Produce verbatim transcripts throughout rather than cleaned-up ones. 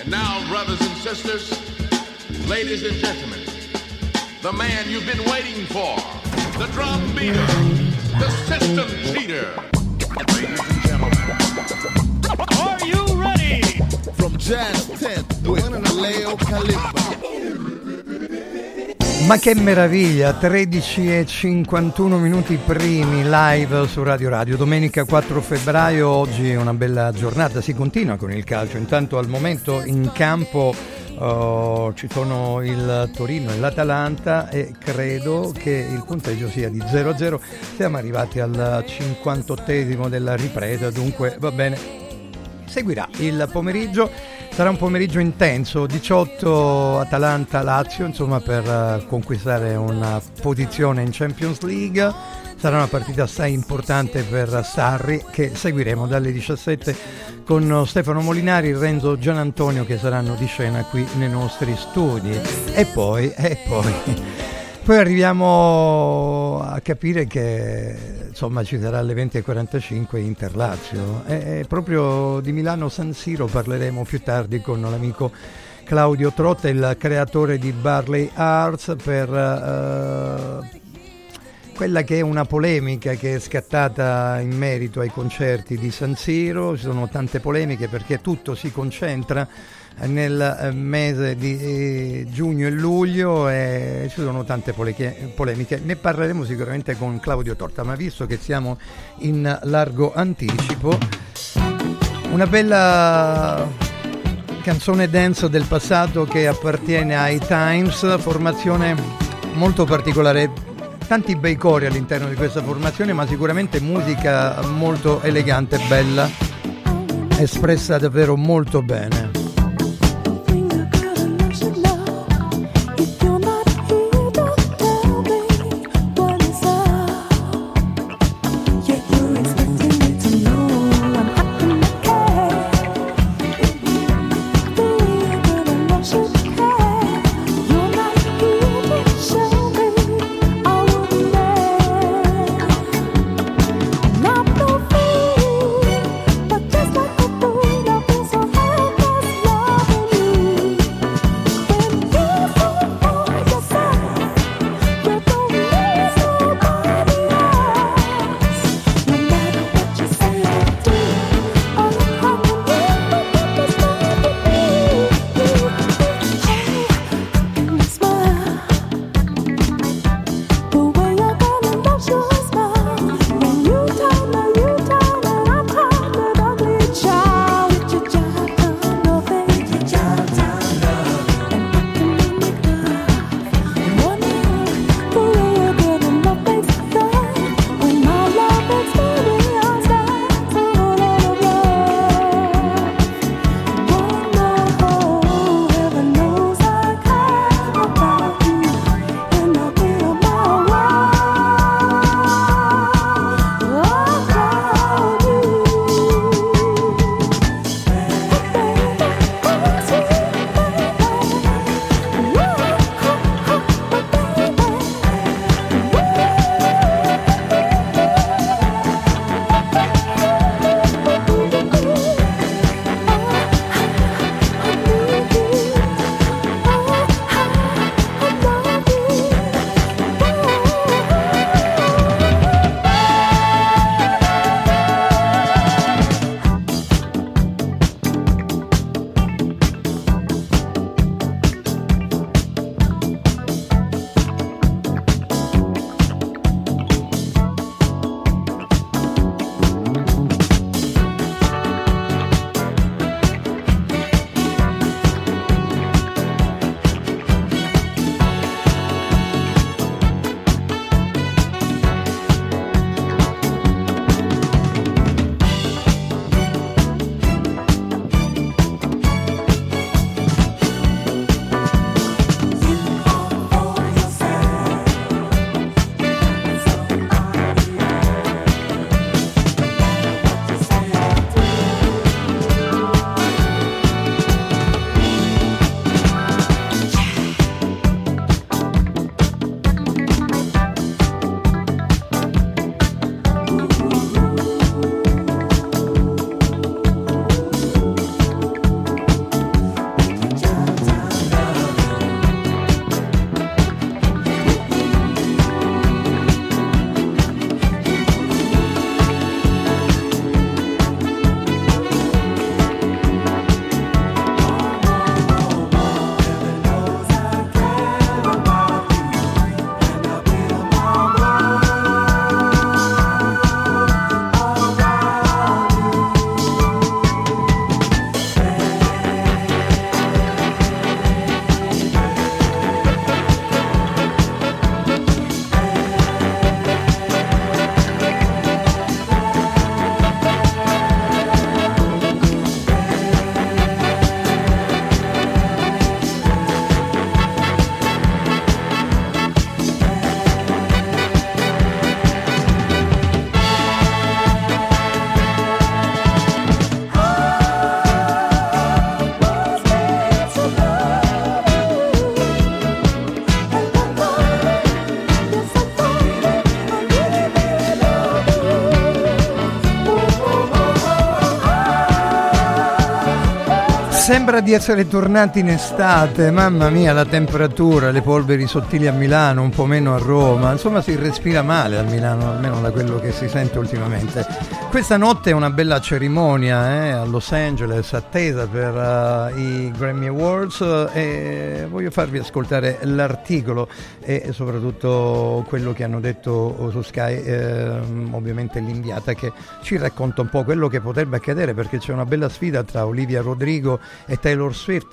Now, brothers and sisters, ladies and gentlemen, the man you've been waiting for, the drum beater, the system cheater. Ladies and gentlemen, are you ready? From Jazz Tent with Leo Calippo. Ma che meraviglia, tredici e cinquantuno minuti primi live su Radio Radio, domenica quattro febbraio, oggi è una bella giornata, si continua con il calcio, intanto al momento in campo uh, ci sono il Torino e l'Atalanta e credo che il punteggio sia di zero a zero, siamo arrivati al cinquantottesimo della ripresa, dunque va bene, seguirà il pomeriggio. Sarà un pomeriggio intenso, diciotto Atalanta-Lazio, insomma, per uh, conquistare una posizione in Champions League. Sarà una partita assai importante per Sarri, che seguiremo dalle diciassette con Stefano Molinari e Renzo Gianantonio, che saranno di scena qui nei nostri studi. E poi, e poi, poi arriviamo a capire che insomma ci sarà alle venti e quarantacinque Inter-Lazio e, e proprio di Milano-San Siro parleremo più tardi con l'amico Claudio Trotta, il creatore di Barley Arts, per uh, quella che è una polemica che è scattata in merito ai concerti di San Siro. Ci sono tante polemiche perché tutto si concentra nel mese di eh, giugno e luglio e ci sono tante polemiche, polemiche. Ne parleremo sicuramente con Claudio Torta, ma visto che siamo in largo anticipo, una bella canzone dance del passato che appartiene ai Times, formazione molto particolare, tanti bei cori all'interno di questa formazione, ma sicuramente musica molto elegante, bella, espressa davvero molto bene. Not no fool, but just like a fool, I feel so helpless. Sembra di essere tornati in estate, mamma mia, la temperatura, le polveri sottili a Milano, un po' meno a Roma, insomma si respira male a Milano, almeno da quello che si sente ultimamente. Questa notte è una bella cerimonia eh, a Los Angeles, attesa per uh, i Grammy Awards, e voglio farvi ascoltare l'articolo e soprattutto quello che hanno detto su Sky, eh, ovviamente l'inviata, che ci racconta un po' quello che potrebbe accadere, perché c'è una bella sfida tra Olivia Rodrigo e Taylor Swift.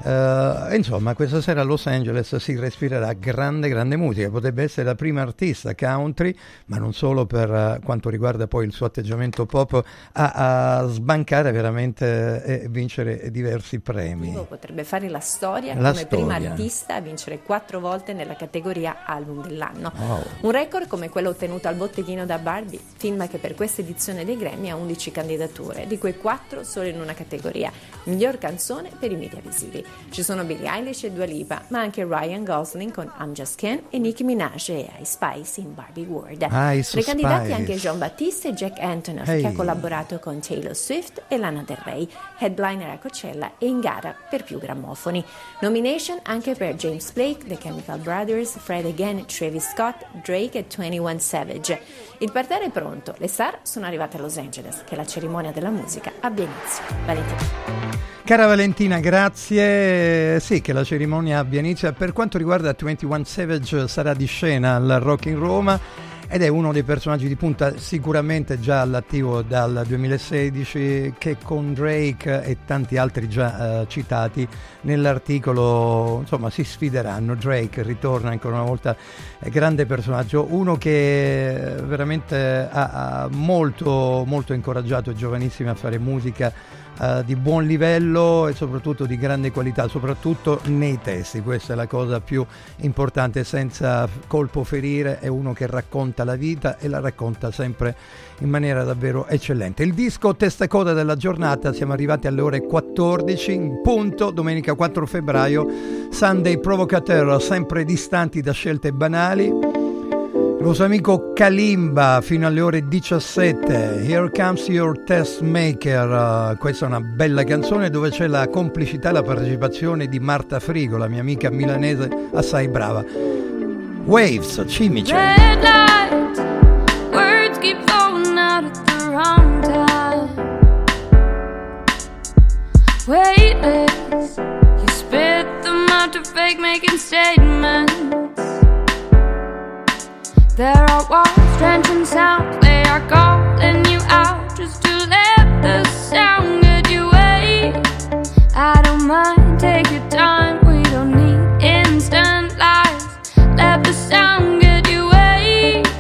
Uh, insomma, questa sera a Los Angeles si respirerà grande grande musica. Potrebbe essere la prima artista country, ma non solo, per uh, quanto riguarda poi il suo atteggiamento pop, a, a sbancare veramente e vincere diversi premi. Potrebbe fare la storia la come storia. prima artista a vincere quattro volte nella categoria album dell'anno. Wow. Un record come quello ottenuto al botteghino da Barbie, film che per questa edizione dei Grammy ha undici candidature, di cui quattro solo in una categoria: miglior canzone per i media visivi. Ci sono Billie Eilish e Dua Lipa, ma anche Ryan Gosling con I'm Just Ken e Nicki Minaj e I Spice in Barbie World. Ice Tra i candidati Spice. anche Jean Baptiste e Jack Antonoff, Hey. che ha collaborato con Taylor Swift e Lana Del Rey, headliner a Coachella e in gara per più grammofoni. Nomination anche per James Blake, The Chemical Brothers, Fred Again, Travis Scott, Drake e ventuno Savage. Il parterre è pronto, le star sono arrivate a Los Angeles, che la cerimonia della musica abbia inizio. Valentina. Cara Valentina, grazie. Sì, che la cerimonia abbia inizio. Per quanto riguarda ventuno Savage, sarà di scena al Rock in Roma ed è uno dei personaggi di punta, sicuramente già all'attivo dal duemilasedici, che con Drake e tanti altri già uh, citati nell'articolo, insomma, si sfideranno. Drake ritorna ancora una volta, eh, grande personaggio, uno che veramente ha, ha molto molto incoraggiato i giovanissimi a fare musica Uh, di buon livello e soprattutto di grande qualità, soprattutto nei testi. Questa è la cosa più importante, senza colpo ferire. È uno che racconta la vita e la racconta sempre in maniera davvero eccellente. Il disco testacoda della giornata, siamo arrivati alle ore quattordici in punto, domenica quattro febbraio, Sunday Provocateur, sempre distanti da scelte banali. Lo suo amico Kalimba fino alle ore diciassette, Here Comes Your Testmaker. Uh, questa è una bella canzone dove c'è la complicità e la partecipazione di Marta Frigo, la mia amica milanese assai brava. Waves, Cimice. Red light, words keep flowing out at the wrong time. Weightless, you spit them out to fake making statements. There are walls, drenching sounds, they are calling you out just to let the sound get you away. I don't mind, take your time, we don't need instant lies. Let the sound get you away.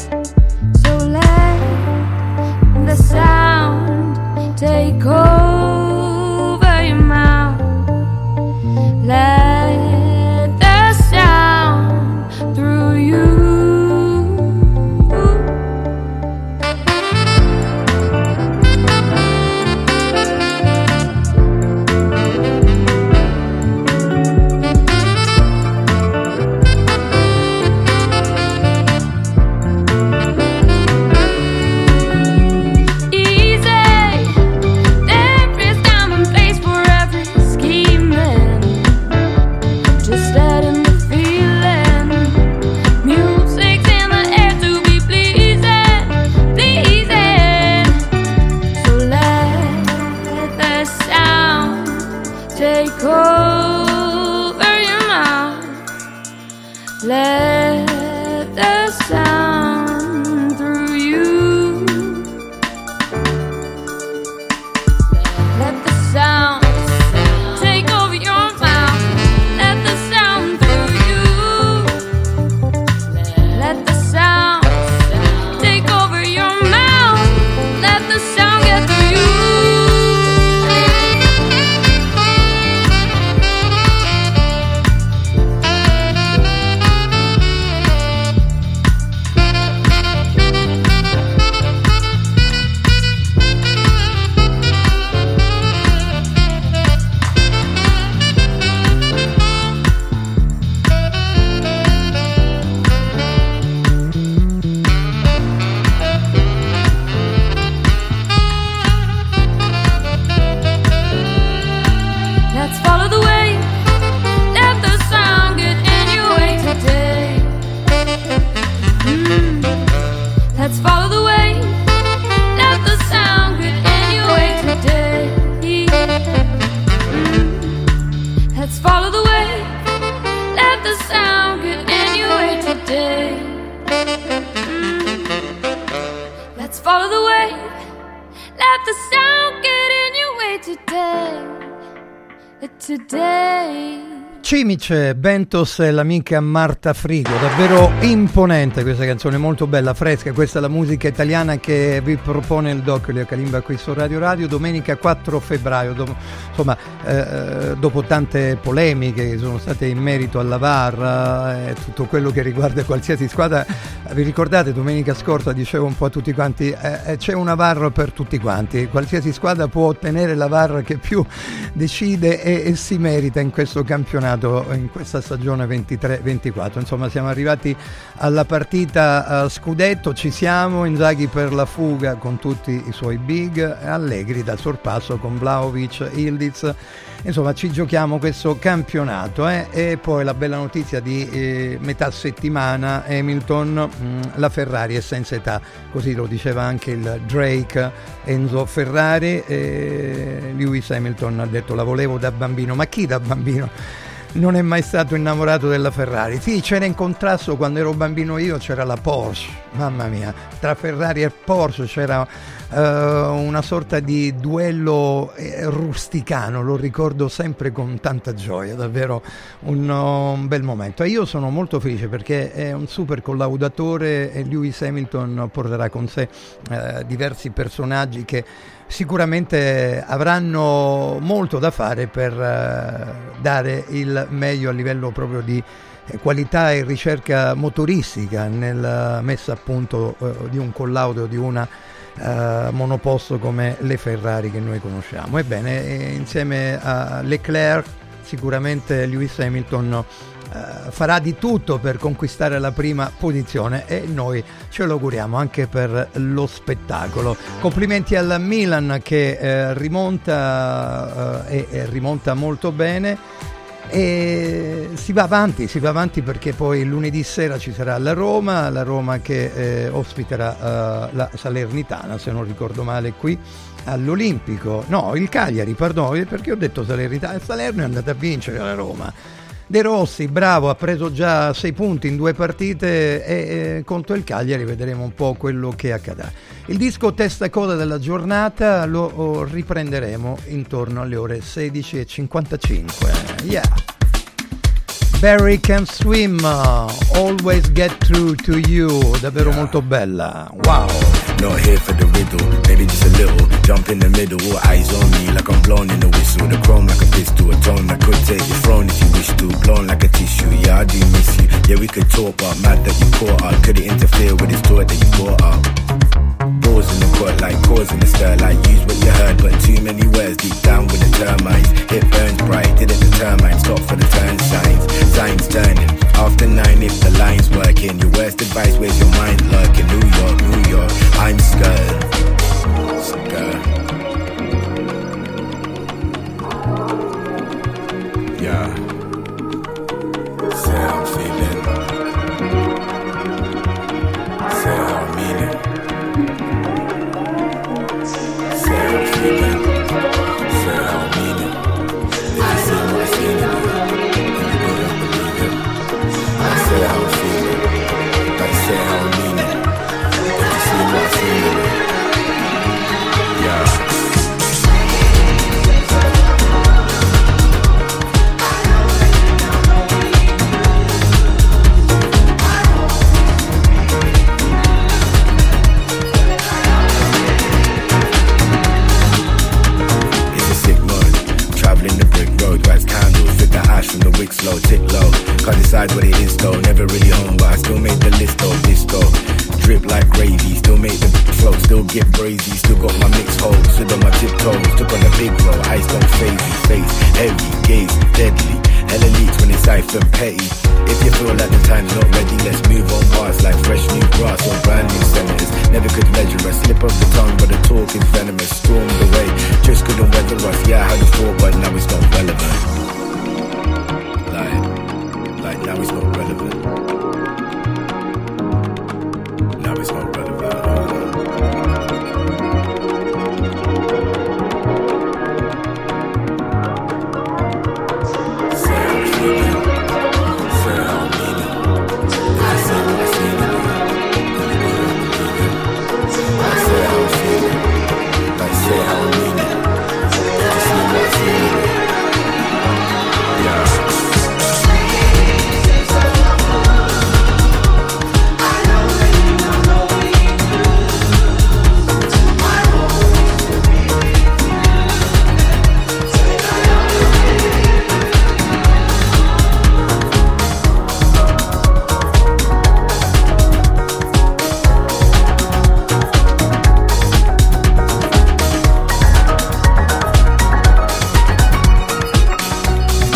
today, today. Cimice, Bentos e l'amica Marta Frigo, davvero imponente questa canzone, molto bella, fresca. Questa è la musica italiana che vi propone il Doc Leo Kalimba qui su Radio Radio, domenica quattro febbraio. Do- insomma, eh, dopo tante polemiche che sono state in merito alla V A R e eh, tutto quello che riguarda qualsiasi squadra, vi ricordate domenica scorsa dicevo un po' a tutti quanti, eh, c'è una V A R per tutti quanti, qualsiasi squadra può ottenere la V A R che più decide e, e si merita in questo campionato, in questa stagione ventitré ventiquattro. Insomma, siamo arrivati alla partita uh, scudetto, ci siamo. Inzaghi per la fuga con tutti i suoi big, Allegri dal sorpasso con Vlahovic, Ildiz. Insomma, ci giochiamo questo campionato eh? E poi la bella notizia di eh, metà settimana, Hamilton, mh, la Ferrari è senza età, così lo diceva anche il Drake Enzo Ferrari, e Lewis Hamilton ha detto la volevo da bambino. Ma chi da bambino non è mai stato innamorato della Ferrari? Sì, c'era in contrasto quando ero bambino io, c'era la Porsche, mamma mia, tra Ferrari e Porsche c'era uh, una sorta di duello eh, rusticano, lo ricordo sempre con tanta gioia, davvero un, un bel momento. E io sono molto felice perché è un super collaudatore e Lewis Hamilton porterà con sé uh, diversi personaggi che sicuramente avranno molto da fare per uh, dare il meglio a livello proprio di eh, qualità e ricerca motoristica nella messa a punto uh, di un collaudo di una uh, monoposto come le Ferrari che noi conosciamo. Ebbene, eh, insieme a Leclerc sicuramente Lewis Hamilton Uh, farà di tutto per conquistare la prima posizione e noi ce lo auguriamo anche per lo spettacolo. Complimenti al Milan che uh, rimonta uh, e, e rimonta molto bene e si va avanti, si va avanti perché poi lunedì sera ci sarà la Roma, la Roma che eh, ospiterà uh, la Salernitana, se non ricordo male, qui all'Olimpico. No, il Cagliari, perdono, perché ho detto Salernitana? Salerno è andata a vincere la Roma. De Rossi, bravo, ha preso già sei punti in due partite e eh, contro il Cagliari vedremo un po' quello che accadrà. Il disco testa coda della giornata lo oh, riprenderemo intorno alle ore sedici e cinquantacinque. Yeah. Barry Can Swim, Always Get Through to You, davvero yeah. Molto bella. Wow. Not here for the riddle, maybe just a little. Jump in the middle, all eyes on me like I'm blowing in the whistle. The chrome like a pistol, a tone that could take your throne if you wish to. Blown like a tissue, yeah I do miss you. Yeah we could talk, but mad that you caught up. Couldn't interfere with this toy that you brought up. Balls in the court like cause in the stir, like use what you heard, but too many words deep down with the termites. It burns bright, didn't determine, stop for the turn signs. Signs turning, after nine if the line's working. Your worst advice, where's your mind lurking? New York, New York, I'm scared. Scared. Yeah. Say how I'm feeling. Say how I mean it. Say how I'm feeling. Say how I mean it. If you see what I see in it, then you wouldn't believe it. I say how I'm feeling. I say how I mean it. If you see what I see in it, yeah. From the wick slow, tick low. Can't decide what it is though. Never really home, but I still made the list though. Disco, drip like gravy. Still make the float, still get brazy. Still got my mix hold, stood on my tiptoes. Took on a big roll, ice don't phase me. Face heavy, gaze deadly. Hella leaks when it's siphon petty. If you feel like the time's not ready, let's move on past like fresh new grass or brand new senators. Never could measure us, slip off the tongue, but the talk is venomous. Stormed away, just couldn't weather us. Yeah, I had a thought, but now it's not relevant. Like now it's not relevant. Now it's not relevant. Say how I'm feeling. Say how I mean it. If you see what I see in it, then you wouldn't believe it. I say how I'm feeling. I say how I mean it. If you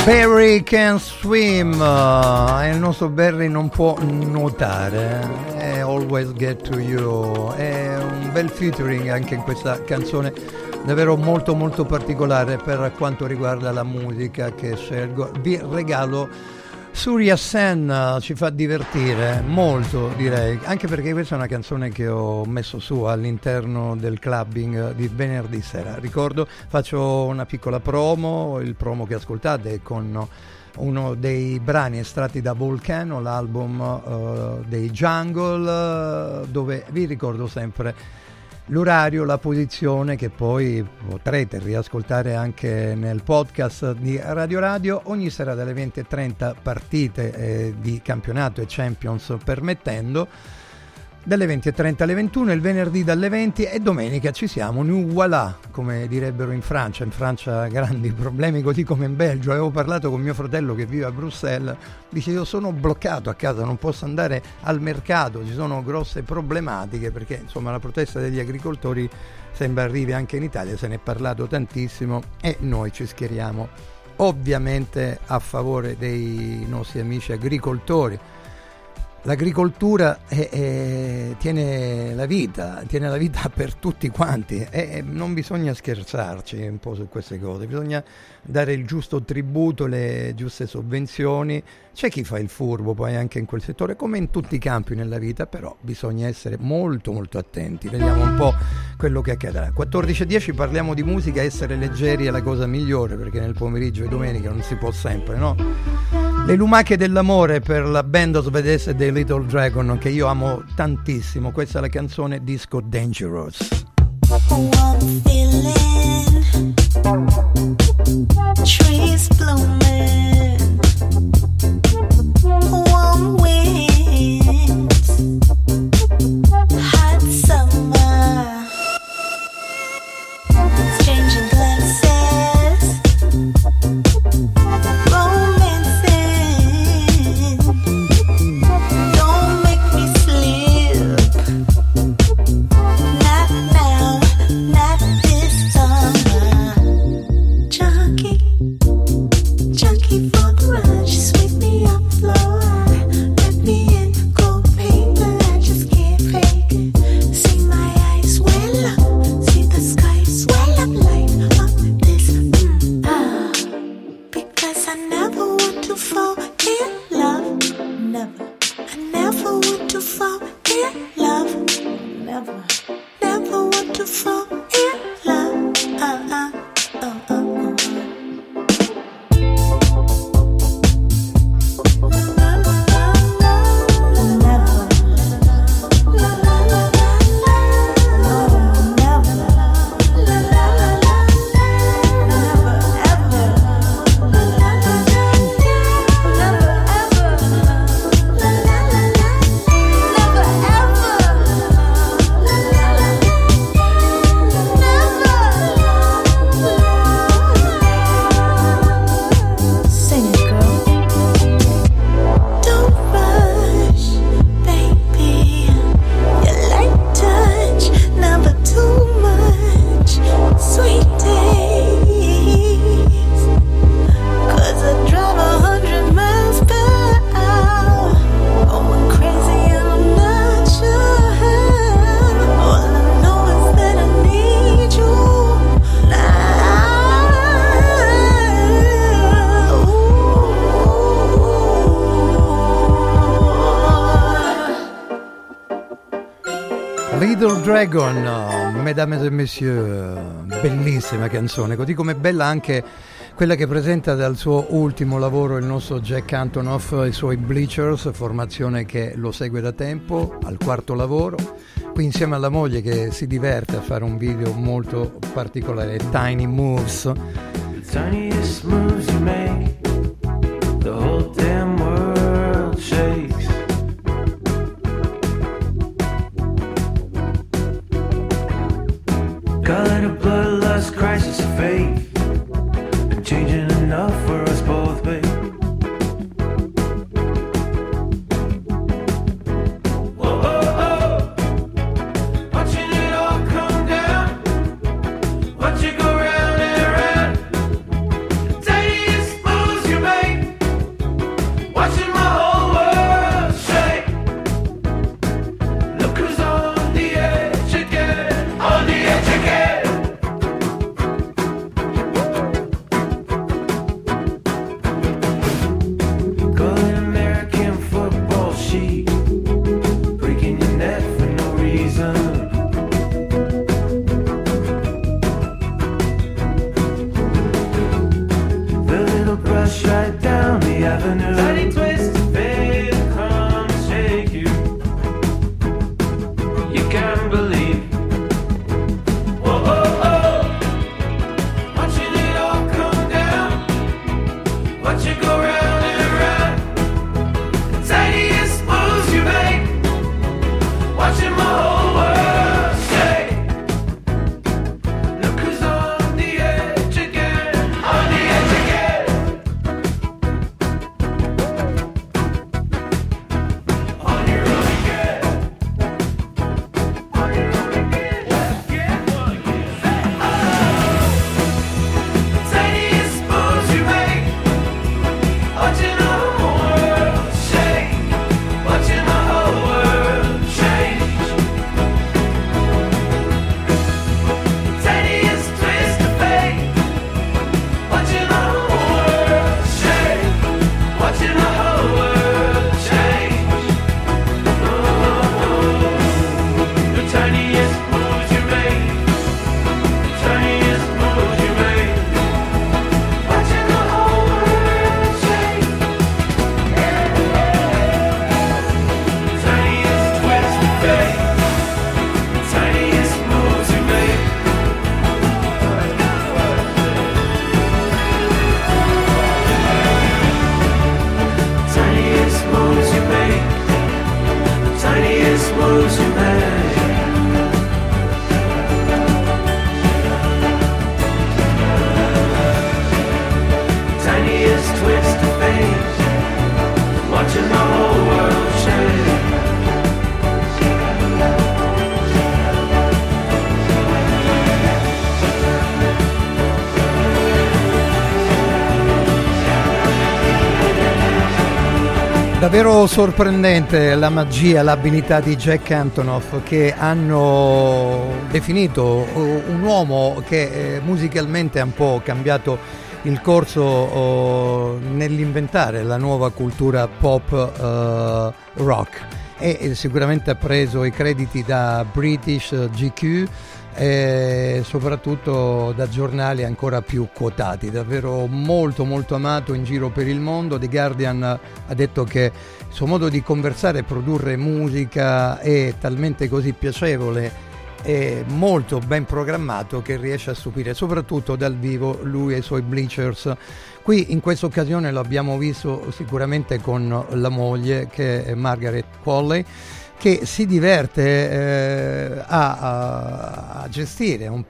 Barry can swim, uh, e il nostro Barry non può nuotare, è Always Get to You, è un bel featuring anche in questa canzone, davvero molto molto particolare per quanto riguarda la musica che scelgo. Vi regalo Surya Sen, ci fa divertire molto, direi, anche perché questa è una canzone che ho messo su all'interno del clubbing di venerdì sera. Ricordo, faccio una piccola promo, il promo che ascoltate è con uno dei brani estratti da Volcano, l'album uh, dei Jungle, uh, dove vi ricordo sempre l'orario, la posizione, che poi potrete riascoltare anche nel podcast di Radio Radio, ogni sera dalle venti e trenta, partite eh, di campionato e Champions permettendo, dalle venti e trenta alle ventuno, il venerdì dalle venti, e domenica ci siamo, nous voilà, come direbbero in Francia. In Francia grandi problemi, così come in Belgio. Avevo parlato con mio fratello che vive a Bruxelles, dice: io sono bloccato a casa, non posso andare al mercato, ci sono grosse problematiche, perché insomma la protesta degli agricoltori sembra arrivi anche in Italia, se ne è parlato tantissimo e noi ci schieriamo ovviamente a favore dei nostri amici agricoltori. L'agricoltura è, è, tiene la vita, tiene la vita per tutti quanti, e non bisogna scherzarci un po' su queste cose, bisogna dare il giusto tributo, le giuste sovvenzioni. C'è chi fa il furbo poi anche in quel settore, come in tutti i campi nella vita, però bisogna essere molto molto attenti. Vediamo un po' quello che accadrà. quattordici e dieci, parliamo di musica, essere leggeri è la cosa migliore, perché nel pomeriggio e domenica non si può sempre, no? Le lumache dell'amore per la band svedese dei Little Dragon, che io amo tantissimo. Questa è la canzone Disco Dangerous. One feeling, trees blooming, warm winds, hot summer, changing glances, romancing. Don't make me sleep. Not now, not this summer. Junkie, junkie for the rush. Sweep me up floor. Let me in, cold paper. I just can't fake it. See my eyes well up. See the sky swell up, light up this. Mm, ah. Because I never want to fall in love. Never. I never want to fall in love. Never. Never want to fall in love. Uh, uh, uh, uh, uh. Sing it, girl. Don't rush, baby. You like touch, never too much. Sweet days, 'cause I drive a hundred miles per hour. Going crazy and I'm not sure how. All I know is that I need you now. Little Dragon, mesdames et messieurs, bellissima canzone, così come bella anche quella che presenta dal suo ultimo lavoro il nostro Jack Antonoff, i suoi Bleachers, formazione che lo segue da tempo, al quarto lavoro, qui insieme alla moglie che si diverte a fare un video molto particolare, Tiny Moves. The tiniest moves you make, the whole damn world shakes. Call it a bloodlust crisis of faith. Been changing enough for us both, babe. Whoa, oh, oh. Watching it all come down. Watch it go round and round. Tiniest moves you Davvero sorprendente la magia, l'abilità di Jack Antonoff, che hanno definito un uomo che eh, musicalmente ha un po' cambiato il corso oh, nell'inventare la nuova cultura pop uh, rock, e, e sicuramente ha preso i crediti da British G Q e soprattutto da giornali ancora più quotati. Davvero molto molto amato in giro per il mondo. The Guardian ha detto che il suo modo di conversare e produrre musica è talmente così piacevole e molto ben programmato che riesce a stupire, soprattutto dal vivo, lui e i suoi Bleachers. Qui in questa occasione lo abbiamo visto sicuramente con la moglie, che è Margaret Qualley, che si diverte eh, a, a, a gestire un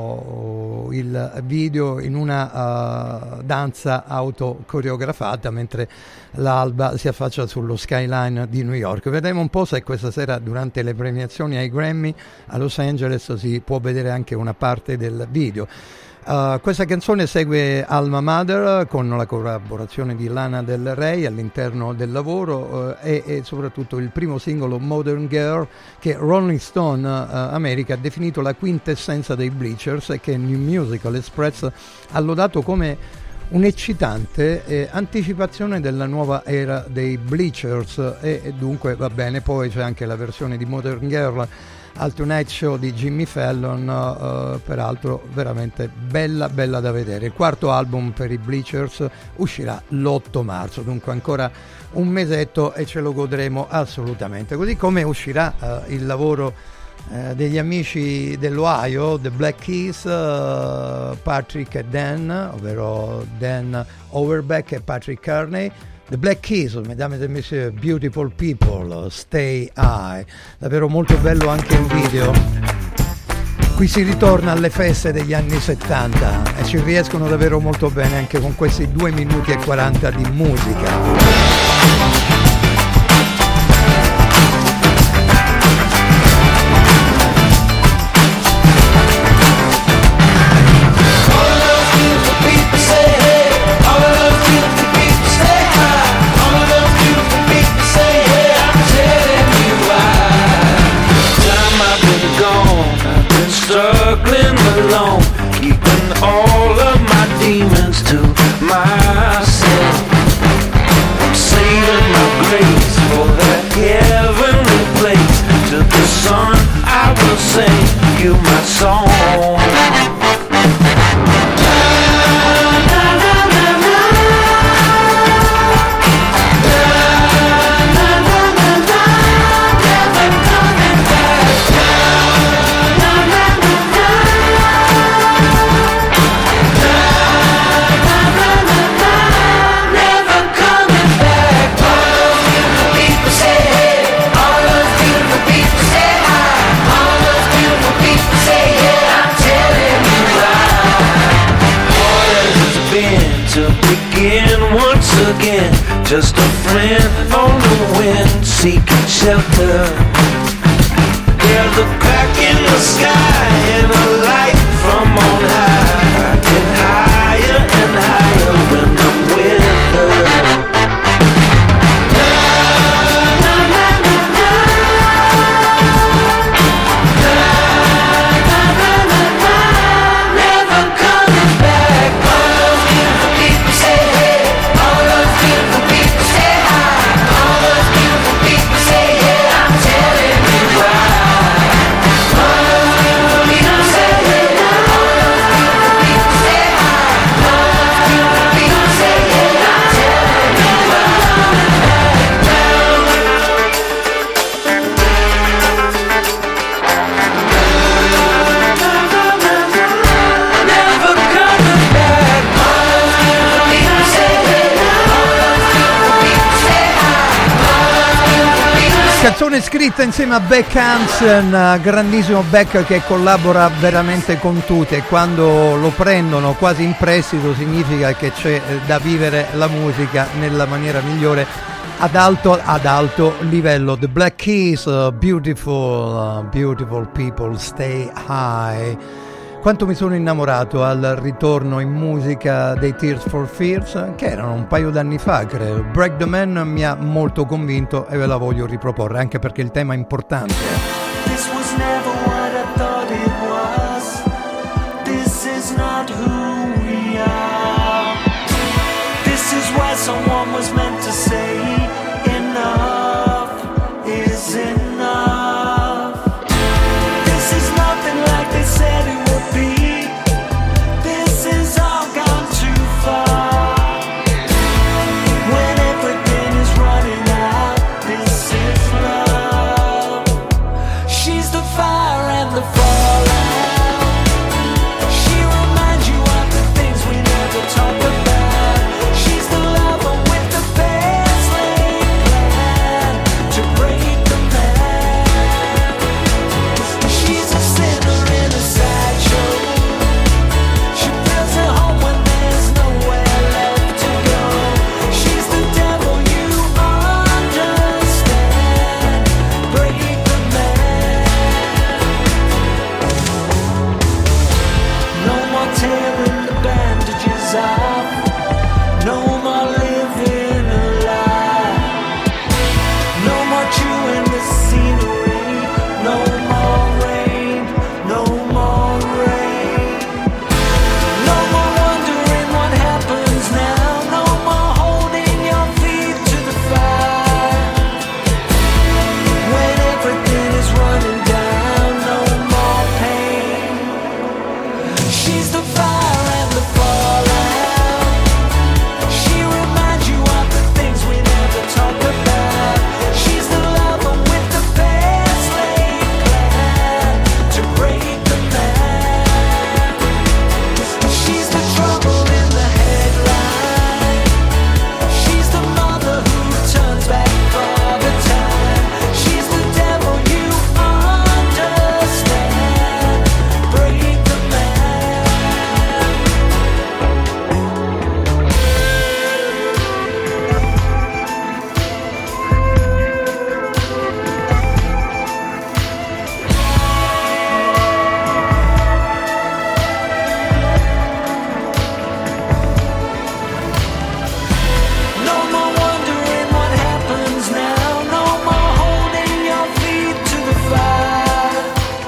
po' il video in una uh, danza autocoreografata mentre l'alba si affaccia sullo skyline di New York. Vedremo un po' se questa sera durante le premiazioni ai Grammy a Los Angeles si può vedere anche una parte del video. Uh, questa canzone segue Alma Mater con la collaborazione di Lana Del Rey all'interno del lavoro uh, e, e soprattutto il primo singolo Modern Girl, che Rolling Stone uh, America ha definito la quintessenza dei Bleachers e che New Musical Express ha lodato come un'eccitante eh, anticipazione della nuova era dei Bleachers e, e dunque va bene. Poi c'è anche la versione di Modern Girl al Tonight Show di Jimmy Fallon, uh, peraltro veramente bella bella da vedere. Il quarto album per i Bleachers uscirà l'otto marzo, dunque ancora un mesetto e ce lo godremo assolutamente, così come uscirà uh, il lavoro uh, degli amici dell'Ohio, The Black Keys, uh, Patrick e Dan, ovvero Dan Overbeck e Patrick Kearney. The Black Keys, mesdames et messieurs, Beautiful People, Stay High. Davvero molto bello anche il video. Qui si ritorna alle feste degli anni settanta e ci riescono davvero molto bene anche con questi due minuti e quaranta di musica. Struggling alone, keeping all of my demons to myself. I'm saving my grace for that heavenly place. To the sun I will sing you my song. Again, just a friend on the wind seeking shelter. There's a crack in the sky and a light from on high. I get higher and higher when I'm with her. Canzone scritta insieme a Beck Hansen, grandissimo Beck che collabora veramente con tutti, e quando lo prendono quasi in prestito significa che c'è da vivere la musica nella maniera migliore ad alto, ad alto livello. The Black Keys, uh, beautiful, uh, beautiful people, stay high. Quanto mi sono innamorato al ritorno in musica dei Tears for Fears, che erano un paio d'anni fa, credo. Break the Man mi ha molto convinto e ve la voglio riproporre, anche perché il tema è importante. This was never what I thought it was. This is not who we are. This is why someone was meant to say enough is enough. This is nothing like they said it would be. This is all gone too far. When everything is running out, this is love. She's the fire and the fallout. She reminds you of the things we never talk about. She's the lover with the best laid plan to break the man. She's a sinner in a sideshow. She feels at home when there's nowhere left to go. She's the devil, you understand. Break the man. No more tearing the bandages off. No more living a lie. No more chewing the scenery. No more rain. No more rain. No more wondering what happens now. No more holding your feet to the fire. When everything is running down, no more pain. She's the fire and the fallout. She reminds you of the things we never talk about. She's the lover with the best laid plan to break the man. She's the trouble in the headline. She's the mother who turns back for the time. She's the devil, you understand. Break the man. No more wondering what happens now. No more holding your feet to the fire.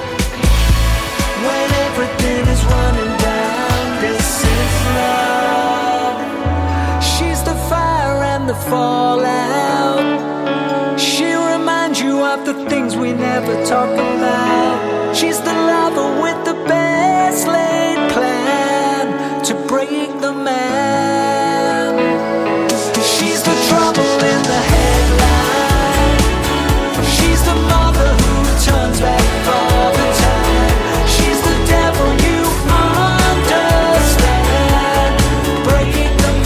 When everything is running down, this is love. She's the fire and the fallout. She reminds you of the things we never talk about. She's the lover with the best laid plan to break the man. She's the trouble in the headline. She's the mother who turns back for the time. She's the devil, you understand. Break the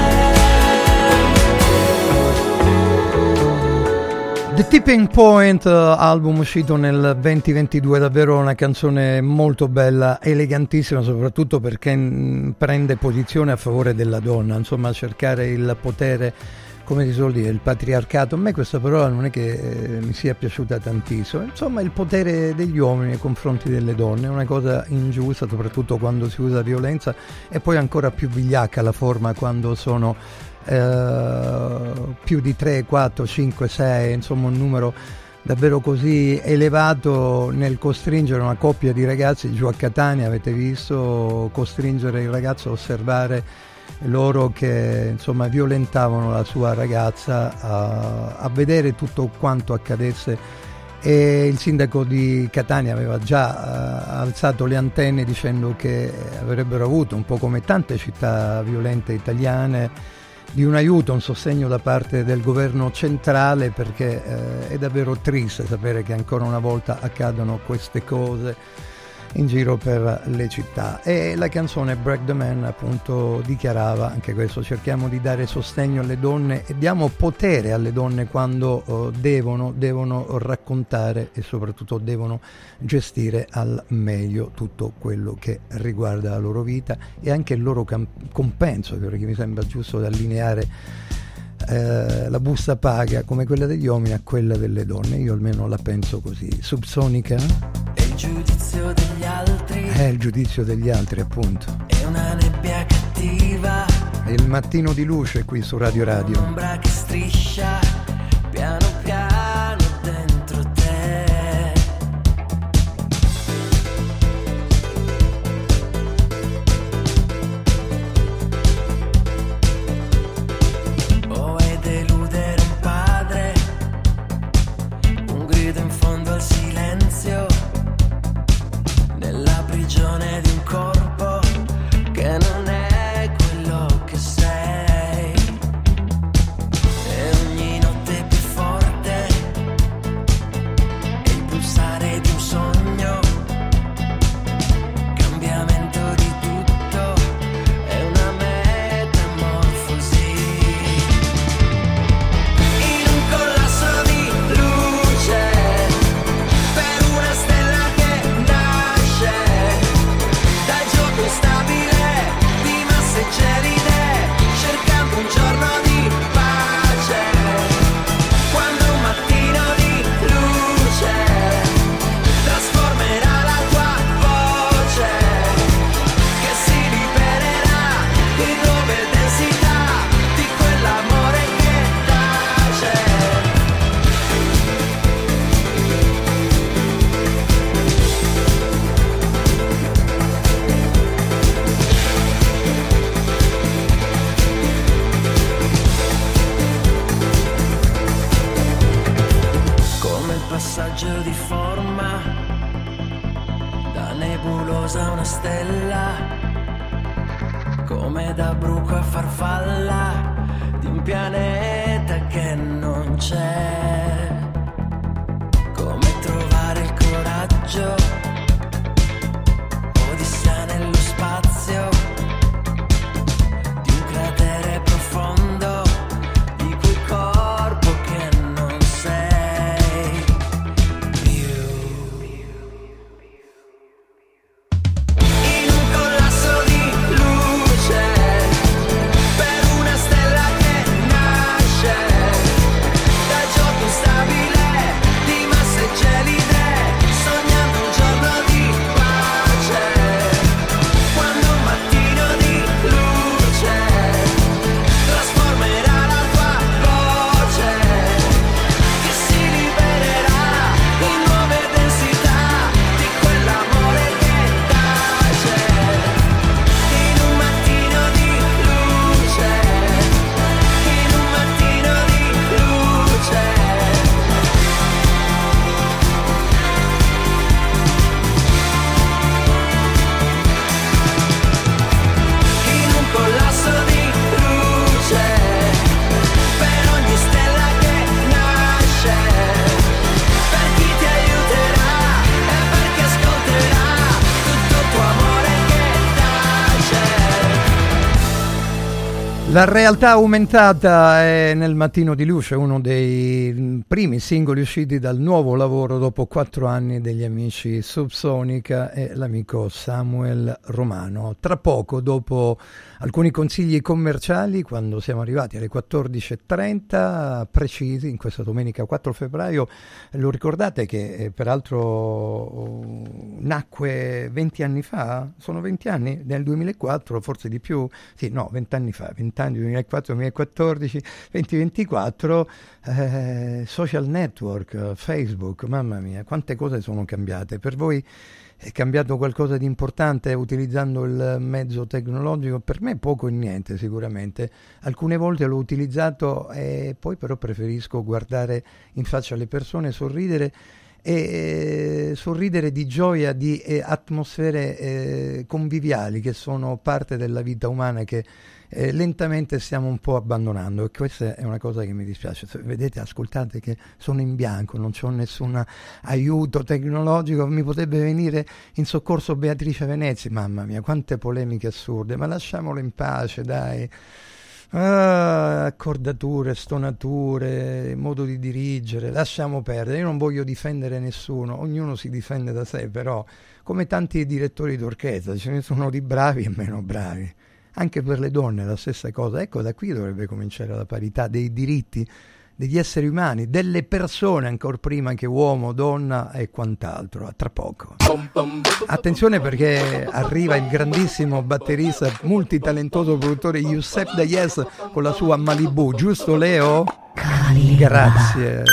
man. The Tipping Point, uh, album uscito nel duemilaventidue, davvero una canzone molto bella, elegantissima, soprattutto perché mh, prende posizione a favore della donna, insomma cercare il potere, come si suol dire, il patriarcato. A me questa parola non è che eh, mi sia piaciuta tantissimo, insomma il potere degli uomini nei confronti delle donne è una cosa ingiusta, soprattutto quando si usa violenza, e poi ancora più vigliacca la forma quando sono Uh, più di tre, quattro, cinque, sei, insomma un numero davvero così elevato nel costringere una coppia di ragazzi giù a Catania. Avete visto, costringere il ragazzo a osservare loro che insomma violentavano la sua ragazza, a, a vedere tutto quanto accadesse, e il sindaco di Catania aveva già uh, alzato le antenne dicendo che avrebbero avuto, un po' come tante città violente italiane, di un aiuto, un sostegno da parte del governo centrale, perché eh, è davvero triste sapere che ancora una volta accadono queste cose in giro per le città. E la canzone Break the Man appunto dichiarava anche questo: cerchiamo di dare sostegno alle donne e diamo potere alle donne quando uh, devono, devono raccontare e soprattutto devono gestire al meglio tutto quello che riguarda la loro vita e anche il loro cam- compenso, perché mi sembra giusto da allineare eh, la busta paga come quella degli uomini a quella delle donne. Io almeno la penso così. Subsonica. il giudizio degli altri È il giudizio degli altri, appunto. è una nebbia cattiva, È il mattino di luce qui su Radio Radio. un'ombra che striscia piano piano dentro te. Oh, è deludere un padre, un grido in fondo al silenzio, nella prigione di un corpo che non è quello che sei. E ogni notte più forte è il pulsare di un sogno, cambiamento di tutto, è una metamorfosi. In un collasso di luce, per una stella che nasce dal gioco instabile di masse gelide, cercando un giorno di pace. Quando un mattino di luce trasformerà la tua voce, che si libererà in nuove densità di quell'amore che tace. Come il passaggio di forma da nebulosa a una stella, come da bruco a farfalla di un pianeta che non c'è. Come trovare il coraggio, odissea nello spazio di un cratere profondo, di quel corpo che non sei più. In un collasso di luce, per una stella che nasce dal gioco instabile di masse gelide, sognando un giorno di pace. Quando un mattino di luce trasformerà la tua voce, che si libererà in nuove densità di quell'amore che tace. In un mattino di luce, in un mattino di luce. In un collasso di luce, per ogni stella che nasce, per chi ti aiuterà e per chi ascolterà tutto il tuo amore che tace. La realtà aumentata è nel mattino di luce, uno dei primi singoli usciti dal nuovo lavoro dopo quattro anni degli amici Subsonica e l'amico Samuel Romano. Tra poco, dopo alcuni consigli commerciali, quando siamo arrivati alle quattordici e trenta precisi, in questa domenica quattro febbraio, lo ricordate che eh, peraltro nacque venti anni fa? Sono venti anni? Nel duemilaquattro, forse di più? Sì, no, venti anni fa, venti anni, duemilaquattro duemilaquattordici, duemilaventiquattro, eh, social network, Facebook, mamma mia, quante cose sono cambiate. Per voi è cambiato qualcosa di importante utilizzando il mezzo tecnologico? Per me poco e niente sicuramente. Alcune volte l'ho utilizzato e poi però preferisco guardare in faccia alle persone, sorridere e eh, sorridere di gioia di eh, atmosfere eh, conviviali che sono parte della vita umana, che eh, lentamente stiamo un po' abbandonando, e questa è una cosa che mi dispiace. Vedete, ascoltate che sono in bianco, non c'ho nessun aiuto tecnologico, mi potrebbe venire in soccorso Beatrice Venezzi, mamma mia quante polemiche assurde, ma lasciamolo in pace, dai. Ah, accordature, stonature, modo di dirigere, lasciamo perdere. Io non voglio difendere nessuno, ognuno si difende da sé, però come tanti direttori d'orchestra ce ne sono di bravi e meno bravi. Anche per le donne è la stessa cosa. Ecco, da qui dovrebbe cominciare la parità dei diritti degli esseri umani, delle persone, ancora prima che uomo, donna e quant'altro. A tra poco. Attenzione, perché arriva il grandissimo batterista multitalentoso produttore Youssef Dayes con la sua Malibu, giusto Leo? Grazie.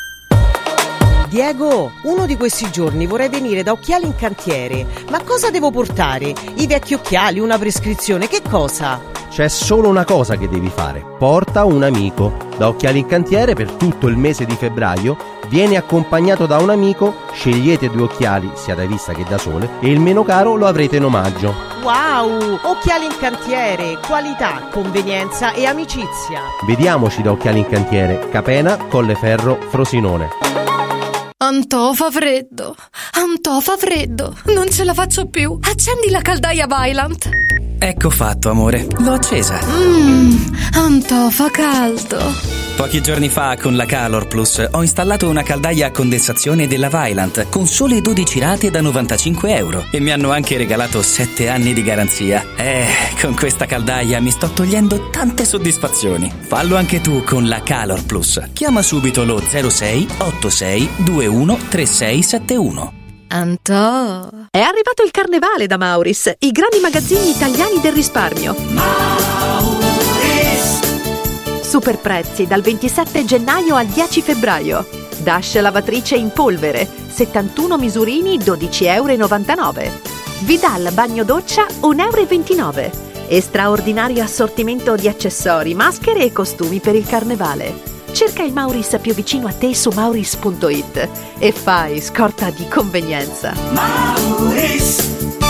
Diego, uno di questi giorni vorrei venire da Occhiali in Cantiere. Ma cosa devo portare? I vecchi occhiali, una prescrizione, che cosa? C'è solo una cosa che devi fare: porta un amico. Da Occhiali in Cantiere per tutto il mese di febbraio vieni accompagnato da un amico, scegliete due occhiali sia da vista che da sole e il meno caro lo avrete in omaggio. Wow! Occhiali in Cantiere, qualità, convenienza e amicizia. Vediamoci da Occhiali in Cantiere, Capena, Colleferro, Frosinone. Antò fa freddo, Antò fa freddo, non ce la faccio più. Accendi la caldaia Vaillant. Ecco fatto, amore, l'ho accesa. Mmm, Antò fa caldo. Pochi giorni fa con la Calor Plus ho installato una caldaia a condensazione della Vaillant con sole dodici rate da novantacinque euro e mi hanno anche regalato sette anni di garanzia. Eh, con questa caldaia mi sto togliendo tante soddisfazioni. Fallo anche tu con la Calor Plus. Chiama subito lo zero sei otto sei due uno tre sei sette uno. Antò. È arrivato il carnevale da Mauris, i grandi magazzini italiani del risparmio. Mauris. Super prezzi dal ventisette gennaio al dieci febbraio. Dash lavatrice in polvere, settantuno misurini, dodici virgola novantanove euro. Vidal bagno doccia, un euro e ventinove. E straordinario assortimento di accessori, maschere e costumi per il carnevale. Cerca il Mauris più vicino a te su mauris punto it e fai scorta di convenienza. Mauris.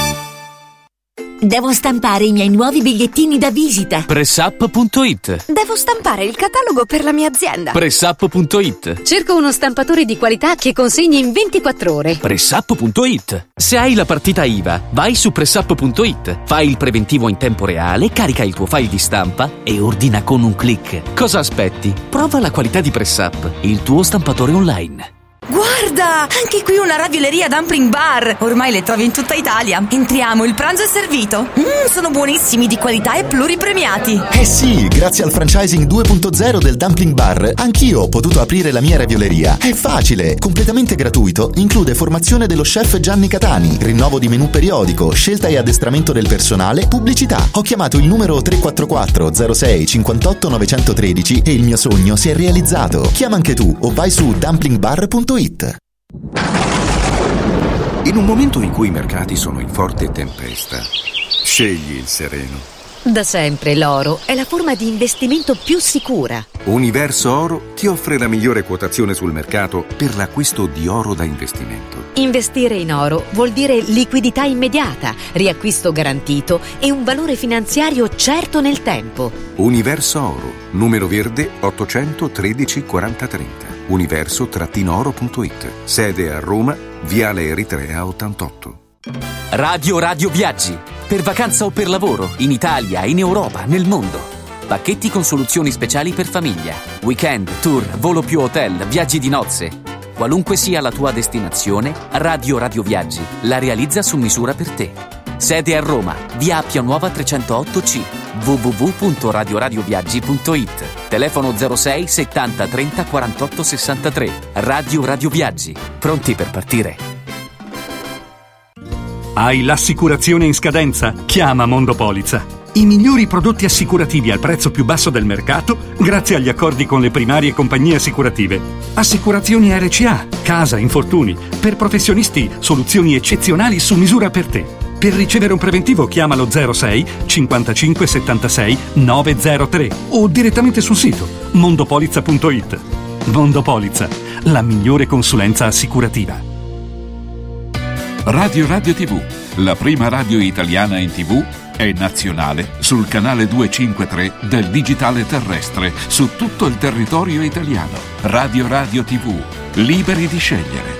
Devo stampare i miei nuovi bigliettini da visita. Pressup punto it. Devo stampare il catalogo per la mia azienda. Pressup punto it. Cerco uno stampatore di qualità che consegni in ventiquattro ore. Pressup punto it. Se hai la partita I V A, vai su Pressup punto it, fai il preventivo in tempo reale, carica il tuo file di stampa e ordina con un click. Cosa aspetti? Prova la qualità di Pressup, il tuo stampatore online. Guarda, anche qui una ravioleria Dumpling Bar. Ormai le trovi in tutta Italia. Entriamo, il pranzo è servito. Mmm, sono buonissimi, di qualità e pluripremiati. Eh sì, grazie al franchising due punto zero del Dumpling Bar, anch'io ho potuto aprire la mia ravioleria. È facile, completamente gratuito, include formazione dello chef Gianni Catani, rinnovo di menù periodico, scelta e addestramento del personale, pubblicità. Ho chiamato il numero tre quattro quattro zero sei cinquantotto novecentotredici e il mio sogno si è realizzato. Chiama anche tu o vai su dumpling bar punto it. In un momento in cui i mercati sono in forte tempesta, scegli il sereno. Da sempre l'oro è la forma di investimento più sicura. Universo Oro ti offre la migliore quotazione sul mercato per l'acquisto di oro da investimento. Investire in oro vuol dire liquidità immediata, riacquisto garantito e un valore finanziario certo nel tempo. Universo Oro, numero verde ottocentotredici quaranta trenta. universo oro punto it. Sede a Roma, Viale Eritrea ottantotto. Radio Radio Viaggi. Per vacanza o per lavoro, in Italia, in Europa, nel mondo. Pacchetti con soluzioni speciali per famiglia. Weekend, tour, volo più hotel, viaggi di nozze. Qualunque sia la tua destinazione, Radio Radio Viaggi la realizza su misura per te. Sede a Roma, via Appia Nuova trecentootto C. w w w punto radio radio viaggi punto it. Telefono zero sei settanta trenta quarantotto sessantatré. Radio Radio Viaggi. Pronti per partire? Hai l'assicurazione in scadenza? Chiama Mondopolizza. I migliori prodotti assicurativi al prezzo più basso del mercato grazie agli accordi con le primarie compagnie assicurative. Assicurazioni R C A, casa, infortuni. Per professionisti, soluzioni eccezionali su misura per te. Per ricevere un preventivo chiamalo zero sei cinquantacinque settantasei novecentotre o direttamente sul sito mondopolizza punto it. Mondopolizza, la migliore consulenza assicurativa. Radio Radio tivù, la prima radio italiana in tivù e nazionale sul canale duecentocinquantatré del digitale terrestre su tutto il territorio italiano. Radio Radio tivù, liberi di scegliere.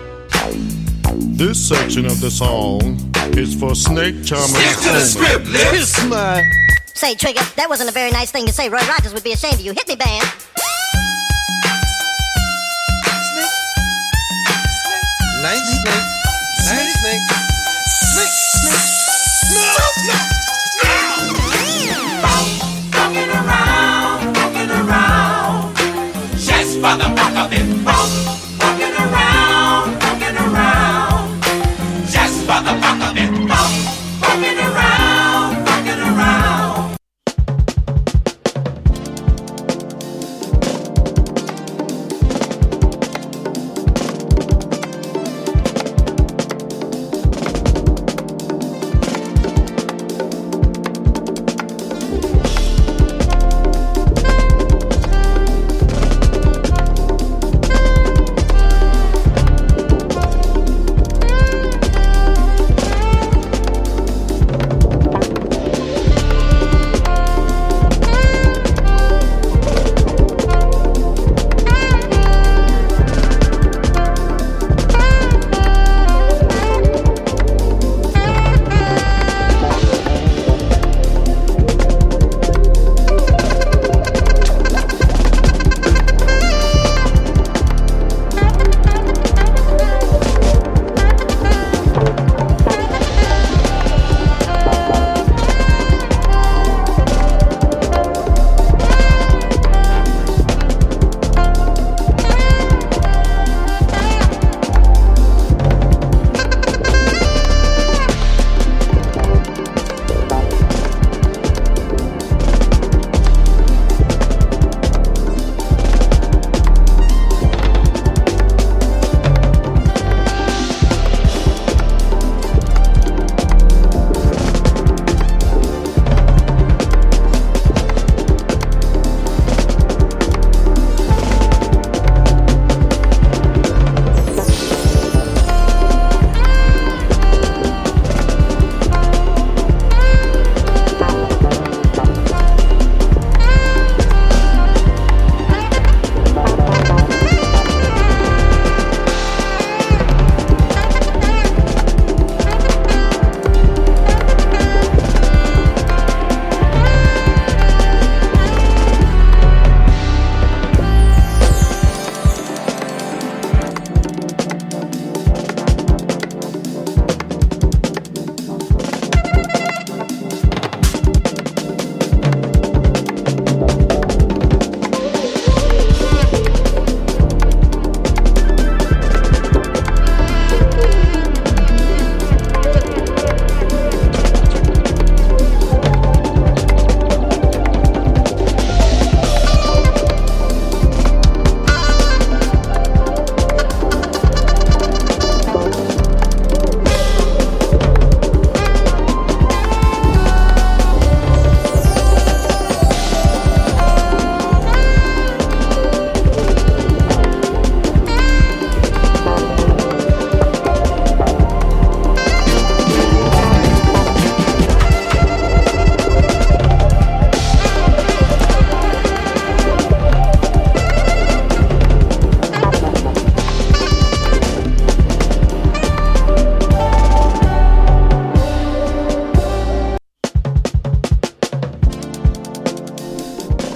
This section of the song is for Snake Charmer. Stick to the script, Lips. Kiss my... Say, Trigger, that wasn't a very nice thing to say. Roy Rogers would be ashamed of you. Hit me, band. Nice snake. Nice snake. Snake. Snake. No, no, no. Walking around, walking around.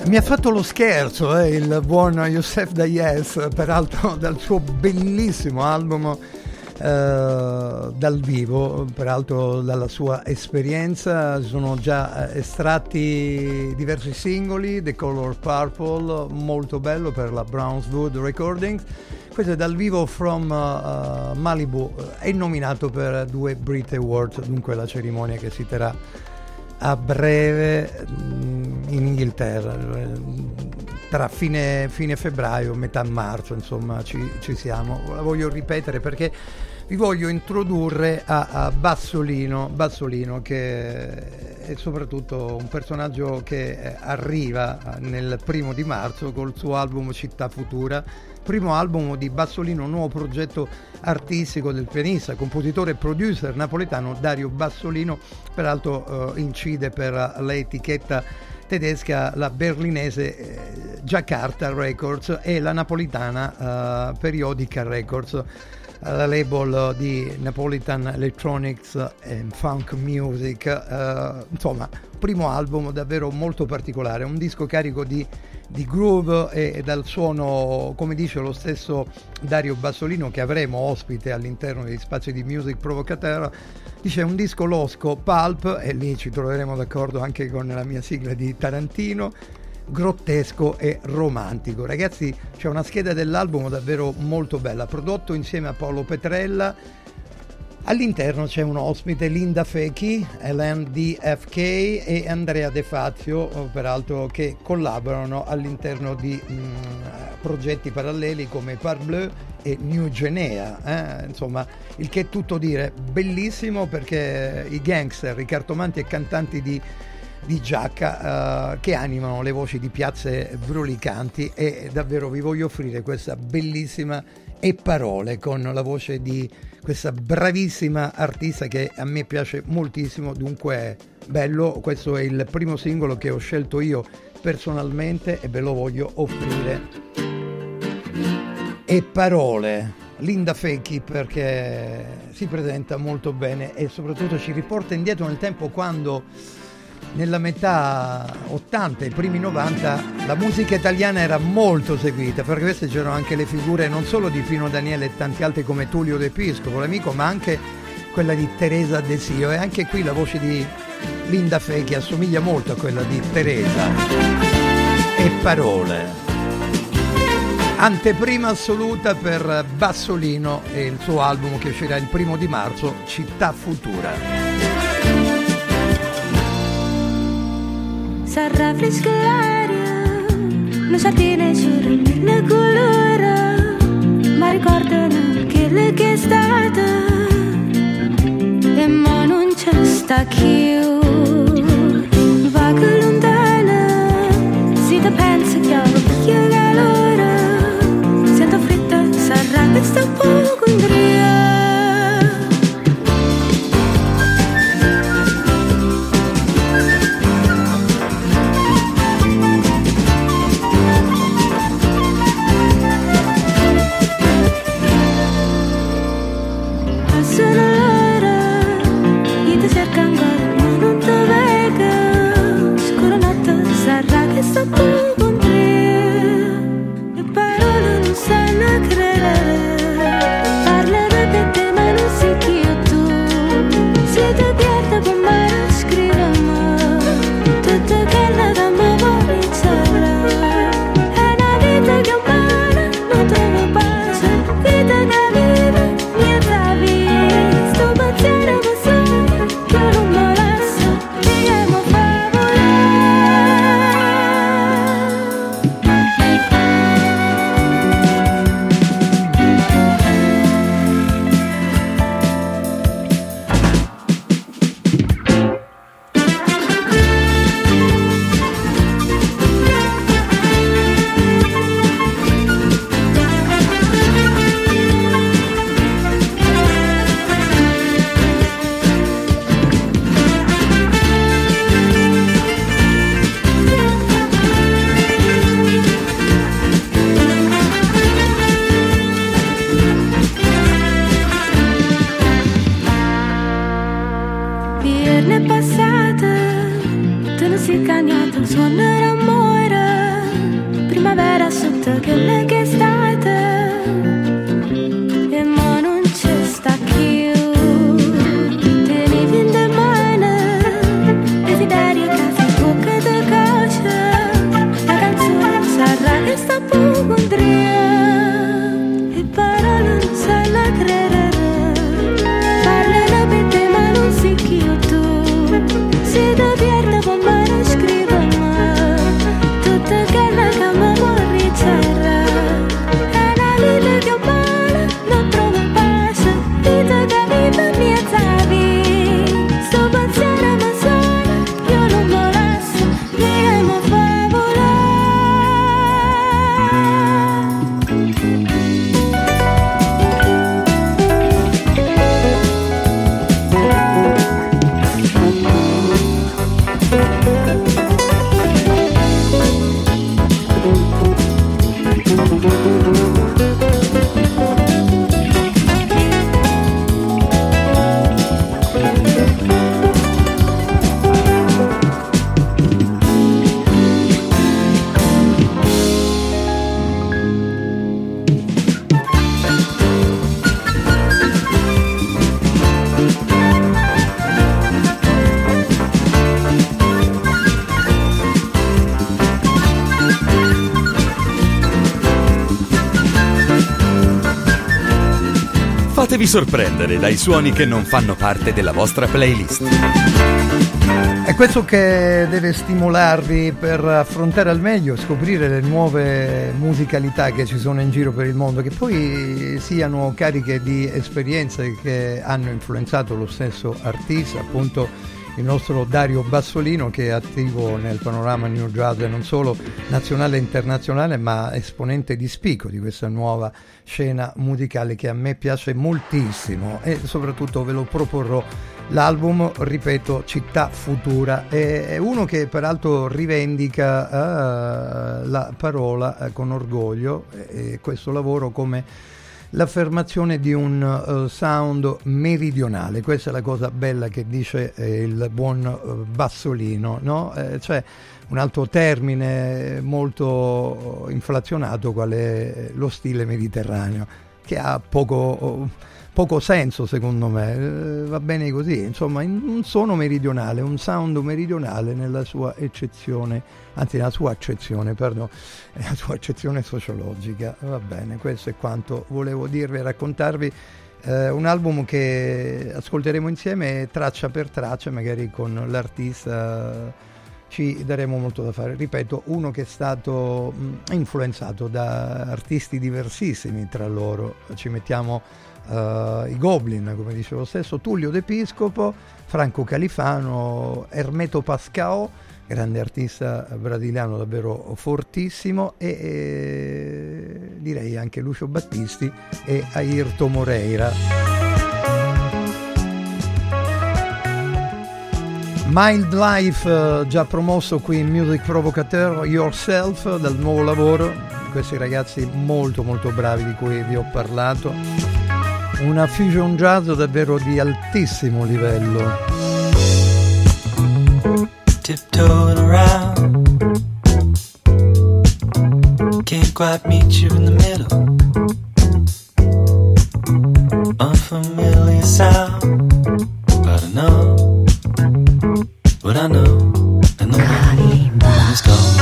Mi ha fatto lo scherzo eh, il buon Youssef Dayes, peraltro dal suo bellissimo album eh, dal vivo, peraltro dalla sua esperienza. Sono già estratti diversi singoli, The Color Purple, molto bello per la Brownswood Recordings. Questo è dal vivo from uh, Malibu, è nominato per due Brit Awards, dunque la cerimonia che si terrà a breve in Inghilterra, tra fine, fine febbraio, metà marzo, insomma ci, ci siamo. La voglio ripetere perché vi voglio introdurre a, a Bassolino, Bassolino che è soprattutto un personaggio che arriva nel primo di marzo col suo album Città Futura, primo album di Bassolino, nuovo progetto artistico del pianista, compositore e producer napoletano Dario Bassolino, peraltro eh, incide per l'etichetta tedesca, la berlinese eh, Jakarta Records e la napolitana eh, Periodica Records, la label di Napolitan Electronics and Funk Music. Eh, insomma, primo album davvero molto particolare, un disco carico di, di groove e, e dal suono, come dice lo stesso Dario Bassolino, che avremo ospite all'interno degli spazi di Music Provocateur, dice un disco losco, pulp, e lì ci troveremo d'accordo anche con la mia sigla di Tarantino, grottesco e romantico. Ragazzi, c'è una scheda dell'album davvero molto bella, prodotto insieme a Paolo Petrella. All'interno c'è un ospite, Linda Fechi, L M D F K e Andrea De Fazio, peraltro, che collaborano all'interno di mh, progetti paralleli come Parbleu e New Genea, eh? Insomma, il che è tutto dire. Bellissimo perché i gangster, i cartomanti e cantanti di di Giacca uh, che animano le voci di piazze brulicanti, e davvero vi voglio offrire questa bellissima E Parole con la voce di questa bravissima artista che a me piace moltissimo. Dunque bello, questo è il primo singolo che ho scelto io personalmente e ve lo voglio offrire. E Parole, Linda Fechi, perché si presenta molto bene e soprattutto ci riporta indietro nel tempo, quando nella metà ottanta e i primi novanta la musica italiana era molto seguita, perché queste c'erano anche le figure non solo di Pino Daniele e tanti altri come Tullio De Piscopo, l'amico, ma anche quella di Teresa Desio, e anche qui la voce di Linda Fechi assomiglia molto a quella di Teresa. E Parole, anteprima assoluta per Bassolino e il suo album che uscirà il primo di marzo, Città Futura. S'arraffresca l'aria, le sardine sulle colore, ma ricordano quelle che è stata, e mo non c'è sta più. Vaga lontana, si te pensa che ho via calore, sento fritta, s'arraffresca un po' con dria. Sto con te, le parole non sanno credere, parlare per te ma non sei chi io tu, se ti pierdo con me lo scriviamo, tutto quello che mi vuoi sapere, è una vita che umana non trovo pace, vita che vive, niente via, sto pensiero così, che non mi lascio, e mi fa Ieri è passata, te ne sei cagnato, suonerà amore, primavera sotto quelle che state e mo non ci sta più. Tenevi in the mano desiderio che si bocca di coscia. La canzone sarà che sta poco in trio e parole non sanno credere. Parlano per te ma non si chi tu. Se ti perdi con me non scrivo mai. Tutto che la cama vorrei c'era. È una vita che ho male, non trovo pace. Vita che vive mia zavi. Sto pensiero ma sola, io non lo lascio. Viviamo favola. Fatevi sorprendere dai suoni che non fanno parte della vostra playlist. È questo che deve stimolarvi per affrontare al meglio, scoprire le nuove musicalità che ci sono in giro per il mondo, che poi siano cariche di esperienze che hanno influenzato lo stesso artista, appunto il nostro Dario Bassolino, che è attivo nel panorama New Jazz e non solo nazionale e internazionale, ma esponente di spicco di questa nuova scena musicale che a me piace moltissimo, e soprattutto ve lo proporrò. L'album, ripeto, Città Futura, è uno che peraltro rivendica uh, la parola uh, con orgoglio, e questo lavoro come l'affermazione di un uh, sound meridionale. Questa è la cosa bella che dice eh, il buon uh, Bassolino, no? Eh, cioè un altro termine molto inflazionato qual è lo stile mediterraneo, che ha poco, poco senso secondo me, eh, va bene così, insomma, in, un suono meridionale, un sound meridionale nella sua eccezione, anzi nella sua accezione, perdono, la sua accezione sociologica. Va bene, questo è quanto volevo dirvi e raccontarvi. Eh, un album che ascolteremo insieme traccia per traccia, magari con l'artista ci daremo molto da fare. Ripeto, uno che è stato mh, influenzato da artisti diversissimi tra loro. Ci mettiamo uh, i Goblin, come dice lo stesso, Tullio De Piscopo, Franco Califano, Hermeto Pascoal, grande artista brasiliano davvero fortissimo, e, e direi anche Lucio Battisti e Airto Moreira. Mild Life, uh, già promosso qui in Music Provocateur, Yourself, dal nuovo lavoro di questi ragazzi molto molto bravi di cui vi ho parlato. Una fusion jazz davvero di altissimo livello. Tiptoeing around, can't quite meet you in the middle. Unfamiliar sound, but I know what I know, and the one is gone.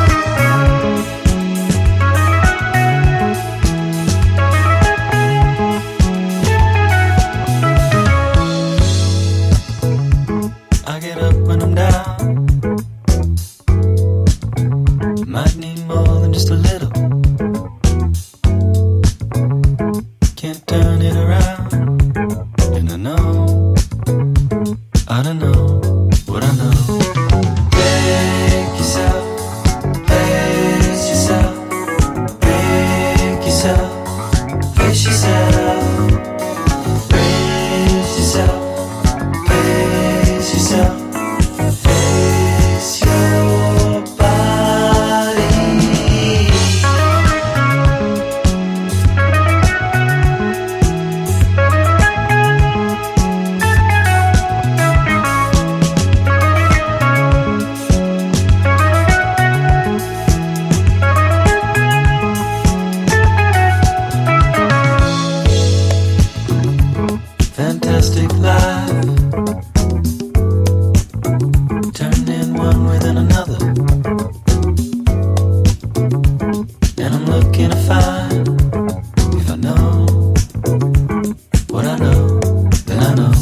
I get up when I'm down, might need more than just a little. Can't turn it around, and I know than another. And I'm looking to find if I know what I know, then I know.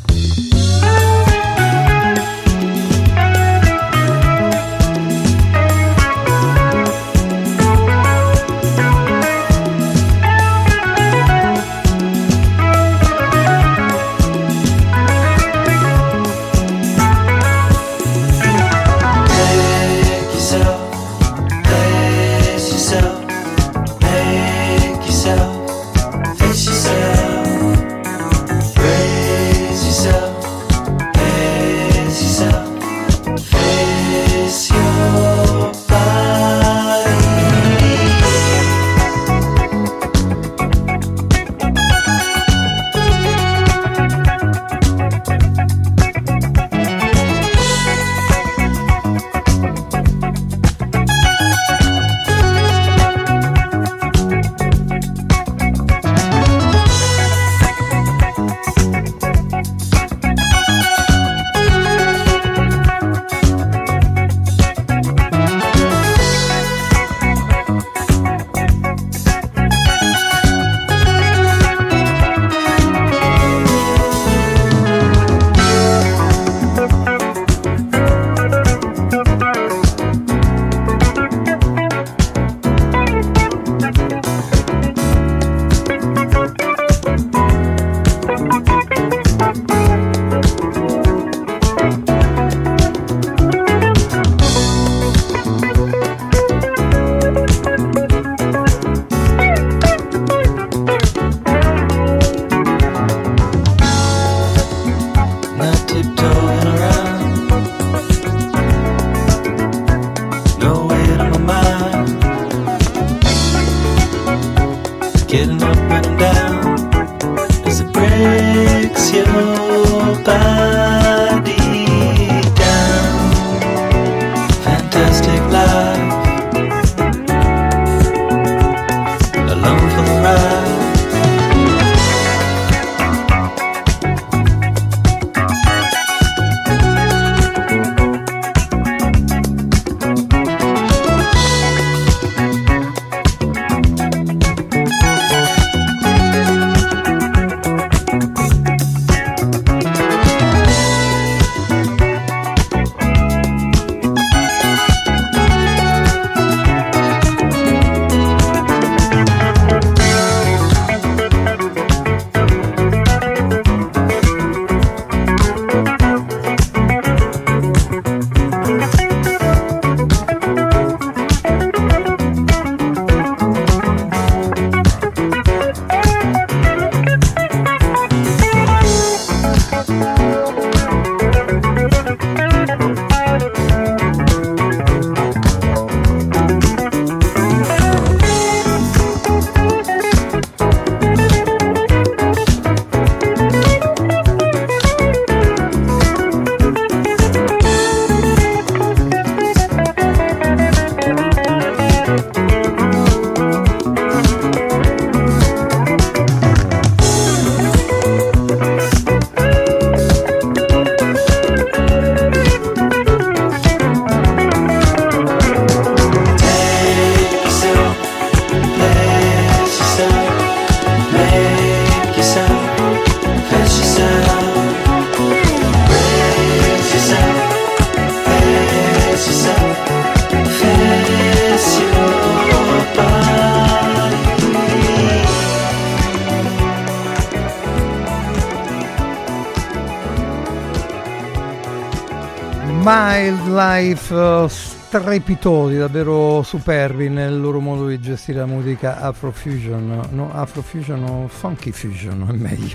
Wildlife, strepitosi, davvero superbi nel loro modo di gestire la musica Afrofusion, no, Afrofusion o Funky Fusion è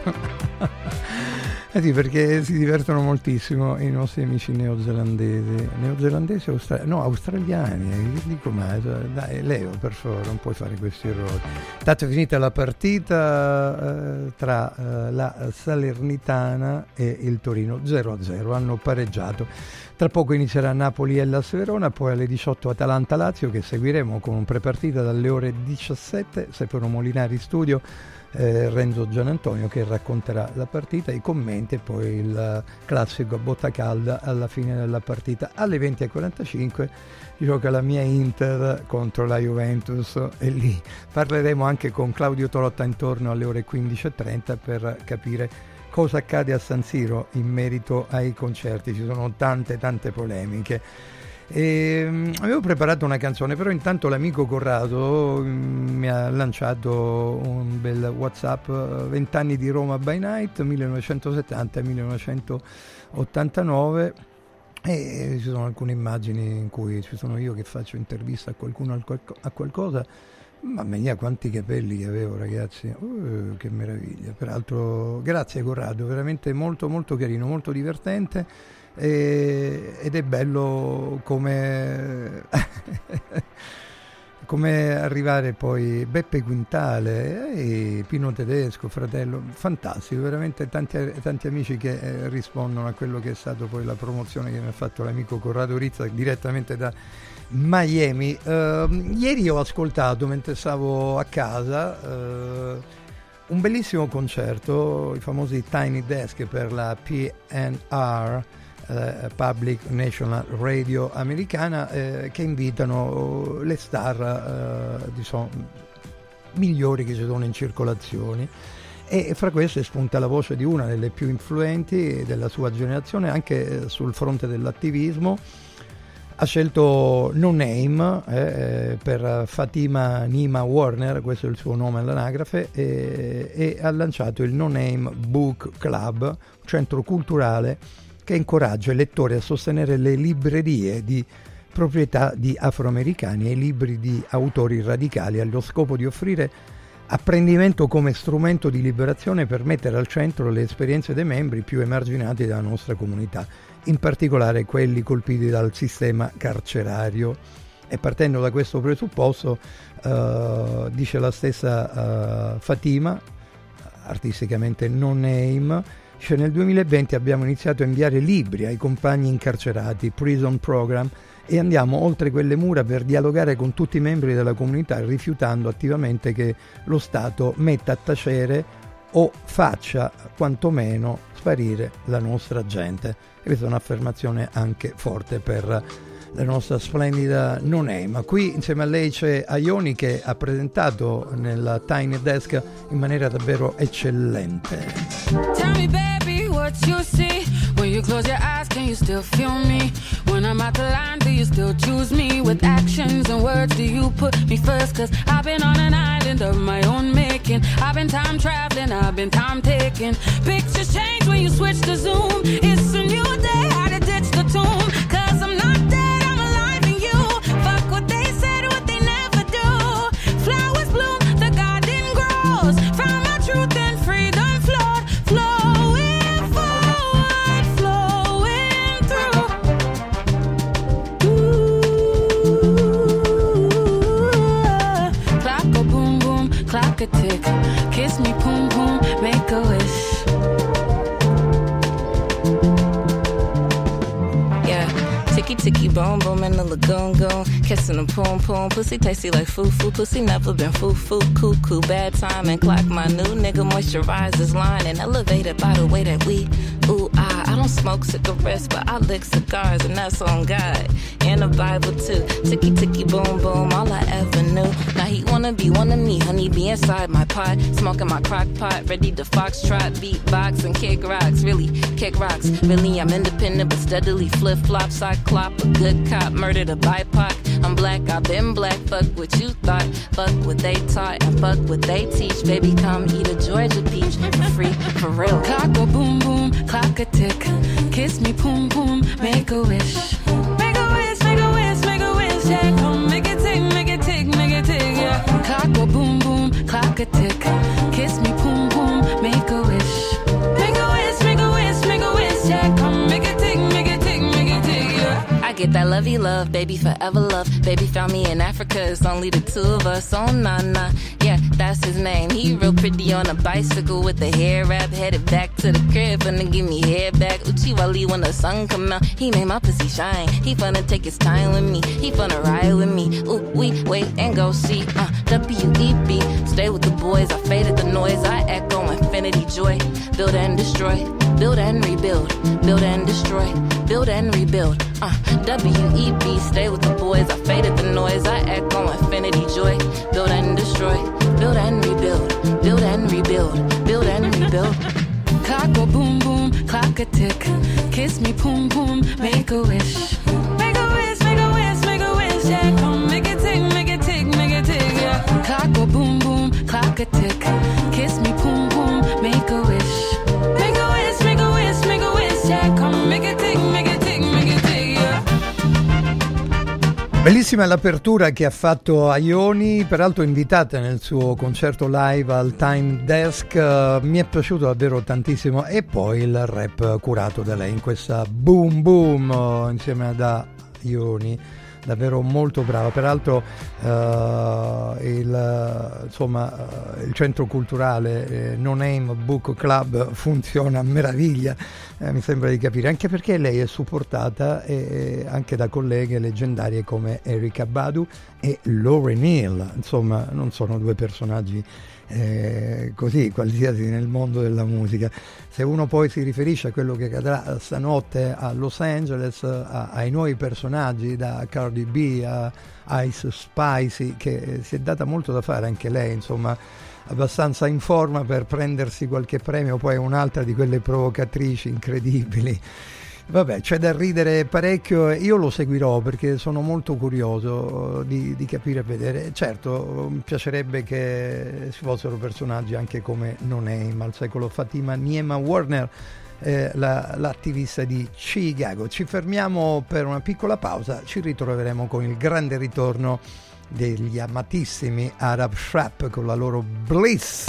meglio. Eh sì, perché si divertono moltissimo i nostri amici neozelandesi, neozelandesi o austra- no, australiani, che dico mai, dai Leo per favore non puoi fare questi errori. Tanto è finita la partita eh, tra eh, la Salernitana e il Torino, zero a zero, hanno pareggiato. Tra poco inizierà Napoli e Hellas Verona, poi alle diciotto Atalanta-Lazio che seguiremo con un prepartita dalle ore diciassette, Stefano Molinari studio. eh, Renzo Gianantonio, che racconterà la partita, i commenti e poi il classico a botta calda alla fine della partita. Alle venti e quarantacinque gioca la mia Inter contro la Juventus e lì parleremo anche con Claudio Torotta intorno alle ore quindici e trenta per capire cosa accade a San Siro in merito ai concerti. Ci sono tante tante polemiche. E, um, avevo preparato una canzone, però intanto l'amico Corrado um, mi ha lanciato un bel WhatsApp, vent'anni di Roma by Night millenovecentosettanta millenovecentottantanove, e ci sono alcune immagini in cui ci sono io che faccio intervista a qualcuno a qualcosa. Mamma mia, quanti capelli che avevo, ragazzi, uh, che meraviglia. Peraltro grazie Corrado, veramente molto molto carino, molto divertente. E, ed è bello come come arrivare poi Beppe Quintale e Pino Tedesco, fratello, fantastico, veramente tanti, tanti amici che eh, rispondono a quello che è stato poi la promozione che mi ha fatto l'amico Corrado Rizza direttamente da Miami. Uh, ieri ho ascoltato mentre stavo a casa uh, un bellissimo concerto, i famosi Tiny Desk per la P N R, Uh, Public National Radio americana, eh, che invitano le star uh, diciamo, migliori che ci sono in circolazione, e fra queste spunta la voce di una delle più influenti della sua generazione anche sul fronte dell'attivismo. Ha scelto No Name eh, per Fatima Nima Warner, questo è il suo nome all'anagrafe, e, e ha lanciato il No Name Book Club, un centro culturale che incoraggia i lettori a sostenere le librerie di proprietà di afroamericani e i libri di autori radicali, allo scopo di offrire apprendimento come strumento di liberazione per mettere al centro le esperienze dei membri più emarginati della nostra comunità, in particolare quelli colpiti dal sistema carcerario. E partendo da questo presupposto, uh, dice la stessa uh, Fatima, artisticamente No Name, cioè nel duemilaventi abbiamo iniziato a inviare libri ai compagni incarcerati, Prison Program, e andiamo oltre quelle mura per dialogare con tutti i membri della comunità, rifiutando attivamente che lo Stato metta a tacere o faccia quantomeno sparire la nostra gente. E questa è un'affermazione anche forte per la nostra splendida No Name. Qui insieme a lei c'è Aioni, che ha presentato nella Tiny Desk in maniera davvero eccellente. Tell me baby what you see. When you close your eyes can you still feel me? When I'm out the line do you still choose me? With actions and words do you put me first? Cause I've been on an island of my own making. I've been time traveling, I've been time taking. Pictures change when you switch to zoom. It's a new day, how to ditch the tomb. Cause I'm not dead, from our truth and freedom flowed, flowing forward, flowing through. Ooh, clock a boom boom, clock a tick. Kiss me, boom boom, make a wish. Ticky ticky boom boom in the lagoon goon, kissing the poom poom, pussy tasty like foo foo, pussy never been foo foo, cuckoo, bad time and clock. My new nigga moisturizes line and elevated by the way that we, ooh ah. I don't smoke cigarettes but I lick cigars and that's on God and the Bible too. Ticky ticky boom boom, all I ever knew. Now he wanna be one of me, honey be inside my pot, smoking my crock pot, ready to foxtrot, beatbox and kick rocks, really kick rocks. Really I'm independent but steadily flip flops. I clop a good cop, murdered a B I P O C. I'm black, I've been black, fuck what you thought, fuck what they taught, and fuck what they teach. Baby, come eat a Georgia peach for free, for real. Clock a boom boom, clock a tick, kiss me, boom boom, make a wish. Make a wish, make a wish, make a wish, yeah. Come make it tick, make it tick, make it tick, yeah. Clock a boom boom, clock a tick, kiss me, boom boom, make a wish. Make a wish, make a wish, make a wish, yeah. Come make it tick, make it tick, make it tick, yeah. I get that love Heavy love, baby, forever love. Baby found me in Africa, it's only the two of us. Oh, nah, nah, yeah, that's his name. He real pretty on a bicycle with the hair wrap, headed back to the crib, finna give me head back. Uchiwali when the sun come out, he made my pussy shine. He finna take his time with me, he finna ride with me. Ooh, we wait and go see, uh, W E B. Stay with the boys, I faded the noise, I echo infinity joy. Build and destroy, build and rebuild, build and destroy, build and rebuild. Uh, W E B, stay with the boys, I faded the noise, I echo infinity joy. Build and destroy, build and rebuild, build and rebuild, build and rebuild. Clock go boom boom, clock a tick. Kiss me boom boom, make a wish. Make a wish, make a wish, make a wish. Yeah, come make it tick, make it tick, make it tick. Yeah. Clock go boom boom, clock a tick. Kiss me boom boom, make a wish. Make a wish, make a wish, make a wish. Yeah, come make it tick, make it tick, make it tick. Yeah. Bellissima l'apertura che ha fatto Aioni, peraltro invitata nel suo concerto live al Time Desk, uh, mi è piaciuto davvero tantissimo, e poi il rap curato da lei in questa Boom Boom uh, insieme ad Aioni, davvero molto brava. Peraltro uh, il, insomma, uh, il centro culturale eh, No Name Book Club funziona a meraviglia, eh, mi sembra di capire, anche perché lei è supportata eh, anche da colleghe leggendarie come Erykah Badu e Lauryn Hill. Insomma, non sono due personaggi Eh, così qualsiasi nel mondo della musica. Se uno poi si riferisce a quello che accadrà stanotte a Los Angeles, a, ai nuovi personaggi da Cardi B a Ice Spicy, che si è data molto da fare anche lei, insomma abbastanza in forma per prendersi qualche premio, poi un'altra di quelle provocatrici incredibili. Vabbè, c'è da ridere parecchio, io lo seguirò perché sono molto curioso di, di capire e vedere. Certo, mi piacerebbe che ci fossero personaggi anche come No Name al secolo, Fatima Niema Warner, eh, la, l'attivista di Chicago. Ci fermiamo per una piccola pausa, ci ritroveremo con il grande ritorno degli amatissimi Arab Strap con la loro Bliss.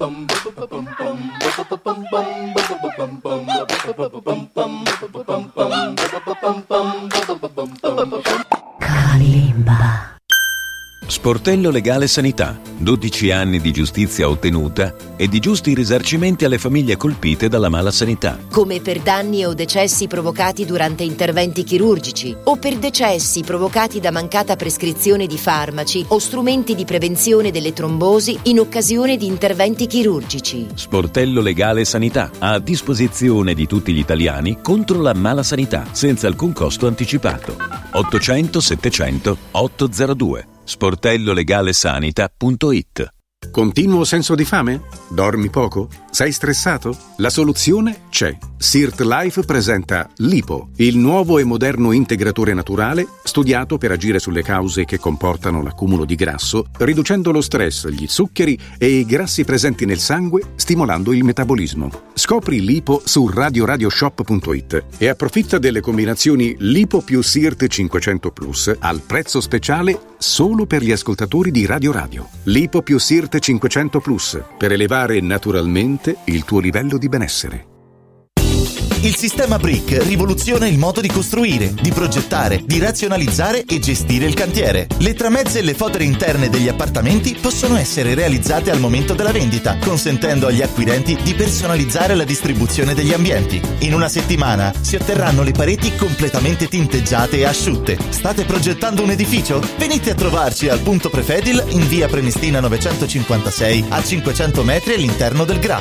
Kalimba. Sportello Legale Sanità, dodici anni di giustizia ottenuta e di giusti risarcimenti alle famiglie colpite dalla mala sanità. Come per danni o decessi provocati durante interventi chirurgici o per decessi provocati da mancata prescrizione di farmaci o strumenti di prevenzione delle trombosi in occasione di interventi chirurgici. Sportello Legale Sanità, a disposizione di tutti gli italiani contro la mala sanità, senza alcun costo anticipato. ottocento settecento ottocentodue sportellolegalesanita punto it. Continuo senso di fame? Dormi poco? Sei stressato? La soluzione c'è. Sirt Life presenta Lipo, il nuovo e moderno integratore naturale studiato per agire sulle cause che comportano l'accumulo di grasso, riducendo lo stress, gli zuccheri e i grassi presenti nel sangue, stimolando il metabolismo. Scopri Lipo su radio radio shop punto it e approfitta delle combinazioni Lipo più Sirt cinquecento Plus al prezzo speciale solo per gli ascoltatori di Radio Radio. Lipo più Sirt cinquecento Plus per elevare naturalmente il tuo livello di benessere. Il sistema Brick rivoluziona il modo di costruire, di progettare, di razionalizzare e gestire il cantiere. Le tramezze e le fodere interne degli appartamenti possono essere realizzate al momento della vendita, consentendo agli acquirenti di personalizzare la distribuzione degli ambienti. In una settimana si otterranno le pareti completamente tinteggiate e asciutte. State progettando un edificio? Venite a trovarci al punto Prefedil in via Prenestina novecentocinquantasei a cinquecento metri all'interno del Gra.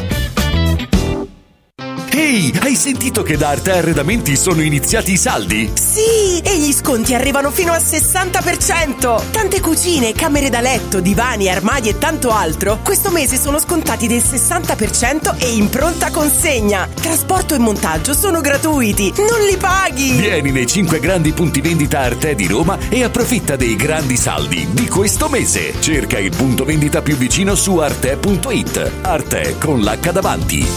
Ehi, hai sentito che da Arte Arredamenti sono iniziati i saldi? Sì, e gli sconti arrivano fino al sessanta per cento. Tante cucine, camere da letto, divani, armadi e tanto altro questo mese sono scontati del sessanta per cento e in pronta consegna. Trasporto e montaggio sono gratuiti, non li paghi. Vieni nei cinque grandi punti vendita Arte di Roma e approfitta dei grandi saldi di questo mese. Cerca il punto vendita più vicino su arte punto it. Arte con l'H davanti.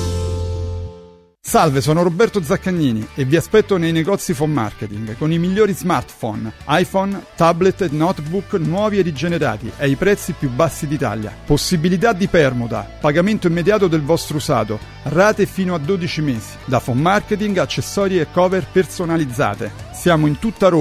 Salve, sono Roberto Zaccagnini e vi aspetto nei negozi Phone Marketing con i migliori smartphone, iPhone, tablet e notebook nuovi e rigenerati ai prezzi più bassi d'Italia. Possibilità di permuta, pagamento immediato del vostro usato, rate fino a dodici mesi. Da Phone Marketing, accessori e cover personalizzate. Siamo in tutta Roma,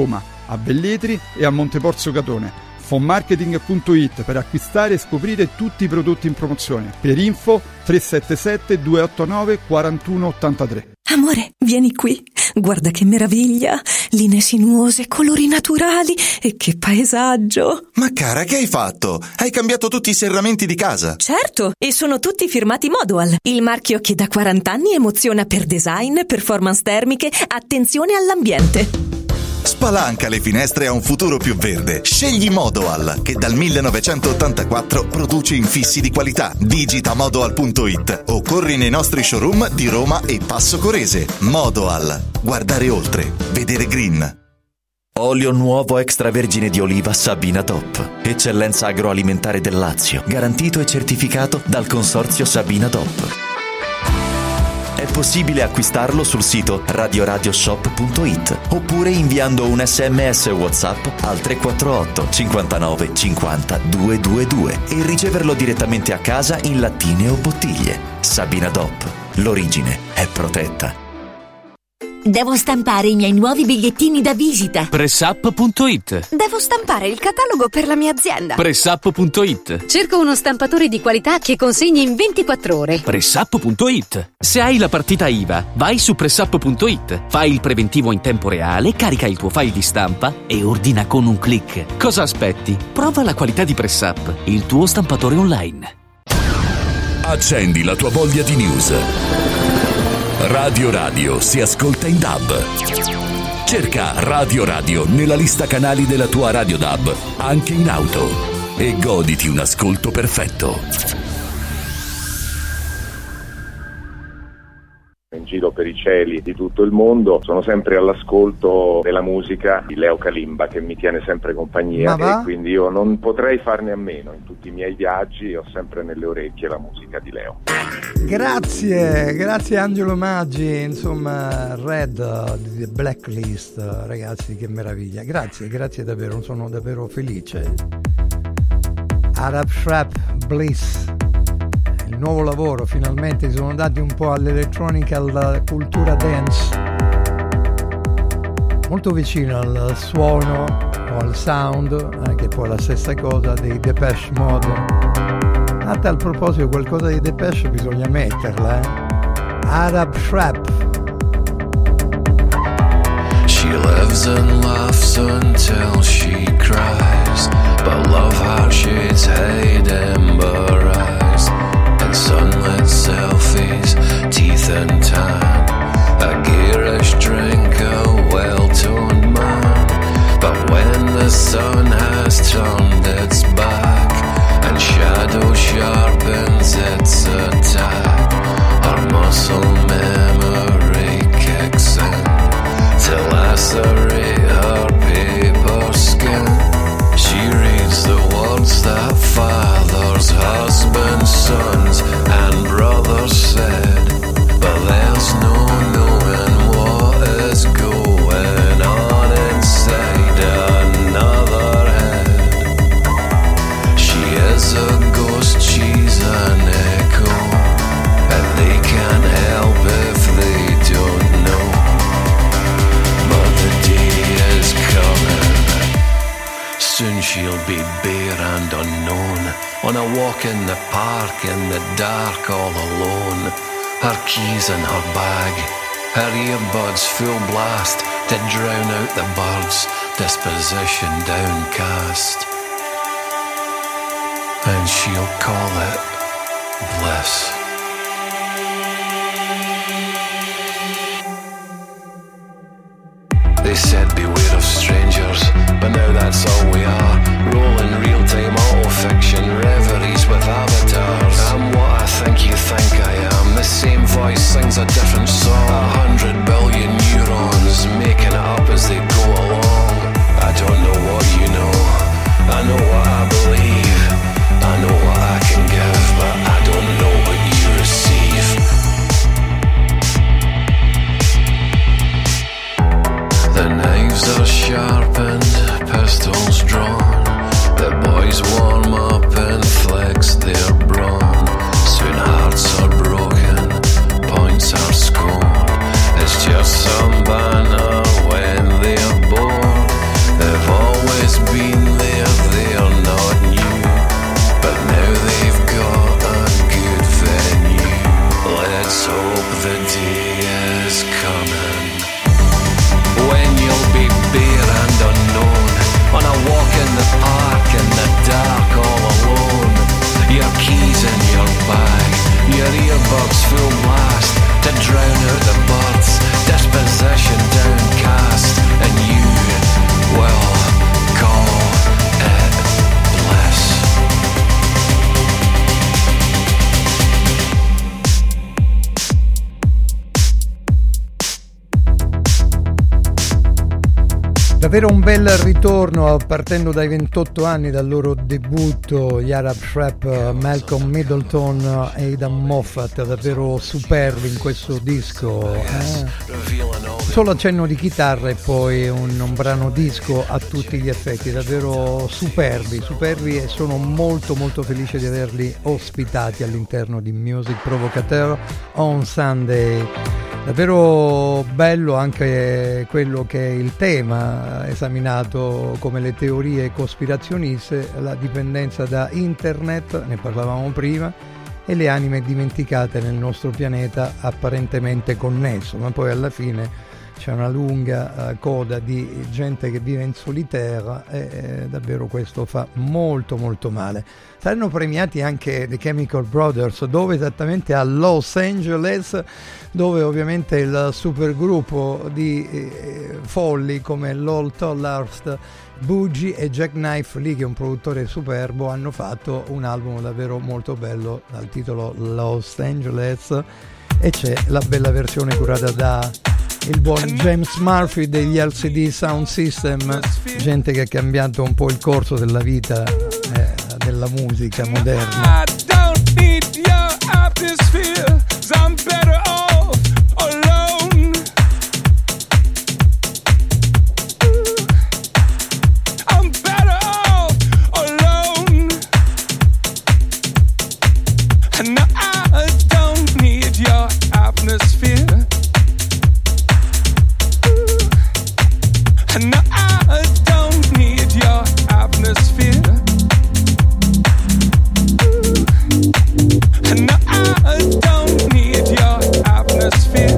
a Velletri e a Monteporzio Catone. Fonmarketing punto it per acquistare e scoprire tutti i prodotti in promozione. Per info tre sette sette due otto nove quattro uno otto tre. Amore, vieni qui. Guarda che meraviglia. Linee sinuose, colori naturali e che paesaggio. Ma cara, che hai fatto? Hai cambiato tutti i serramenti di casa? Certo, e sono tutti firmati Modoal, il marchio che da quaranta anni emoziona per design, performance termiche, attenzione all'ambiente. Spalanca le finestre a un futuro più verde. Scegli Modoal, che dal millenovecentottantaquattro produce infissi di qualità. Digita modoal punto it o corri nei nostri showroom di Roma e Passo Corese. Modoal. Guardare oltre. Vedere green. Olio nuovo extravergine di oliva Sabina Top. Eccellenza agroalimentare del Lazio. Garantito e certificato dal consorzio Sabina Top. È possibile acquistarlo sul sito radio radio shop punto it oppure inviando un sms WhatsApp al tre quattro otto cinquantanove cinquanta duecentoventidue e riceverlo direttamente a casa in lattine o bottiglie. Sabina D O P. L'origine è protetta. Devo stampare i miei nuovi bigliettini da visita. Pressup punto it. Devo stampare il catalogo per la mia azienda. Pressup punto it. Cerco uno stampatore di qualità che consegni in ventiquattro ore. Pressup punto it. Se hai la partita I V A, vai su Pressup punto it. Fai il preventivo in tempo reale, carica il tuo file di stampa e ordina con un click. Cosa aspetti? Prova la qualità di Pressup, il tuo stampatore online. Accendi la tua voglia di news. Radio Radio si ascolta in D A B. Cerca Radio Radio nella lista canali della tua radio D A B, anche in auto, e goditi un ascolto perfetto. In giro per i cieli di tutto il mondo, sono sempre all'ascolto della musica di Leo Kalimba, che mi tiene sempre compagnia, e quindi io non potrei farne a meno. In tutti i miei viaggi ho sempre nelle orecchie la musica di Leo. Grazie, grazie Angelo Maggi, insomma Red uh, di Blacklist, uh, ragazzi, che meraviglia. Grazie, grazie davvero, sono davvero felice. Arab Trap Bliss, il nuovo lavoro, finalmente si sono dati un po' all'elettronica, alla cultura dance, molto vicino al suono o al sound, anche poi la stessa cosa dei Depeche Mode. A tal proposito, qualcosa di Depeche bisogna metterla, eh? Arab Trap. She lives and laughs until she cries, but love heart shades hide ember eyes, and sunlit selfies, teeth and tan, a garish drink, a well-toned man. But when the sun has turned its back and shadow sharpens its attack, our muscle memory kicks in to lacerate her paper skin. She reads the words that fathers, husbands, sons and brothers said, but there's no knowing what is going on inside another head. She is a ghost, she's an echo, and they can't help if they don't know. But the day is coming, soon she'll be bare and unknown, on a walk in the park in the dark all alone. Her keys in her bag, her earbuds full blast to drown out the birds, disposition downcast. And she'll call it bliss. They said beware of strangers, but now that's all we are. Rolling real-time auto-fiction reveries with avatars. I'm what I think you think I am. The same voice sings a different song. A hundred billion neurons making it up as they go along. I don't know what you know, I know what I believe, I know what I can give, but I don't know what you receive. The knives are sharpened, pistols drawn. The boys warm up and flex their brawn. Soon hearts are broken, points are scorned. It's just some banner when they're born. Davvero un bel ritorno, partendo dai ventotto anni dal loro debutto, gli Arab Trap, Malcolm Middleton e Aidan Moffat, davvero superbi in questo disco. Eh? Solo accenno di chitarra e poi un, un brano disco a tutti gli effetti, davvero superbi, superbi e sono molto molto felice di averli ospitati all'interno di Music Provocateur on Sunday. Davvero bello anche quello che è il tema esaminato come le teorie cospirazioniste, la dipendenza da internet, ne parlavamo prima, e le anime dimenticate nel nostro pianeta apparentemente connesso, ma poi alla fine c'è una lunga uh, coda di gente che vive in solitaire e eh, davvero questo fa molto molto male. Saranno premiati anche The Chemical Brothers, dove esattamente a Los Angeles, dove ovviamente il supergruppo di eh, folli come Lol Tollarst, Boogie e Jackknife Lee, che è un produttore superbo, hanno fatto un album davvero molto bello dal titolo Los Angeles, e c'è la bella versione curata da il buon James Murphy degli L C D Sound System, gente che ha cambiato un po' il corso della vita eh, della musica moderna. I don't need your atmosphere, 'cause I'm better off alone. I'm better off alone. And I don't need your atmosphere. And I don't need your atmosphere. And I don't need your atmosphere.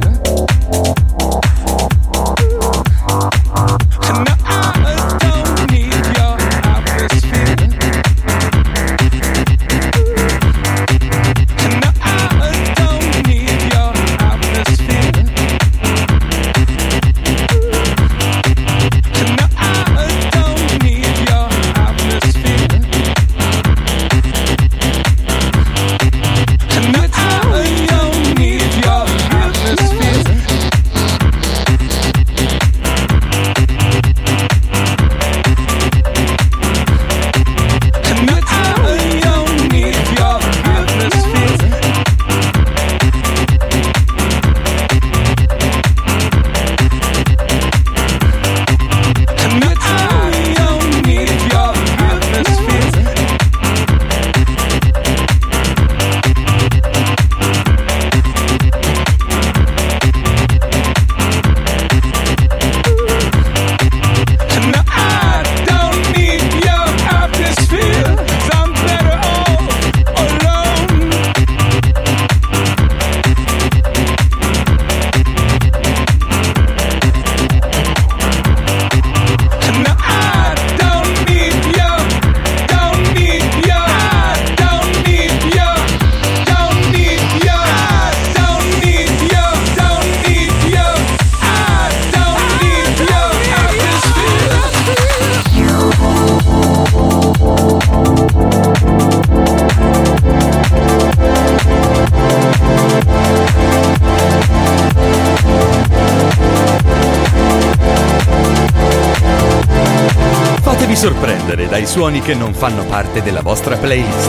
And I don't need your atmosphere. And I don't need your atmosphere. Sorprendere dai suoni che non fanno parte della vostra playlist.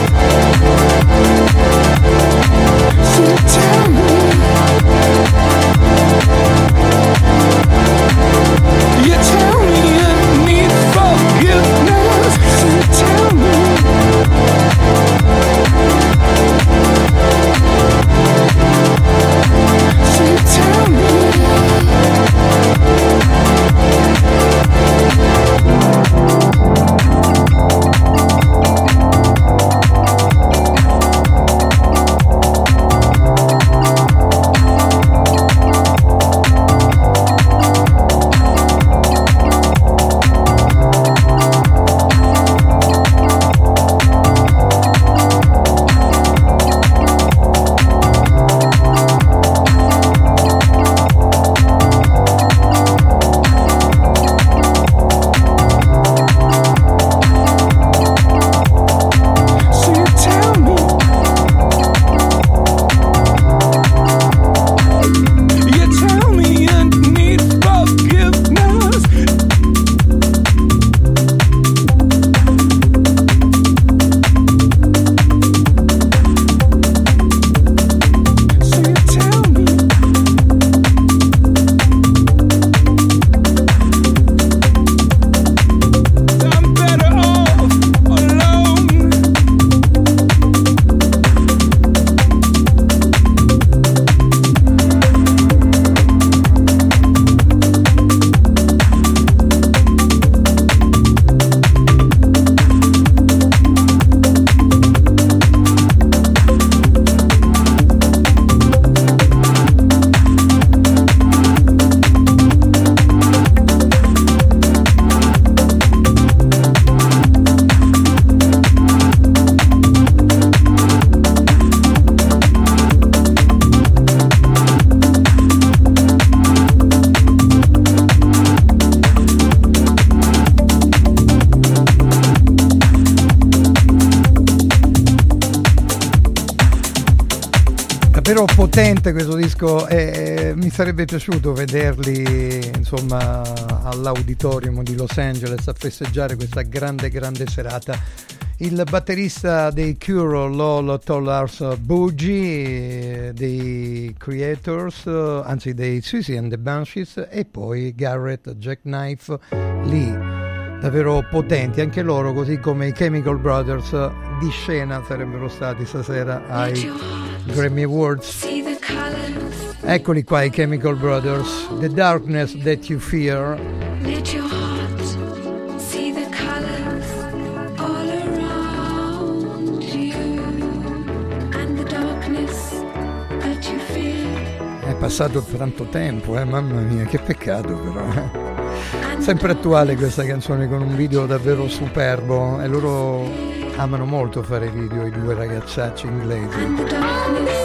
potente questo disco e mi sarebbe piaciuto vederli insomma all'auditorium di Los Angeles a festeggiare questa grande grande serata. Il batterista dei Cure, Lol Tollars Bougie, dei Creators, anzi dei Siouxsie and the Banshees, e poi Garrett Jackknife Lee, davvero potenti anche loro, così come i Chemical Brothers di scena sarebbero stati stasera ai Grammy Awards. Eccoli qua i Chemical Brothers, The Darkness That You Fear. Let your heart see the colors all around you, and the darkness that you fear. È passato tanto tempo, eh, mamma mia, che peccato però. Eh. Sempre attuale questa canzone, con un video davvero superbo, e loro amano molto fare video, i due ragazzacci inglesi.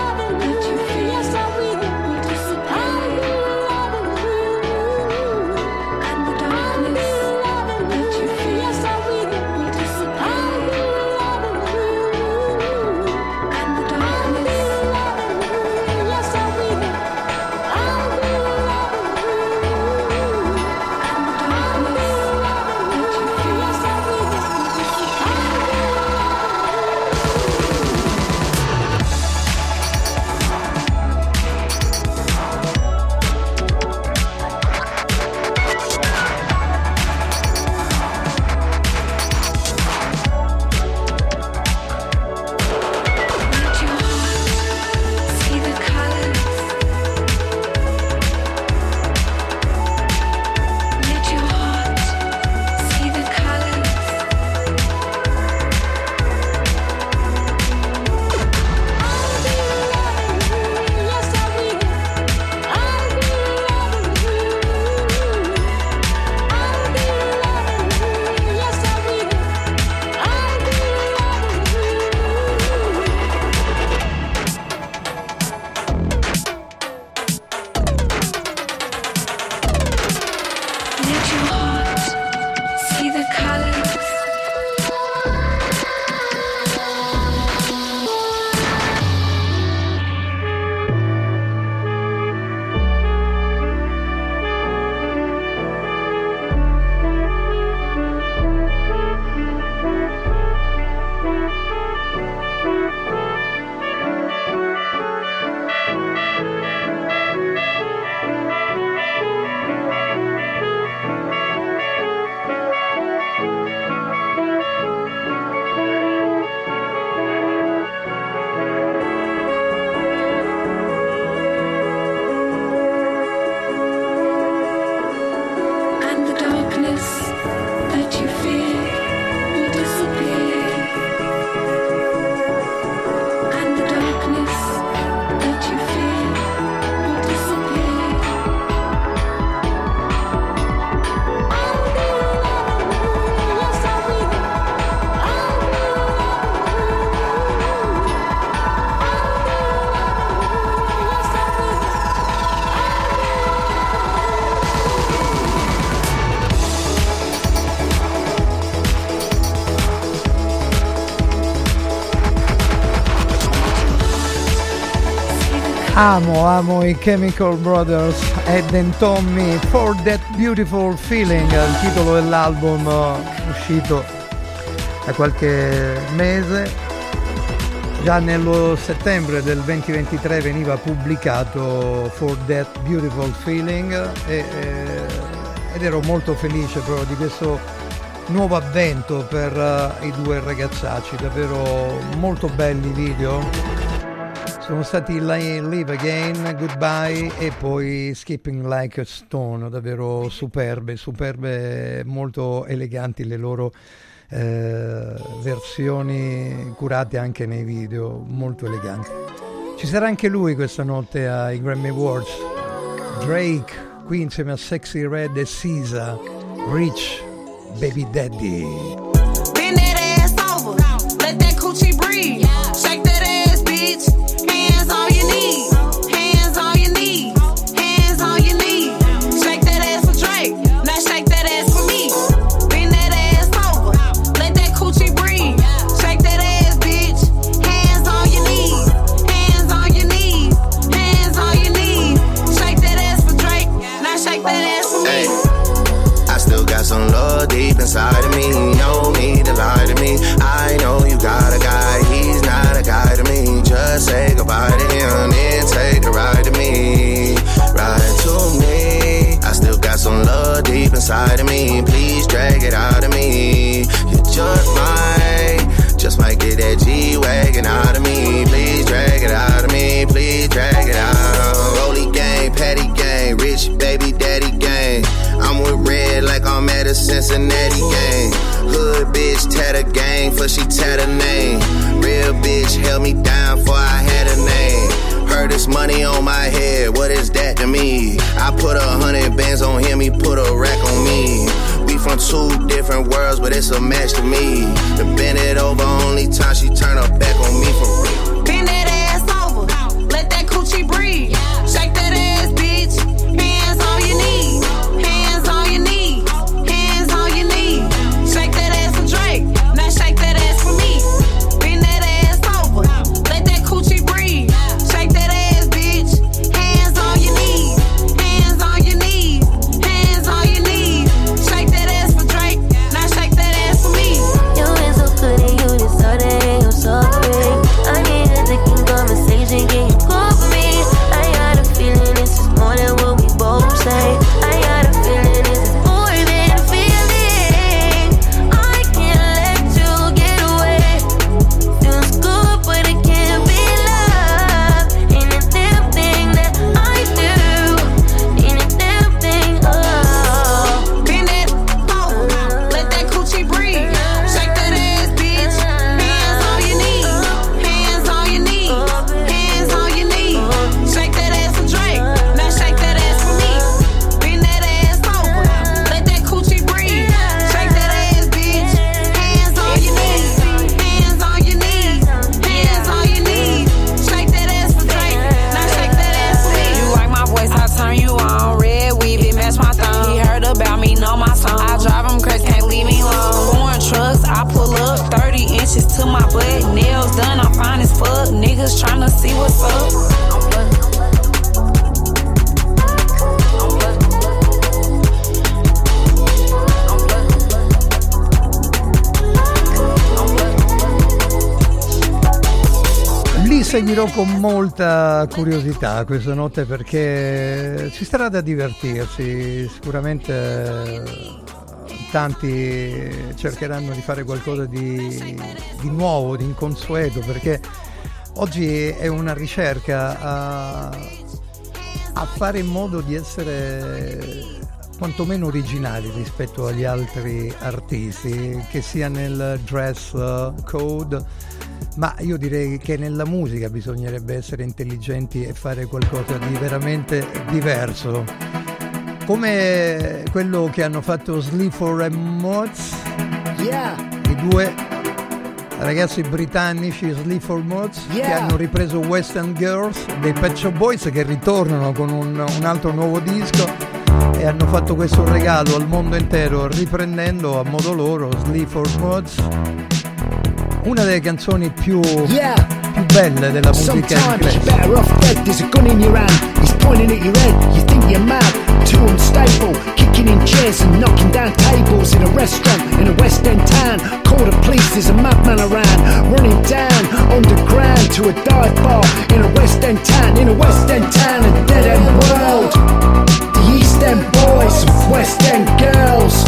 Amo, amo i Chemical Brothers, Ed and Tommy, For That Beautiful Feeling, il titolo dell'album uscito da qualche mese. Già nello settembre del duemilaventitré veniva pubblicato For That Beautiful Feeling e, eh, ed ero molto felice proprio di questo nuovo avvento per uh, i due ragazzacci, davvero molto belli video. Sono stati Live Again, Goodbye e poi Skipping Like a Stone, davvero superbe, superbe, molto eleganti le loro eh, versioni curate anche nei video, molto eleganti. Ci sarà anche lui questa notte ai Grammy Awards, Drake, qui insieme a Sexy Red e Sisa, Rich Baby Daddy. Bend that ass over, let that coochie breathe, shake that ass bitch. Hands on your knees, hands on your knees, hands on your knees. Shake that ass for Drake, now shake that ass for me. Bend that ass over, let that coochie breathe. Shake that ass, bitch. Hands on your knees, hands on your knees, me. No need to lie to me. I know you got a guy, he's not a guy to me. Just say goodbye to him and take a ride to me. Ride to me. I still got some love deep inside of me. Please drag it out of me. You just might, just might get that G-Wagon out of me. Please drag it out of me. Please drag it out. Rolly gang, patty gang, rich baby daddy gang. I'm with red like I'm at a Cincinnati gang. Hood bitch tatter gang for she tatter name. Real bitch held me down for I had a name. Heard this money on my head, what is that to me? I put a hundred bands on him, he put a rack on me. We from two different worlds, but it's a match to me. To bend it over, only time she turn her back on me for real. Bend that ass over, let that coochie breathe. Shake that ass, bitch. Hands on your knees, hands on your knees, hands on your knees. Shake that ass for Drake, now shake that ass for me. Bend that ass over, let that coochie breathe. Shake that ass, bitch. Hands on your knees, hands on your knees, hands on your knees. Shake that ass for Drake, now shake that ass for me. You ain't so pretty, you deserted, and you're so pretty. I need a dick conversation, can you call for me? I got a feeling this is more than what we both say. I got a feeling this is more than a feeling. I can't let you get away. Feels good, but it can't be love. Ain't a damn thing that I do. Ain't a damn thing, oh. Bend that over, let that coochie breathe. Shake that ass, bitch. Hands on your knees, hands on your knees, hands on your knees. Shake that ass for Drake, now shake that ass for me. Bend that ass over, let that coochie breathe. Shake that ass, bitch. Hands on your knees, hands on your knees, hands on your knees. Shake that ass for Drake, now shake that ass for me. You like my voice, I turn you on. Red weave, it match my thumb. He heard about me, know my song. I drive him crazy, can't leave me alone. Foreign trucks, I pull up thirty inches to my butt. Nails done, I'm fine as fuck. Niggas tryna see what's up. Li seguirò con molta curiosità questa notte perché ci sarà da divertirsi. Sicuramente tanti cercheranno di fare qualcosa di, di nuovo, di inconsueto, perché oggi è una ricerca a, a fare in modo di essere quantomeno originali rispetto agli altri artisti, che sia nel dress code, ma io direi che nella musica bisognerebbe essere intelligenti e fare qualcosa di veramente diverso, come quello che hanno fatto Sleaford e Mods, yeah. i due ragazzi britannici Sleaford Mods, yeah. che hanno ripreso Western Girls dei Pet Shop Boys, che ritornano con un, un altro nuovo disco e hanno fatto questo regalo al mondo intero riprendendo a modo loro Sleaford Mods, una delle canzoni più, yeah. più belle della musica inglese. Sometimes you're better off dead, there's a gun in your hand, he's pointing at your head, you think you're mad, too unstable, kicking in chairs and knocking down tables in a restaurant in a West End town. Call the police, there's a madman around, running down underground to a dive bar in a West End town, in a West End town, a dead end world. The East End boys with West End girls,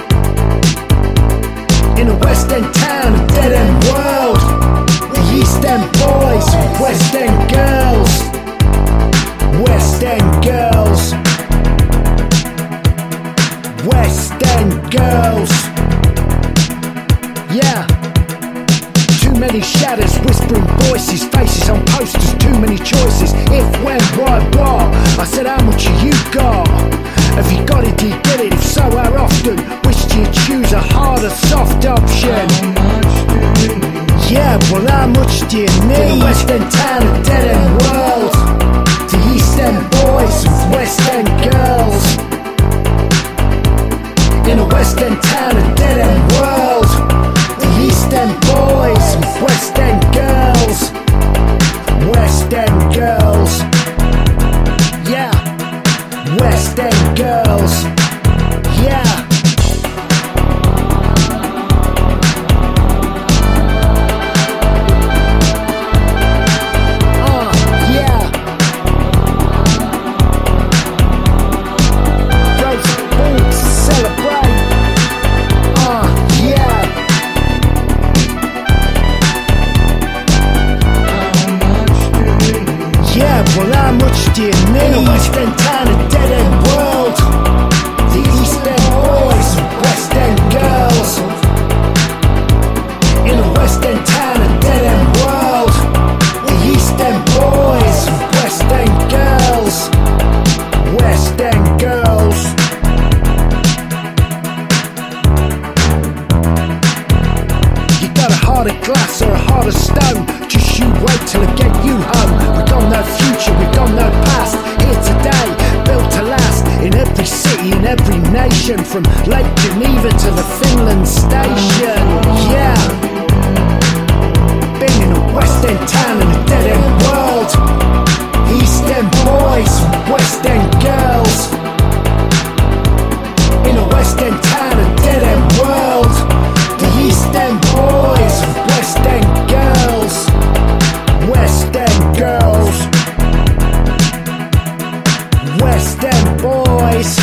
in a West End town, a dead end world. The East End boys with West End girls, West End girls, West End girls. Yeah. Too many shadows, whispering voices, faces on posters, too many choices. If, when, why, what? I said, how much have you got? Have you got it, do you get it? If so, how often? Which do you choose, a hard or soft option? How much do you need? Yeah, well, how much do you need? In a West End town, a dead end world. The East End boys with West End girls. In a West End town, a dead end world. The East End boys with West End girls. West End girls. Yeah. West End girls. Yeah. heart of glass or a heart of stone. Just you wait till I get you home. We got no future, we got no past. Here today, built to last. In every city, in every nation, from Lake Geneva to the Finland station. Yeah. Been in a West End town in a dead end world. East End boys, West End girls. In a West End town, a dead end world. The East End boys, West End girls. West End girls. West End boys.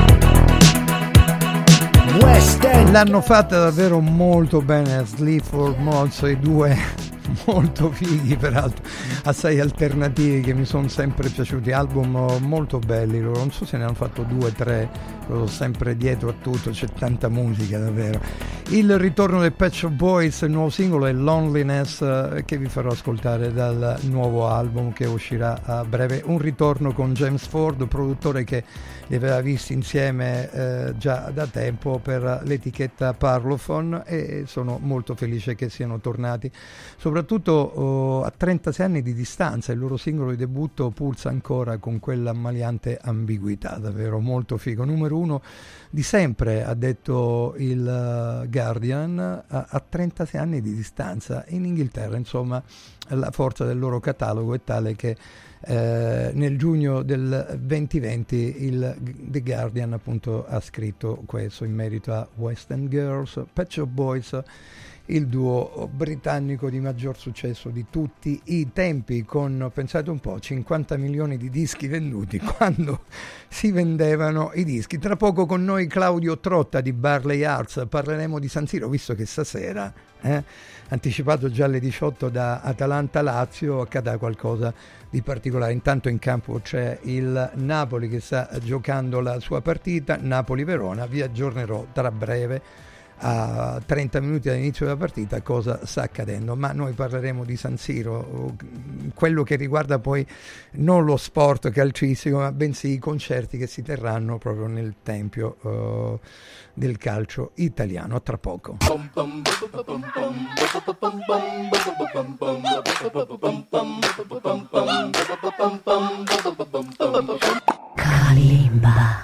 West End. L'hanno fatta davvero molto bene a Sleaford Mods, i due molto fighi, peraltro assai alternativi, che mi sono sempre piaciuti, album molto belli loro, non so se ne hanno fatto due o tre, sono sempre dietro a tutto, c'è tanta musica davvero. Il ritorno del Pet Shop Boys, il nuovo singolo è Loneliness, eh, che vi farò ascoltare dal nuovo album che uscirà a breve, un ritorno con James Ford, produttore che li aveva visti insieme eh, già da tempo per l'etichetta Parlophone, e sono molto felice che siano tornati, soprattutto oh, a trentasei anni di distanza. Il loro singolo di debutto pulsa ancora con quella ammaliante ambiguità, davvero molto figo. Numero uno di sempre, ha detto il Guardian, a, a trentasei anni di distanza in Inghilterra. Insomma, la forza del loro catalogo è tale che Eh, nel giugno del duemilaventi il The Guardian appunto ha scritto questo in merito a West End Girls, Pet Shop Boys, il duo britannico di maggior successo di tutti i tempi, con, pensate un po', cinquanta milioni di dischi venduti quando si vendevano i dischi. Tra poco con noi Claudio Trotta di Barley Arts, parleremo di San Siro, visto che stasera, eh, anticipato già alle diciotto da Atalanta-Lazio, accadrà qualcosa di particolare. Intanto in campo c'è il Napoli che sta giocando la sua partita, Napoli-Verona. Vi aggiornerò tra breve, a trenta minuti dall'inizio della partita, cosa sta accadendo, ma noi parleremo di San Siro, quello che riguarda poi non lo sport calcistico, ma bensì i concerti che si terranno proprio nel tempio uh, del calcio italiano. A tra poco. Kalimba.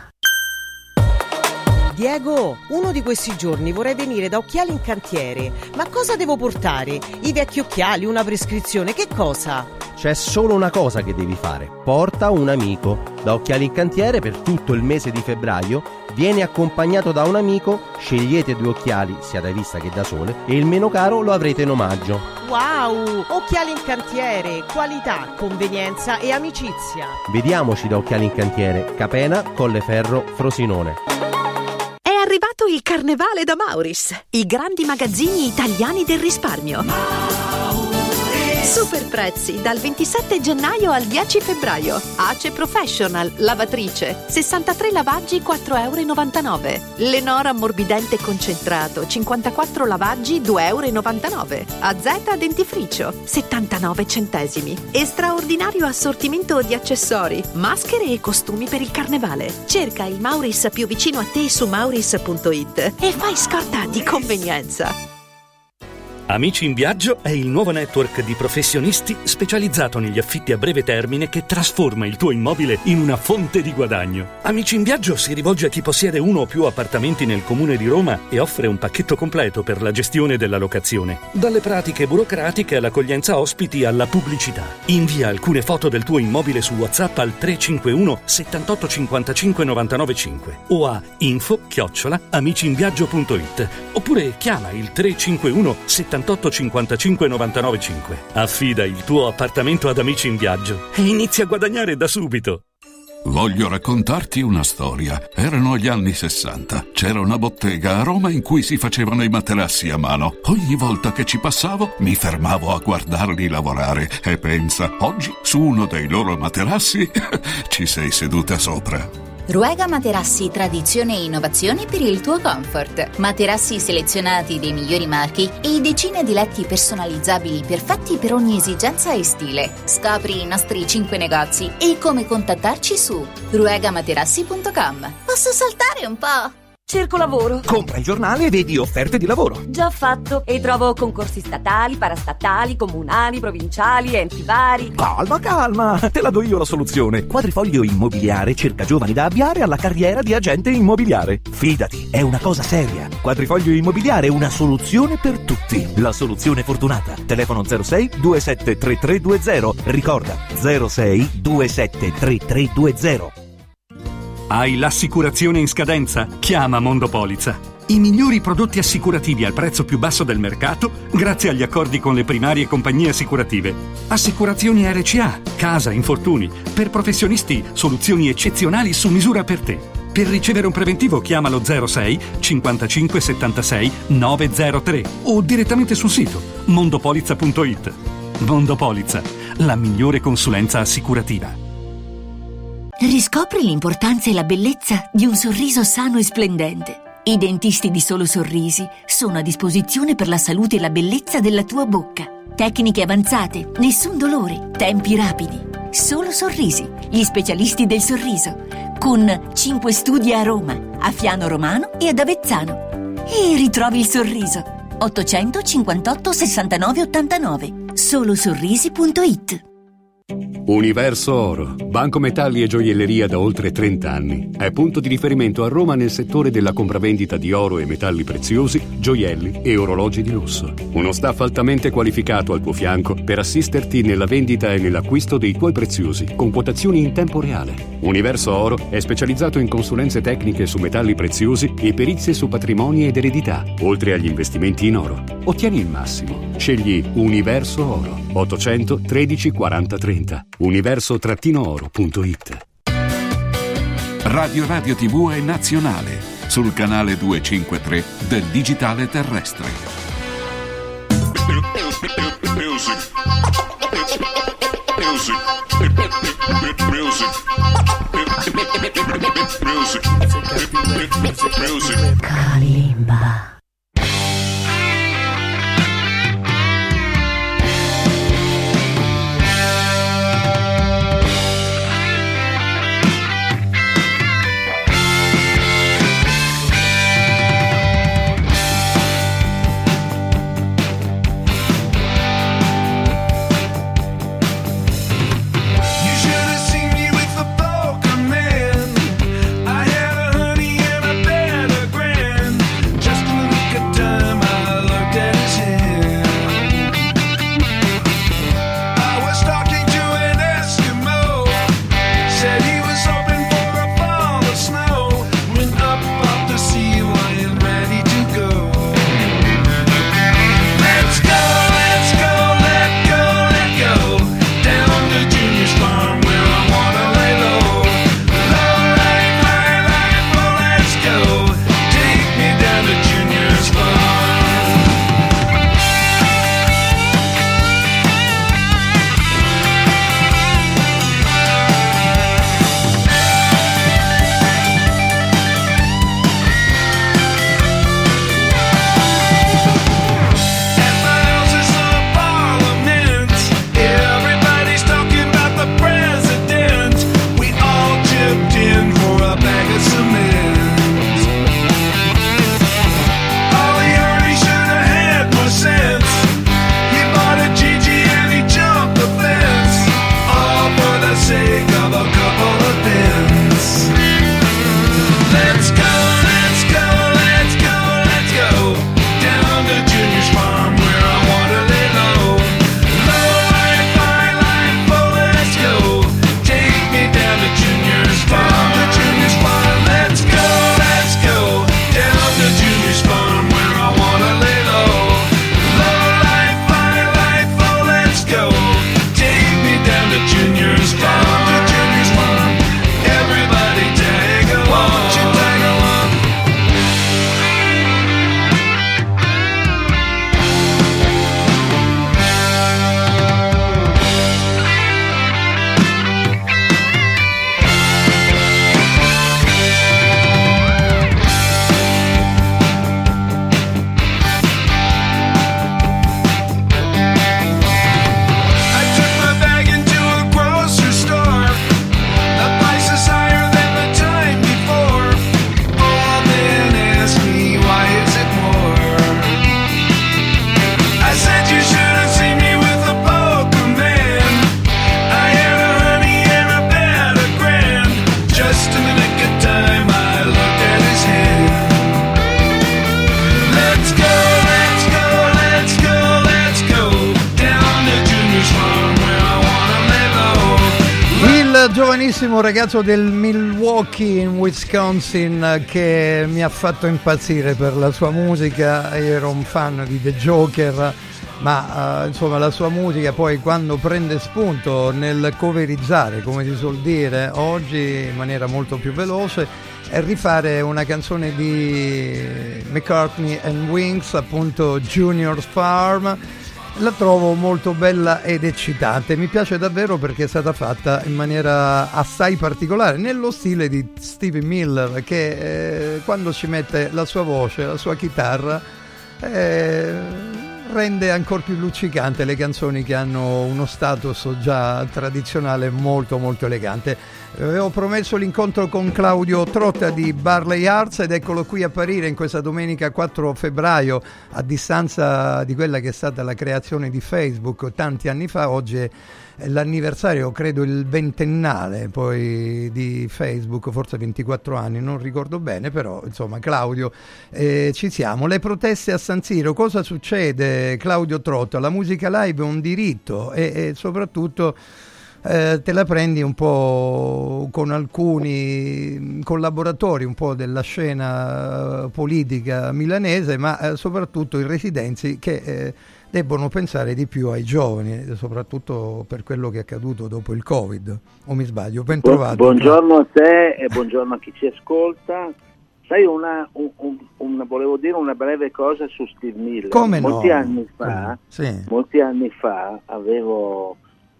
Diego, uno di questi giorni vorrei venire da Occhiali in Cantiere. Ma cosa devo portare? I vecchi occhiali, una prescrizione, che cosa? C'è solo una cosa che devi fare: porta un amico. Da Occhiali in Cantiere per tutto il mese di febbraio vieni accompagnato da un amico, scegliete due occhiali sia da vista che da sole e il meno caro lo avrete in omaggio. Wow! Occhiali in Cantiere, qualità, convenienza e amicizia. Vediamoci da Occhiali in Cantiere, Capena, Colleferro, Frosinone. È arrivato il Carnevale da Mauris, i grandi magazzini italiani del risparmio. Super prezzi dal ventisette gennaio al dieci febbraio. Ace Professional, lavatrice, sessantatré lavaggi, quattro virgola novantanove euro. Lenora ammorbidente concentrato, cinquantaquattro lavaggi, due virgola novantanove euro. A Z dentifricio, settantanove centesimi. E straordinario assortimento di accessori, maschere e costumi per il carnevale. Cerca il Mauris più vicino a te su mauris punto it e fai scorta di convenienza. Amici in Viaggio è il nuovo network di professionisti specializzato negli affitti a breve termine che trasforma il tuo immobile in una fonte di guadagno. Amici in Viaggio si rivolge a chi possiede uno o più appartamenti nel comune di Roma e offre un pacchetto completo per la gestione della locazione. Dalle pratiche burocratiche all'accoglienza ospiti alla pubblicità. Invia alcune foto del tuo immobile su WhatsApp al tre cinque uno settantotto cinquantacinque novantanove cinque o a info chiocciola amicinviaggio punto it oppure chiama il tre cinque uno settantotto cinquantacinque novantanove cinque. Affida il tuo appartamento ad Amici in Viaggio e inizia a guadagnare da subito. Voglio raccontarti una storia. Erano gli anni sessanta. C'era una bottega a Roma in cui si facevano i materassi a mano. Ogni volta che ci passavo mi fermavo a guardarli lavorare e pensa, oggi su uno dei loro materassi ci sei seduta sopra. Ruega Materassi, tradizione e innovazione per il tuo comfort. Materassi selezionati dei migliori marchi e decine di letti personalizzabili perfetti per ogni esigenza e stile. Scopri i nostri cinque negozi e come contattarci su ruega materassi punto com. Posso saltare un po'? Cerco lavoro. Compra il giornale e vedi offerte di lavoro. Già fatto. E trovo concorsi statali, parastatali, comunali, provinciali, enti vari. Calma, calma. Te la do io la soluzione. Quadrifoglio Immobiliare cerca giovani da avviare alla carriera di agente immobiliare. Fidati, è una cosa seria. Quadrifoglio Immobiliare è una soluzione per tutti. La soluzione fortunata. Telefono zero sei due sette tre tre due zero. Ricorda, zero sei due sette tre tre due zero. Hai l'assicurazione in scadenza? Chiama Mondopolizza. I migliori prodotti assicurativi al prezzo più basso del mercato grazie agli accordi con le primarie compagnie assicurative. Assicurazioni R C A, casa, infortuni. Per professionisti, soluzioni eccezionali su misura per te. Per ricevere un preventivo chiamalo zero sei cinquantacinque settantasei novecentotre o direttamente sul sito mondopolizza punto it. Mondopolizza, la migliore consulenza assicurativa. Riscopri l'importanza e la bellezza di un sorriso sano e splendente. I dentisti di Solo Sorrisi sono a disposizione per la salute e la bellezza della tua bocca. Tecniche avanzate, nessun dolore, tempi rapidi. Solo Sorrisi, gli specialisti del sorriso, con cinque studi a Roma, a Fiano Romano e ad Avezzano. E ritrovi il sorriso. ottocentocinquantotto sessantanove ottantanove. solo sorrisi punto it. Universo Oro, banco metalli e gioielleria da oltre trenta anni. È punto di riferimento a Roma nel settore della compravendita di oro e metalli preziosi, gioielli e orologi di lusso. Uno staff altamente qualificato al tuo fianco per assisterti nella vendita e nell'acquisto dei tuoi preziosi, con quotazioni in tempo reale. Universo Oro è specializzato in consulenze tecniche su metalli preziosi e perizie su patrimoni ed eredità, oltre agli investimenti in oro. Ottieni il massimo. Scegli Universo Oro. ottocento tredici quaranta trenta. universo oro punto it. Radio Radio tivù è nazionale sul canale duecentocinquantatré del digitale terrestre. Music. Music. Music. Kalimba. Just a little giovanissimo ragazzo del Milwaukee in Wisconsin che mi ha fatto impazzire per la sua musica. Io ero un fan di The Joker, ma uh, insomma la sua musica poi quando prende spunto nel coverizzare, come si suol dire oggi, in maniera molto più veloce, e rifare una canzone di McCartney and Wings, appunto Junior's Farm, la trovo molto bella ed eccitante. Mi piace davvero perché è stata fatta in maniera assai particolare, nello stile di Stevie Miller, che eh, quando ci mette la sua voce, la sua chitarra, eh, rende ancora più luccicante le canzoni che hanno uno status già tradizionale molto molto elegante. Avevo promesso l'incontro con Claudio Trotta di Barley Arts ed eccolo qui a apparire in questa domenica quattro febbraio, a distanza di quella che è stata la creazione di Facebook tanti anni fa. Oggi è l'anniversario, credo il ventennale poi di Facebook, forse ventiquattro anni, non ricordo bene, però insomma Claudio, eh, ci siamo. Le proteste a San Siro, cosa succede Claudio Trotta? La musica live è un diritto e, e soprattutto eh, te la prendi un po' con alcuni collaboratori un po' della scena politica milanese, ma eh, soprattutto i residenzi che eh, debbono pensare di più ai giovani, soprattutto per quello che è accaduto dopo il Covid, o mi sbaglio? Ben trovato. Buongiorno a te e buongiorno a chi ci ascolta. Sai, una, un, un, un, volevo dire una breve cosa su Steve Miller. Come molti no? anni fa, Sì. molti anni fa avevo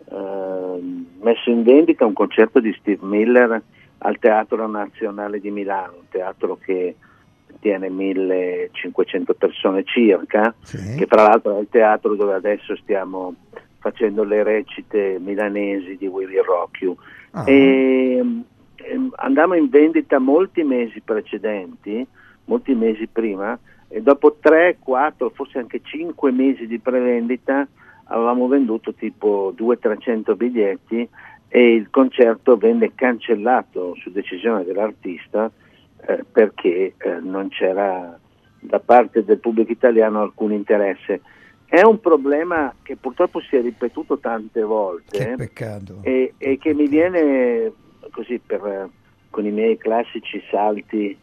eh, messo in vendita un concerto di Steve Miller al Teatro Nazionale di Milano, un teatro che tiene millecinquecento persone circa, sì. Che fra l'altro è il teatro dove adesso stiamo facendo le recite milanesi di We Will Rock You. Ah. E, e andammo in vendita molti mesi precedenti, molti mesi prima, e dopo tre, quattro, forse anche cinque mesi di prevendita avevamo venduto tipo duecento trecento biglietti e il concerto venne cancellato su decisione dell'artista Eh, perché eh, non c'era da parte del pubblico italiano alcun interesse. È un problema che purtroppo si è ripetuto tante volte. Che peccato. E, e che mi viene così per, con i miei classici salti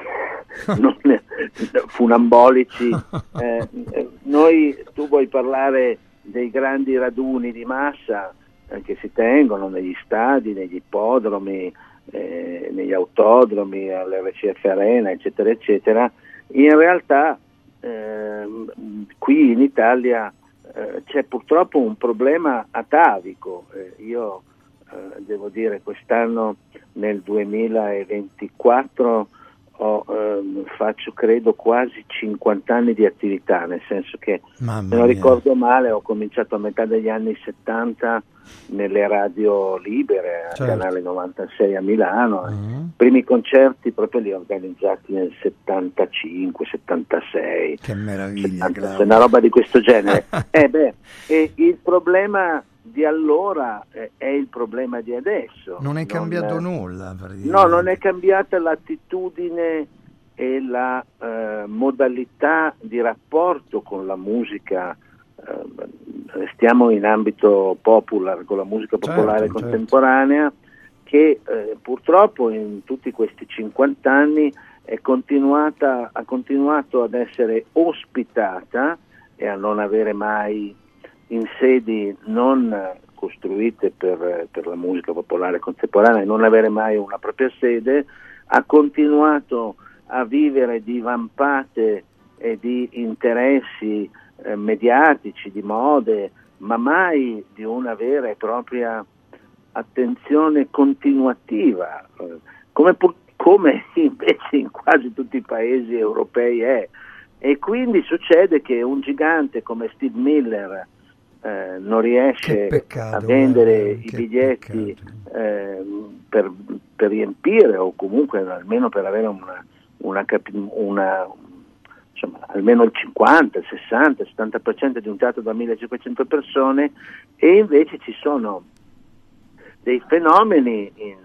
non, funambolici. Eh, noi, tu vuoi parlare dei grandi raduni di massa eh, che si tengono negli stadi, negli ippodromi, Eh, negli autodromi, all'R C F Arena, eccetera eccetera. In realtà eh, qui in Italia eh, c'è purtroppo un problema atavico. Eh, io eh, devo dire quest'anno nel duemilaventiquattro ho, eh, faccio credo quasi cinquanta anni di attività, nel senso che Mamma se non mia. ricordo male ho cominciato a metà degli anni settanta nelle radio libere, Certo. al canale novantasei a Milano. Mm. Primi concerti proprio li ho organizzati nel settantacinque settantasei, Che meraviglia, settantasei, una roba di questo genere. eh beh, e il problema di allora eh, è il problema di adesso. Non è cambiato Non, nulla per dire. No, non è cambiata l'attitudine e la eh, modalità di rapporto con la musica. Eh, stiamo in ambito popular, con la musica popolare Certo, contemporanea, che eh, purtroppo in tutti questi cinquanta anni è continuata, ha continuato ad essere ospitata e a non avere mai, in sedi non costruite per, per la musica popolare contemporanea, e non avere mai una propria sede, ha continuato a vivere di vampate e di interessi eh, mediatici, di mode, ma mai di una vera e propria attenzione continuativa, eh, come, pur, come invece in quasi tutti i paesi europei è. E quindi succede che un gigante come Steve Miller eh, non riesce peccato, a vendere guarda, i che biglietti eh, per, per riempire, o comunque almeno per avere una, una, una insomma, almeno il cinquanta, sessanta, settanta per cento di un teatro da millecinquecento persone, e invece ci sono dei fenomeni in,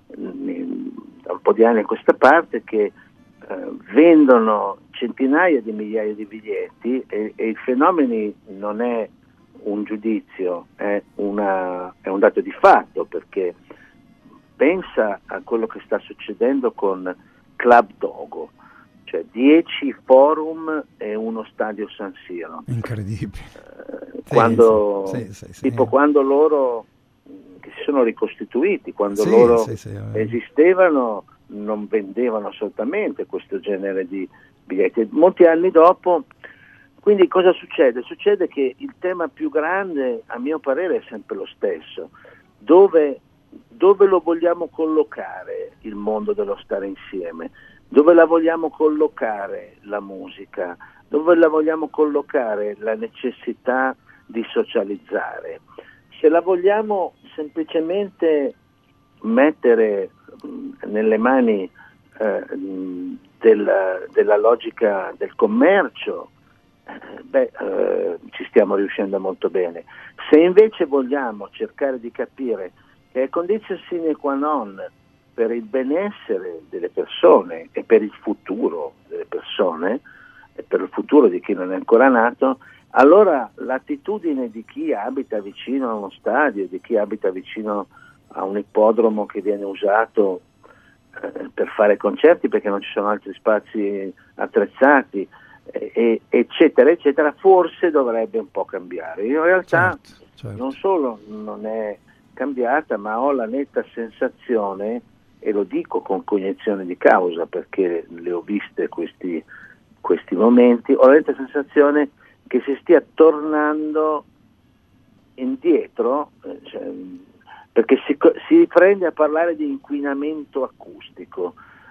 in, da un po' di anni a questa parte che eh, vendono centinaia di migliaia di biglietti, e, e i fenomeni non è un giudizio, è, una, è un dato di fatto, perché pensa a quello che sta succedendo con Club Dogo, cioè dieci forum e uno stadio San Siro. Incredibile. Eh, quando, sì, sì, sì, tipo sì. quando loro che si sono ricostituiti, quando Sì, loro sì, sì, eh. esistevano, non vendevano assolutamente questo genere di biglietti. Molti anni dopo, quindi cosa succede? Succede che il tema più grande, a mio parere, è sempre lo stesso. Dove, dove lo vogliamo collocare il mondo dello stare insieme? Dove la vogliamo collocare la musica? Dove la vogliamo collocare la necessità di socializzare? Se la vogliamo semplicemente mettere mh, nelle mani eh, mh, della, della logica del commercio, eh, beh, eh, ci stiamo riuscendo molto bene. Se invece vogliamo cercare di capire che è condizione sine qua non per il benessere delle persone e per il futuro delle persone e per il futuro di chi non è ancora nato, allora l'attitudine di chi abita vicino a uno stadio, di chi abita vicino a un ippodromo che viene usato eh, per fare concerti perché non ci sono altri spazi attrezzati, eh, e, eccetera, eccetera, forse dovrebbe un po' cambiare. In realtà certo, certo. non solo non è cambiata, ma ho la netta sensazione, e lo dico con cognizione di causa perché le ho viste questi, questi momenti, ho la netta sensazione che si stia tornando indietro, eh, cioè, perché si, si riprende a parlare di inquinamento acustico.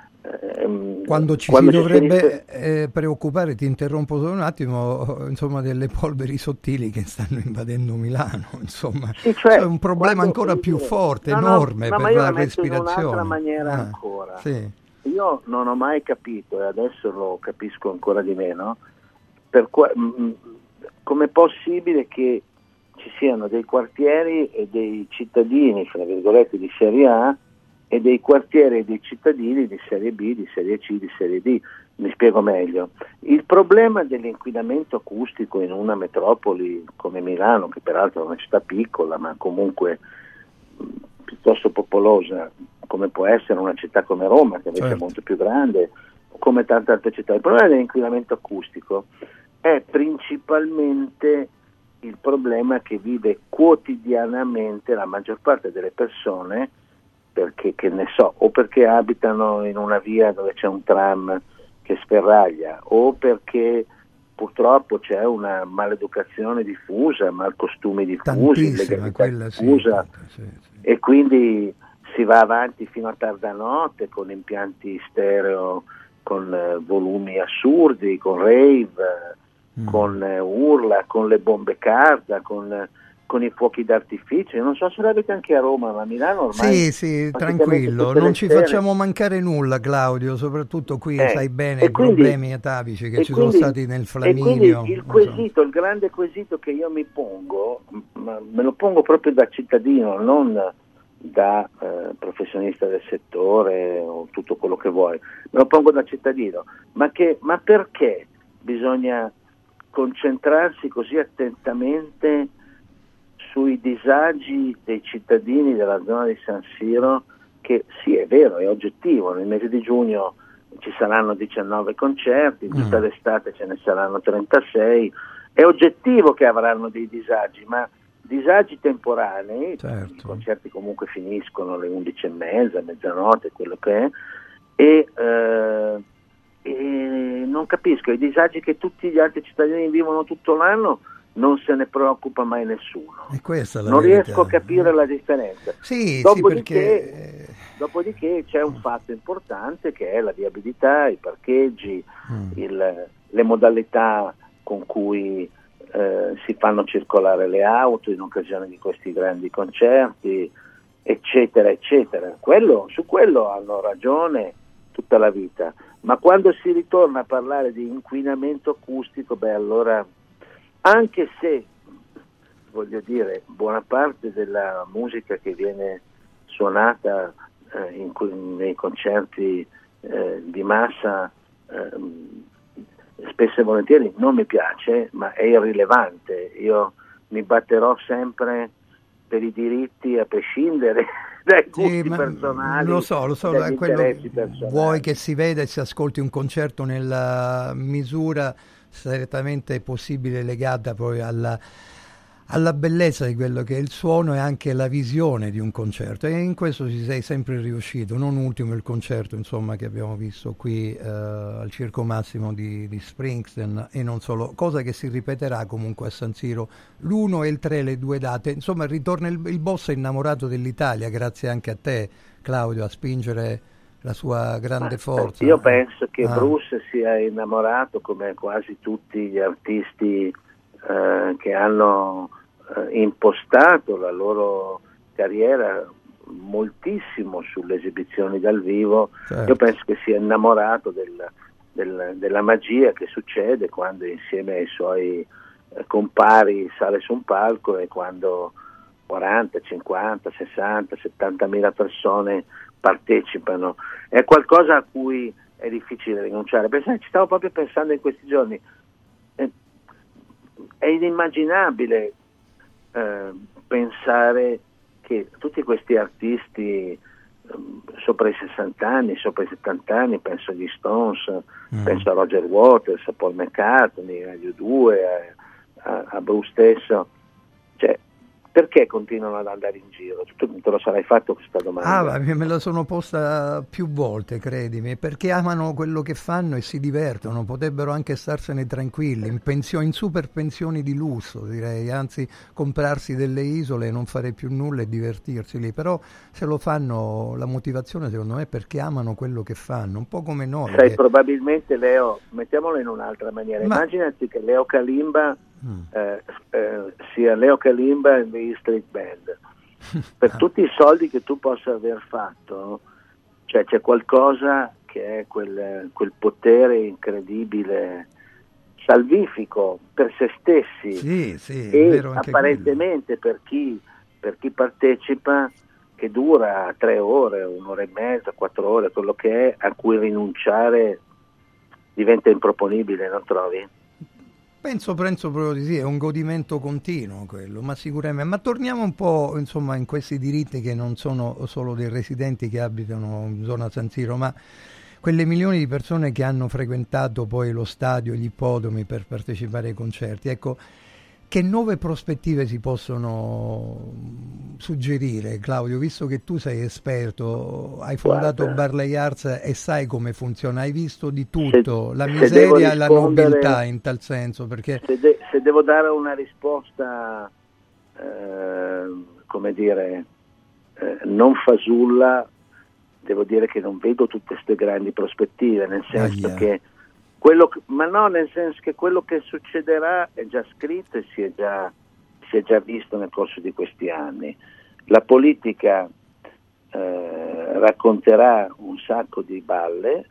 Eh, Quando ci quando si ci dovrebbe si rifer- eh, preoccupare, ti interrompo solo un attimo, insomma, delle polveri sottili che stanno invadendo Milano, insomma, Sì, cioè, c'è un problema quando- ancora più forte, no, no, enorme no, ma per io la la metto in un'altra respirazione. maniera Ah, ancora. sì. Io non ho mai capito, e adesso lo capisco ancora di meno, per qua- mh, com'è possibile che ci siano dei quartieri e dei cittadini, fra virgolette, di serie A e dei quartieri e dei cittadini di serie B, di serie C, di serie D. Mi spiego meglio. Il problema dell'inquinamento acustico in una metropoli come Milano, che peraltro è una città piccola ma comunque mh, piuttosto popolosa, come può essere una città come Roma, che invece Certo. è molto più grande, o come tante altre città. Il problema dell'inquinamento acustico è principalmente il problema che vive quotidianamente la maggior parte delle persone, perché, che ne so, o perché abitano in una via dove c'è un tram che sferraglia, o perché purtroppo c'è una maleducazione diffusa, malcostumi diffusi, Tantissima, illegalità quella sì, diffusa, sì, sì. e quindi si va avanti fino a tarda notte con impianti stereo, con eh, volumi assurdi, con rave, mm. con eh, urla, con le bombe carta, con, eh, con i fuochi d'artificio. Io non so se l'avete anche a Roma, ma a Milano ormai... Sì, sì, praticamente tranquillo, tutte non le ci sere- facciamo mancare nulla, Claudio, soprattutto qui Eh, sai bene e i quindi- problemi atavici che e ci quindi- sono stati nel E Flaminio. quindi il non so. quesito, il grande quesito che io mi pongo, ma me lo pongo proprio da cittadino, non da eh, professionista del settore o tutto quello che vuoi, me lo pongo da cittadino, ma, che, ma perché bisogna concentrarsi così attentamente sui disagi dei cittadini della zona di San Siro, che sì, è vero, è oggettivo, nel mese di giugno ci saranno diciannove concerti, in tutta Mm. l'estate ce ne saranno trentasei, è oggettivo che avranno dei disagi, ma disagi temporanei, Certo. i concerti comunque finiscono alle undici e mezza, mezzanotte, quello che è, e, eh, e non capisco, i disagi che tutti gli altri cittadini vivono tutto l'anno non se ne preoccupa mai nessuno. E questa è la Non verità. riesco a capire la differenza. Sì, sì, Dopodiché, perché... dopodiché c'è un fatto importante che è la viabilità, i parcheggi, Mm. il- le modalità con cui eh, si fanno circolare le auto in occasione di questi grandi concerti, eccetera, eccetera. Quello, su quello hanno ragione tutta la vita, ma quando si ritorna a parlare di inquinamento acustico, beh allora, anche se, voglio dire, buona parte della musica che viene suonata eh, in, que- nei concerti eh, di massa ehm, spesso e volentieri non mi piace, ma è irrilevante. Io mi batterò sempre per i diritti a prescindere dai gusti sì, personali, lo so, lo so, dagli quello, interessi personali. vuoi che si veda e si ascolti un concerto nella misura strettamente possibile legata poi alla, alla bellezza di quello che è il suono e anche la visione di un concerto, e in questo ci sei sempre riuscito, non ultimo il concerto insomma che abbiamo visto qui eh, al Circo Massimo di, di Springsteen, e non solo, cosa che si ripeterà comunque a San Siro l'uno e il tre, le due date, insomma ritorna il, il boss è innamorato dell'Italia, grazie anche a te Claudio, a spingere la sua grande forza. Io penso che ah. Bruce sia innamorato, come quasi tutti gli artisti eh, che hanno eh, impostato la loro carriera moltissimo sulle esibizioni dal vivo. Certo. Io penso che sia innamorato del, del, della magia che succede quando insieme ai suoi eh, compari sale su un palco, e quando quaranta, cinquanta, sessanta, settantamila persone partecipano. È qualcosa a cui è difficile rinunciare. Pensate, ci stavo proprio pensando in questi giorni, è, è inimmaginabile eh, pensare che tutti questi artisti eh, sopra i sessanta anni, sopra i settanta anni, penso agli Stones, mm. penso a Roger Waters, a Paul McCartney, agli U due, a, a, a Bruce stesso, cioè perché continuano ad andare in giro? Tu te lo sarai fatto questa domanda? Ah, me la sono posta più volte, credimi, perché amano quello che fanno e si divertono, potrebbero anche starsene tranquilli, in, pensioni, in super pensioni di lusso direi, anzi comprarsi delle isole e non fare più nulla e divertirsi lì, però se lo fanno, la motivazione secondo me è perché amano quello che fanno, un po' come noi. Sai, che... probabilmente Leo, mettiamolo in un'altra maniera, Ma... immaginati che Leo Kalimba Mm. Eh, eh, sia Leo Kalimba e the Street Band, per ah. tutti i soldi che tu possa aver fatto, cioè c'è qualcosa che è quel, quel potere incredibile, salvifico per se stessi, sì, sì, e vero, apparentemente per chi, per chi partecipa, che dura tre ore, un'ora e mezza, quattro ore, quello che è, a cui rinunciare diventa improponibile, non trovi? Penso, penso proprio di sì, è un godimento continuo quello, ma sicuramente. Ma torniamo un po' insomma in questi diritti che non sono solo dei residenti che abitano in zona San Siro, ma quelle milioni di persone che hanno frequentato poi lo stadio, gli ippodromi per partecipare ai concerti. Ecco, che nuove prospettive si possono suggerire, Claudio, visto che tu sei esperto, hai fondato Guarda, Barley Arts e sai come funziona, hai visto di tutto, se, la miseria e la nobiltà in tal senso, perché se, de, se devo dare una risposta eh, come dire eh, non fasulla, devo dire che non vedo tutte queste grandi prospettive, nel senso Aia. che quello che, ma no, nel senso che quello che succederà è già scritto e si è già, si è già visto nel corso di questi anni. La politica eh, racconterà un sacco di balle,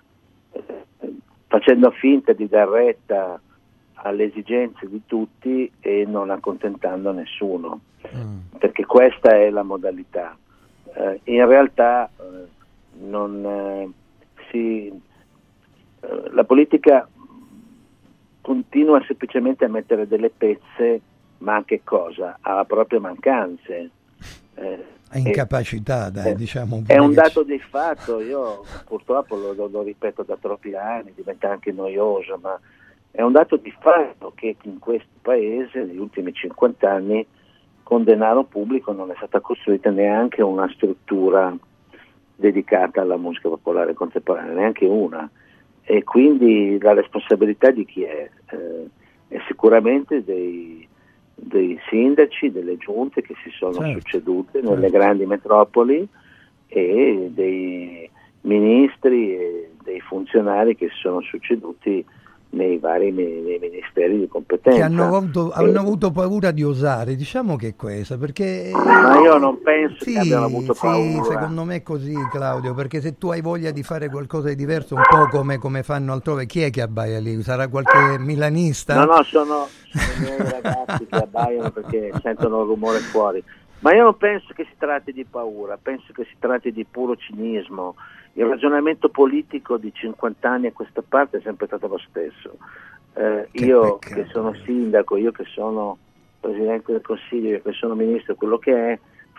eh, facendo finta di dar retta alle esigenze di tutti e non accontentando nessuno, mm. perché questa è la modalità. Eh, in realtà eh, non eh, si... la politica continua semplicemente a mettere delle pezze, ma a che cosa? Ha proprie mancanze. Eh, a incapacità, eh, dai, diciamo un po'. È un dato di fatto, io purtroppo lo, lo, lo ripeto da troppi anni, diventa anche noioso, ma è un dato di fatto che in questo paese, negli ultimi cinquanta anni, con denaro pubblico non è stata costruita neanche una struttura dedicata alla musica popolare contemporanea, neanche una. E quindi la responsabilità di chi è? Eh, è sicuramente dei, dei sindaci, delle giunte che si sono certo. succedute nelle certo. grandi metropoli, e dei ministri e dei funzionari che si sono succeduti nei vari nei ministeri di competenza. Che hanno avuto, hanno avuto paura di osare, diciamo che è questa, perché... Ma io non penso sì, che abbiano avuto sì, paura. Secondo me è così, Claudio, perché se tu hai voglia di fare qualcosa di diverso, un po' come, come fanno altrove, chi è che abbaia lì? Sarà qualche milanista? No, no, sono, sono i miei ragazzi che abbaiano perché sentono il rumore fuori. Ma io non penso che si tratti di paura, penso che si tratti di puro cinismo. Il ragionamento politico di cinquanta anni a questa parte è sempre stato lo stesso. Eh, che io peccato. Che sono sindaco, io che sono presidente del consiglio, io che sono ministro, quello che è,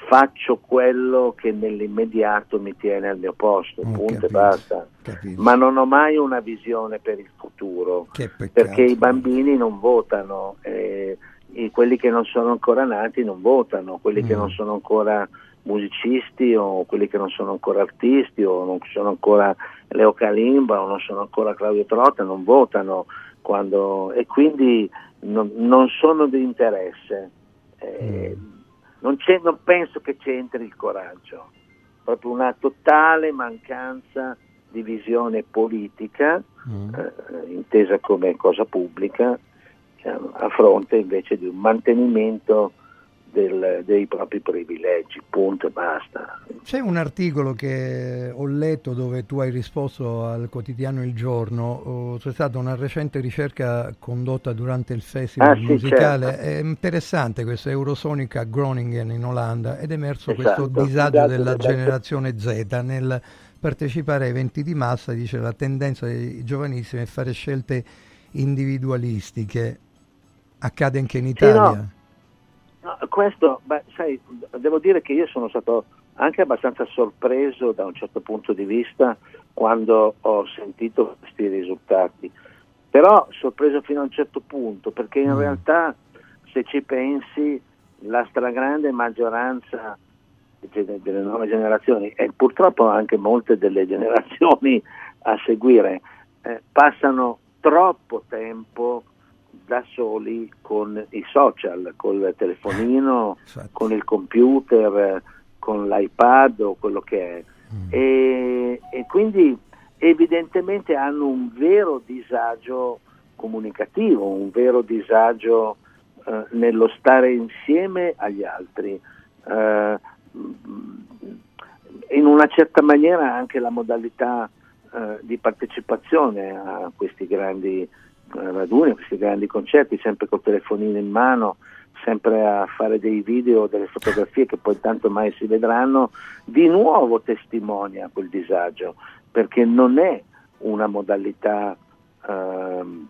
faccio quello che nell'immediato mi tiene al mio posto, Mm, punto capito, e basta. capito. Ma non ho mai una visione per il futuro, Che peccato. perché i bambini non votano, eh, i- quelli che non sono ancora nati non votano, quelli che Mm. non sono ancora musicisti o quelli che non sono ancora artisti o non sono ancora Leo Kalimba o non sono ancora Claudio Trotta non votano quando, e quindi non, non sono di interesse. Eh, non, c'è, non penso che c'entri il coraggio, proprio una totale mancanza di visione politica, eh, intesa come cosa pubblica, eh, a fronte invece di un mantenimento del- dei propri privilegi, punto e basta. C'è un articolo che ho letto dove tu hai risposto al quotidiano Il Giorno, oh, c'è stata una recente ricerca condotta durante il festival Ah, sì, musicale, certo. è interessante questo Eurosonic a Groningen in Olanda ed è emerso Esatto, questo disagio disagio della della- generazione Z nel partecipare a eventi di massa, dice la tendenza dei giovanissimi è fare scelte individualistiche, accade anche in Sì, Italia. no. No, questo, beh, sai, devo dire che io sono stato anche abbastanza sorpreso da un certo punto di vista quando ho sentito questi risultati, però sorpreso fino a un certo punto, perché in realtà se ci pensi la stragrande maggioranza de- delle nuove generazioni e purtroppo anche molte delle generazioni a seguire eh, passano troppo tempo da soli con i social, col telefonino, con il computer, con l'iPad o quello che è. E, e quindi evidentemente hanno un vero disagio comunicativo, un vero disagio eh, nello stare insieme agli altri. Eh, in una certa maniera anche la modalità eh, di partecipazione a questi grandi raduni, questi grandi concerti, sempre col telefonino in mano, sempre a fare dei video, delle fotografie che poi tanto mai si vedranno, di nuovo testimonia quel disagio, perché non è una modalità ehm,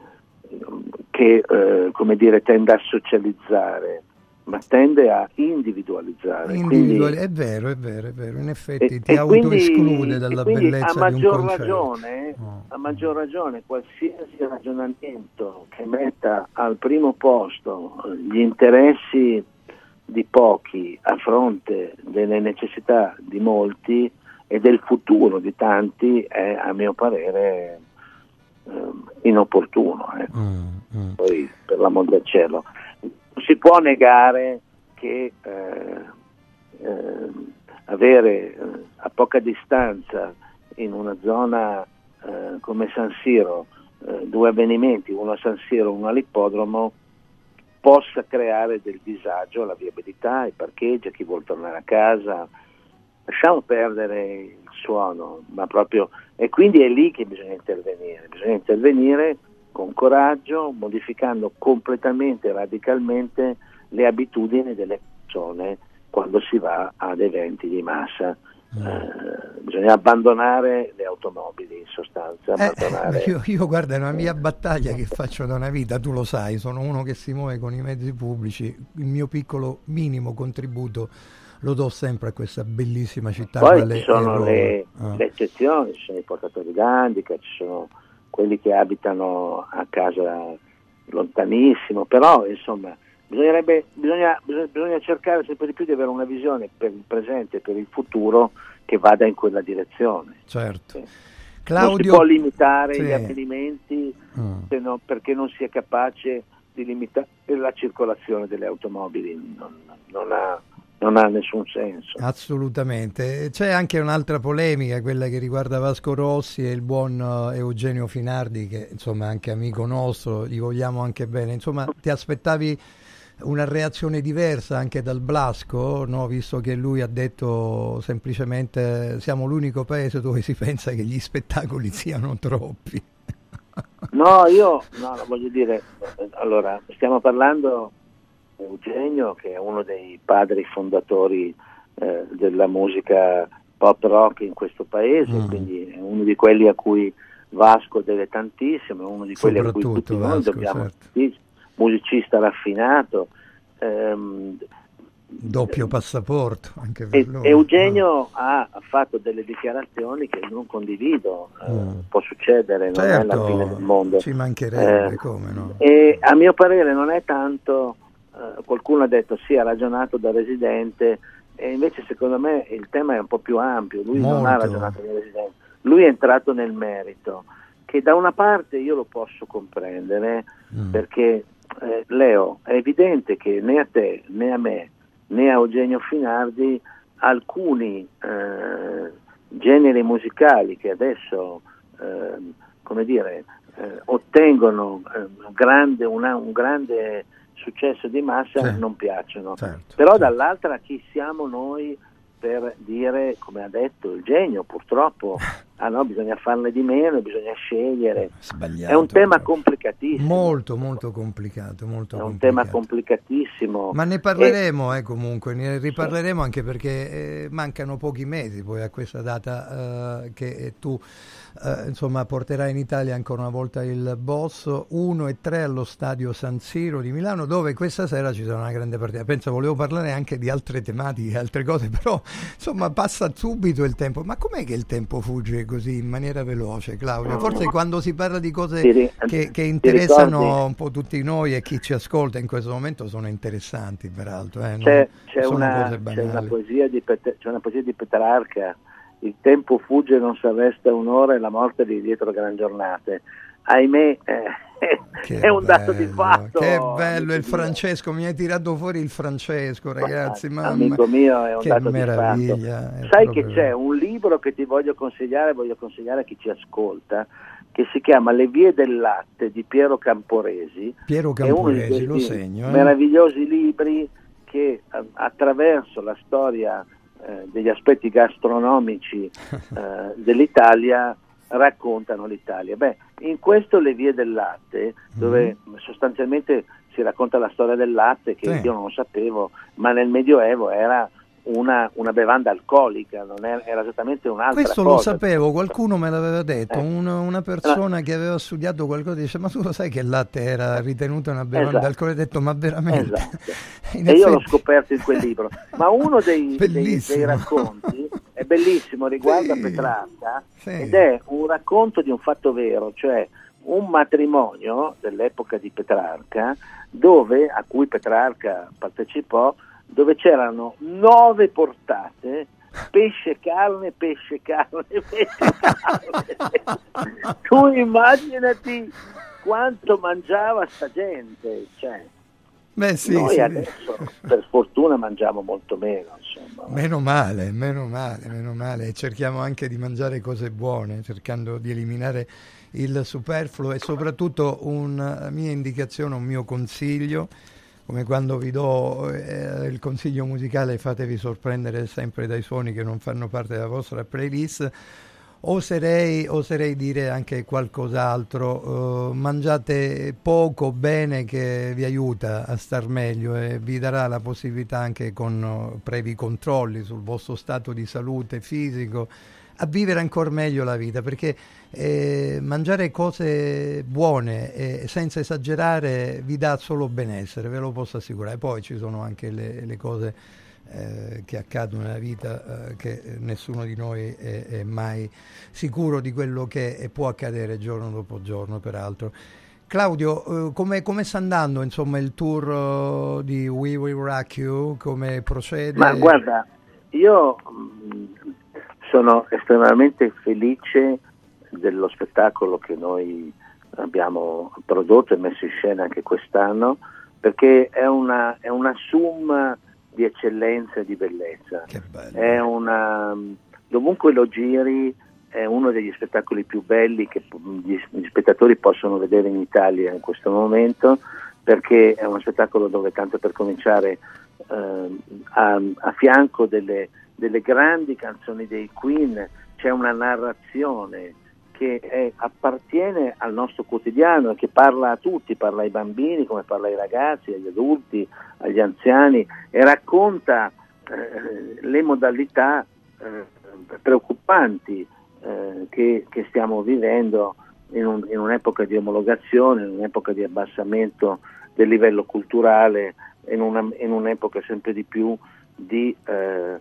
che eh, come dire tende a socializzare, ma tende a individualizzare. Individuali- Quindi, è vero, è vero, è vero, in effetti e- ti e autoesclude quindi- dalla e quindi bellezza a di un maggior concerto. ragione, a maggior ragione qualsiasi ragionamento che metta al primo posto gli interessi di pochi a fronte delle necessità di molti e del futuro di tanti è a mio parere ehm, inopportuno. Ecco. Poi per l'amor del cielo non si può negare che eh, eh, avere eh, a poca distanza in una zona eh, come San Siro eh, due avvenimenti, uno a San Siro, uno all'ippodromo, possa creare del disagio alla viabilità, ai parcheggi, a chi vuol tornare a casa. Lasciamo perdere il suono, ma proprio, e quindi è lì che bisogna intervenire, bisogna intervenire con coraggio, modificando completamente, radicalmente le abitudini delle persone quando si va ad eventi di massa. Eh, bisogna abbandonare le automobili, in sostanza. Abbandonare... Eh, io, io guarda, è una mia battaglia che faccio da una vita, tu lo sai, sono uno che si muove con i mezzi pubblici, il mio piccolo minimo contributo lo do sempre a questa bellissima città. Poi quale ci sono è Roma. le, Ah. le eccezioni, ci sono i portatori d'handicap, ci sono quelli che abitano a casa lontanissimo, però insomma bisognerebbe, bisogna, bisogna, bisogna cercare sempre di più di avere una visione per il presente e per il futuro che vada in quella direzione. Certo. Non Claudio... si può limitare Sì. gli avvenimenti Mm. se no- perché non si è capace di limitare la circolazione delle automobili, non, non ha, non ha nessun senso. Assolutamente. C'è anche un'altra polemica, quella che riguarda Vasco Rossi e il buon eh, Eugenio Finardi, che insomma è anche amico nostro, gli vogliamo anche bene. Insomma, ti aspettavi una reazione diversa anche dal Blasco, no? Visto che lui ha detto semplicemente siamo l'unico paese dove si pensa che gli spettacoli siano troppi. No, io no, no, voglio dire, allora, stiamo parlando di Eugenio, che è uno dei padri fondatori eh, della musica pop rock in questo paese, Mm. quindi è uno di quelli a cui Vasco deve tantissimo, è uno di quelli a cui Soprattutto tutti noi Vasco, dobbiamo, certo. sì, musicista raffinato. Ehm, doppio passaporto anche per e, lui. Eugenio ah. ha fatto delle dichiarazioni che non condivido, mm. eh, può succedere, non certo, è la fine del mondo. Ci mancherebbe, eh, come no? E a mio parere non è tanto, eh, qualcuno ha detto sì, ha ragionato da residente, e invece secondo me il tema è un po' più ampio, lui Molto. non ha ragionato da residente, lui è entrato nel merito, che da una parte io lo posso comprendere, mm. perché eh, Leo, è evidente che né a te né a me né a Eugenio Finardi alcuni eh, generi musicali che adesso eh, come dire eh, ottengono eh, grande, una, un grande successo di massa, sì. non piacciono, certo, però certo. dall'altra chi siamo noi per dire, come ha detto Eugenio, purtroppo ah no, bisogna farne di meno, bisogna scegliere. Sbagliato, è un tema però. complicatissimo. Molto, molto complicato. Molto è un complicato. tema complicatissimo. Ma ne parleremo, e... eh, comunque, ne riparleremo sì. anche perché eh, mancano pochi mesi poi a questa data eh, che tu eh, insomma porterai in Italia ancora una volta il Boss uno e tre allo stadio San Siro di Milano, dove questa sera ci sarà una grande partita. Penso volevo parlare anche di altre tematiche, altre cose, però insomma passa subito il tempo. Ma com'è che il tempo fugge così in maniera veloce, Claudio? Forse quando si parla di cose ri- che, che interessano un po' tutti noi e chi ci ascolta in questo momento sono interessanti, peraltro eh? c'è, c'è, una, c'è, una poesia di Pet- c'è una poesia di Petrarca: il tempo fugge, non si arresta un'ora, e la morte di dietro gran giornate. Ahimè, eh, è un dato di fatto. Che bello il Francesco, mi hai tirato fuori il Francesco, ragazzi. Ma, mamma, amico mio, è un che dato meraviglia, di fatto. Sai proprio... che c'è un libro che ti voglio consigliare, voglio consigliare a chi ci ascolta, che si chiama Le vie del latte di Piero Camporesi. Piero Camporesi, lo segno. Eh? Meravigliosi libri che attraverso la storia eh, degli aspetti gastronomici eh, dell'Italia raccontano l'Italia. Beh, in questo Le vie del latte, dove mm. sostanzialmente si racconta la storia del latte, che sì. io non sapevo, ma nel Medioevo era una, una bevanda alcolica, non era, era esattamente un'altra Questo cosa. Questo lo sapevo, qualcuno me l'aveva detto, eh. una, una persona no. che aveva studiato qualcosa dice: ma tu lo sai che il latte era ritenuto una bevanda esatto. alcolica? Ho detto: ma veramente? Esatto. e effetti... io l'ho scoperto in quel libro, ma uno dei, dei, dei racconti è bellissimo, riguarda sì. Petrarca sì. ed è un racconto di un fatto vero, cioè un matrimonio dell'epoca di Petrarca, dove, a cui Petrarca partecipò, dove c'erano nove portate, pesce carne, pesce carne, pesce carne. Tu immaginati quanto mangiava sta gente, cioè. Beh, sì, noi sì. adesso per fortuna mangiamo molto meno, insomma. Meno male, meno male, meno male. Cerchiamo anche di mangiare cose buone, cercando di eliminare il superfluo, e soprattutto una mia indicazione, un mio consiglio, come quando vi do eh, il consiglio musicale: fatevi sorprendere sempre dai suoni che non fanno parte della vostra playlist. Oserei, oserei dire anche qualcos'altro, uh, mangiate poco, bene, che vi aiuta a star meglio e vi darà la possibilità, anche con uh, brevi controlli sul vostro stato di salute fisico, a vivere ancora meglio la vita, perché eh, mangiare cose buone e senza esagerare vi dà solo benessere, ve lo posso assicurare. Poi ci sono anche le, le cose Eh, che accadono nella vita, eh, che nessuno di noi è, è mai sicuro di quello che può accadere giorno dopo giorno, peraltro. Claudio, eh, come, come sta andando insomma il tour uh, di We Will Rock You? Come procede? Ma guarda, io mh, sono estremamente felice dello spettacolo che noi abbiamo prodotto e messo in scena anche quest'anno, perché è una, è una summa di eccellenza e di bellezza. Che bello. È una, dovunque lo giri, è uno degli spettacoli più belli che gli, gli spettatori possono vedere in Italia in questo momento, perché è uno spettacolo dove, tanto per cominciare, eh, a, a fianco delle, delle grandi canzoni dei Queen c'è una narrazione che è, appartiene al nostro quotidiano e che parla a tutti, parla ai bambini come parla ai ragazzi, agli adulti, agli anziani, e racconta eh, le modalità eh, preoccupanti eh, che, che stiamo vivendo in, un, in un'epoca di omologazione, in un'epoca di abbassamento del livello culturale in, una, in un'epoca sempre di più di eh,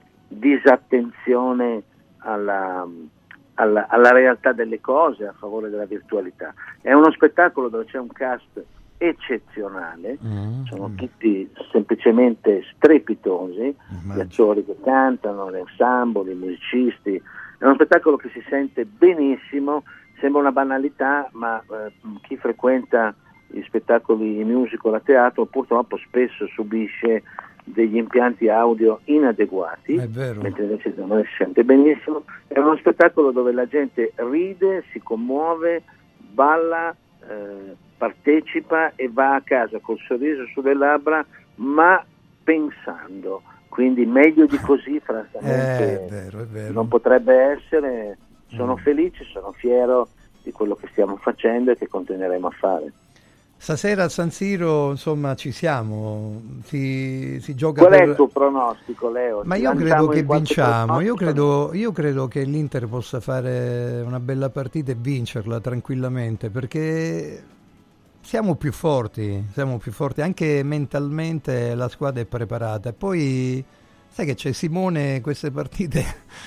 disattenzione alla, alla, alla realtà delle cose a favore della virtualità. È uno spettacolo dove c'è un cast eccezionale, mm. sono tutti semplicemente strepitosi, mm. gli attori che cantano, l'ensemble, i musicisti. È uno spettacolo che si sente benissimo, sembra una banalità, ma eh, chi frequenta gli spettacoli musical a teatro purtroppo spesso subisce degli impianti audio inadeguati, mentre invece da noi si sente benissimo. È uno spettacolo dove la gente ride, si commuove, balla, eh, partecipa e va a casa col sorriso sulle labbra, ma pensando. Quindi meglio di così, francamente, è vero, è vero. non potrebbe essere. Sono mm. felice, sono fiero di quello che stiamo facendo e che continueremo a fare. Stasera a San Siro, insomma, ci siamo, si, si gioca. Qual per... è il tuo pronostico, Leo? Ma Ci io credo che vinciamo, io pronostico? credo, io credo che l'Inter possa fare una bella partita e vincerla tranquillamente, perché siamo più forti, siamo più forti, anche mentalmente la squadra è preparata. E poi, sai che c'è Simone, queste partite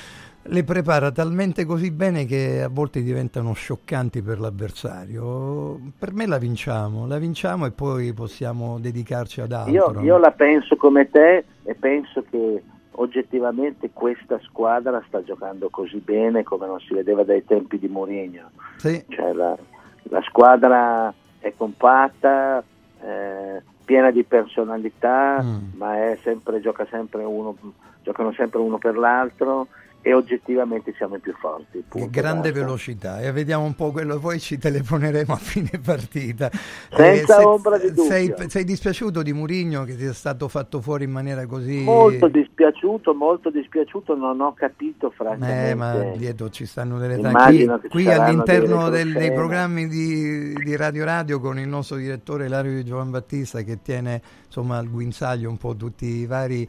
le prepara talmente così bene che a volte diventano scioccanti per l'avversario. Per me la vinciamo, la vinciamo e poi possiamo dedicarci ad altro. Io, io la penso come te e penso che oggettivamente questa squadra sta giocando così bene come non si vedeva dai tempi di Mourinho. Sì. Cioè la, la squadra è compatta, eh, piena di personalità, mm. ma è sempre, gioca sempre uno, giocano sempre uno per l'altro e oggettivamente siamo i più forti. Che grande basta. Velocità, e vediamo un po' quello, poi ci telefoneremo a fine partita. Senza eh, se, ombra di dubbio. Sei, sei dispiaciuto di Mourinho che sia stato fatto fuori in maniera così? Molto dispiaciuto, molto dispiaciuto, non ho capito francamente. Eh, ma dietro ci stanno delle tante. Qui, qui all'interno del, dei programmi di, di Radio Radio con il nostro direttore Ilario Giovan Battista, che tiene insomma al guinzaglio un po' tutti i vari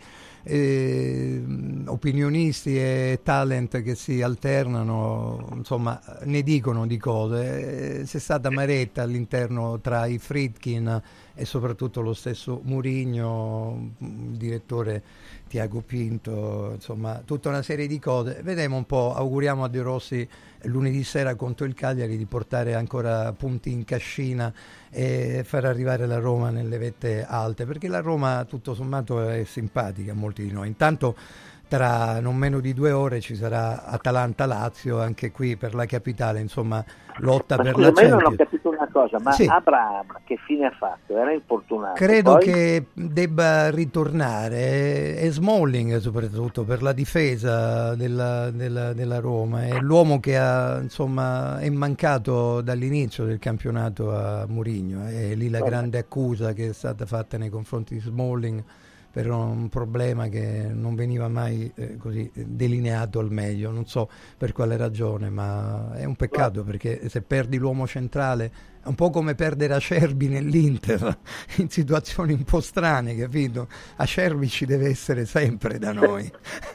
Eh, opinionisti e talent che si alternano, insomma ne dicono di cose. Eh, c'è stata maretta all'interno tra i Friedkin e soprattutto lo stesso Mourinho, il direttore Tiago Pinto, insomma tutta una serie di cose. Vedremo un po', auguriamo a De Rossi lunedì sera contro il Cagliari di portare ancora punti in cascina e far arrivare la Roma nelle vette alte, perché la Roma tutto sommato è simpatica a molti di noi. Intanto tra non meno di due ore ci sarà Atalanta-Lazio, anche qui per la capitale, insomma lotta ma per scusa, la Champions. Ma io non ho capito una cosa, ma sì. Abraham che fine ha fatto? Era infortunato? Credo Poi... che debba ritornare, e Smalling soprattutto per la difesa della, della, della Roma, è l'uomo che ha, insomma, è mancato dall'inizio del campionato a Mourinho, è lì la grande accusa che è stata fatta nei confronti di Smalling per un problema che non veniva mai eh, così delineato al meglio, non so per quale ragione, ma è un peccato, perché se perdi l'uomo centrale è un po' come perdere Acerbi nell'Inter in situazioni un po' strane, capito? Acerbi ci deve essere sempre da noi.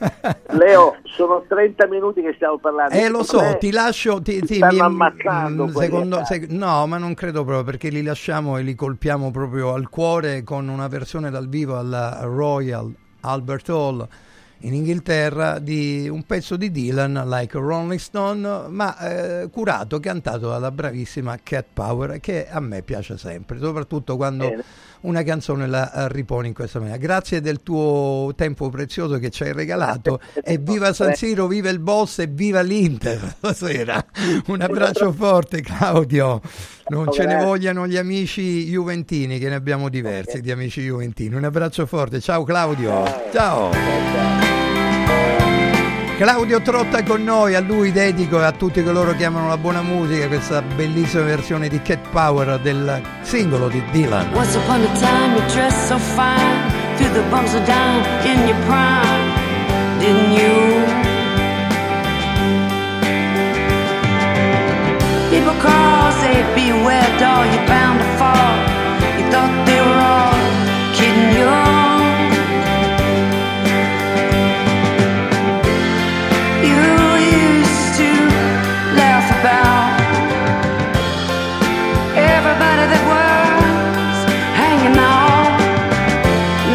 Leo, sono trenta minuti che stiamo parlando. Eh lo so, ti lascio ti, ti, stanno mi, ammazzando secondo, se, no, ma non credo proprio, perché li lasciamo e li colpiamo proprio al cuore con una versione dal vivo alla Royal Albert Hall in Inghilterra di un pezzo di Dylan, Like a Rolling Stone, ma eh, curato, cantato dalla bravissima Cat Power, che a me piace sempre, soprattutto quando Bene. una canzone la riponi in questa maniera. Grazie del tuo tempo prezioso che ci hai regalato, e viva San Siro, viva il boss e viva l'Inter stasera. Un abbraccio forte, Claudio. Non ce ne vogliano gli amici juventini, che ne abbiamo diversi okay. di amici juventini. Un abbraccio forte, ciao Claudio. Ciao. Claudio Trotta con noi, a lui dedico e a tutti coloro che amano la buona musica questa bellissima versione di Cat Power del singolo di Dylan. Once upon a time you dressed so fine, through the bumps of down in your prime, didn't you? People call, say beware doll, you're bound to fall. You thought they were all kidding you. About everybody that was hanging on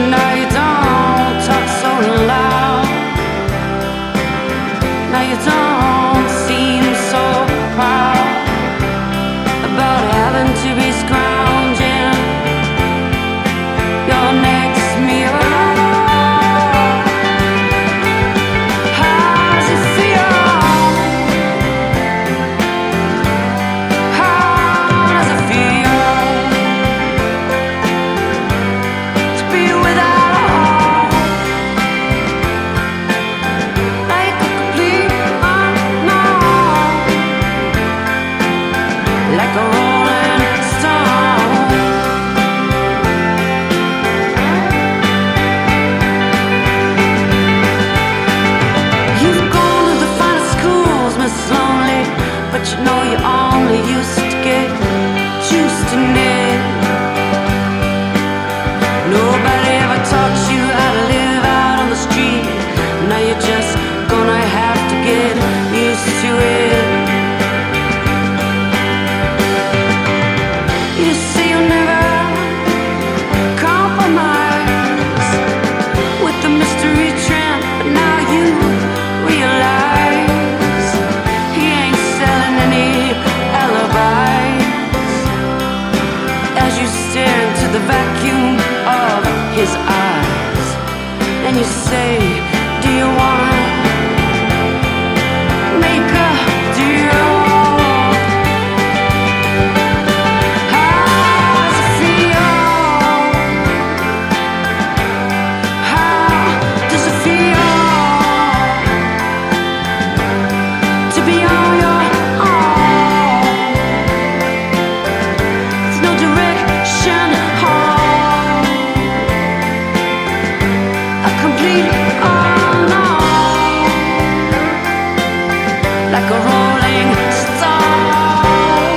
vacuum of his eyes, and you say, do you wanna make a deal? How's it feel? How does it feel to be on your own? There's no direction home, a complete unknown, like a rolling stone.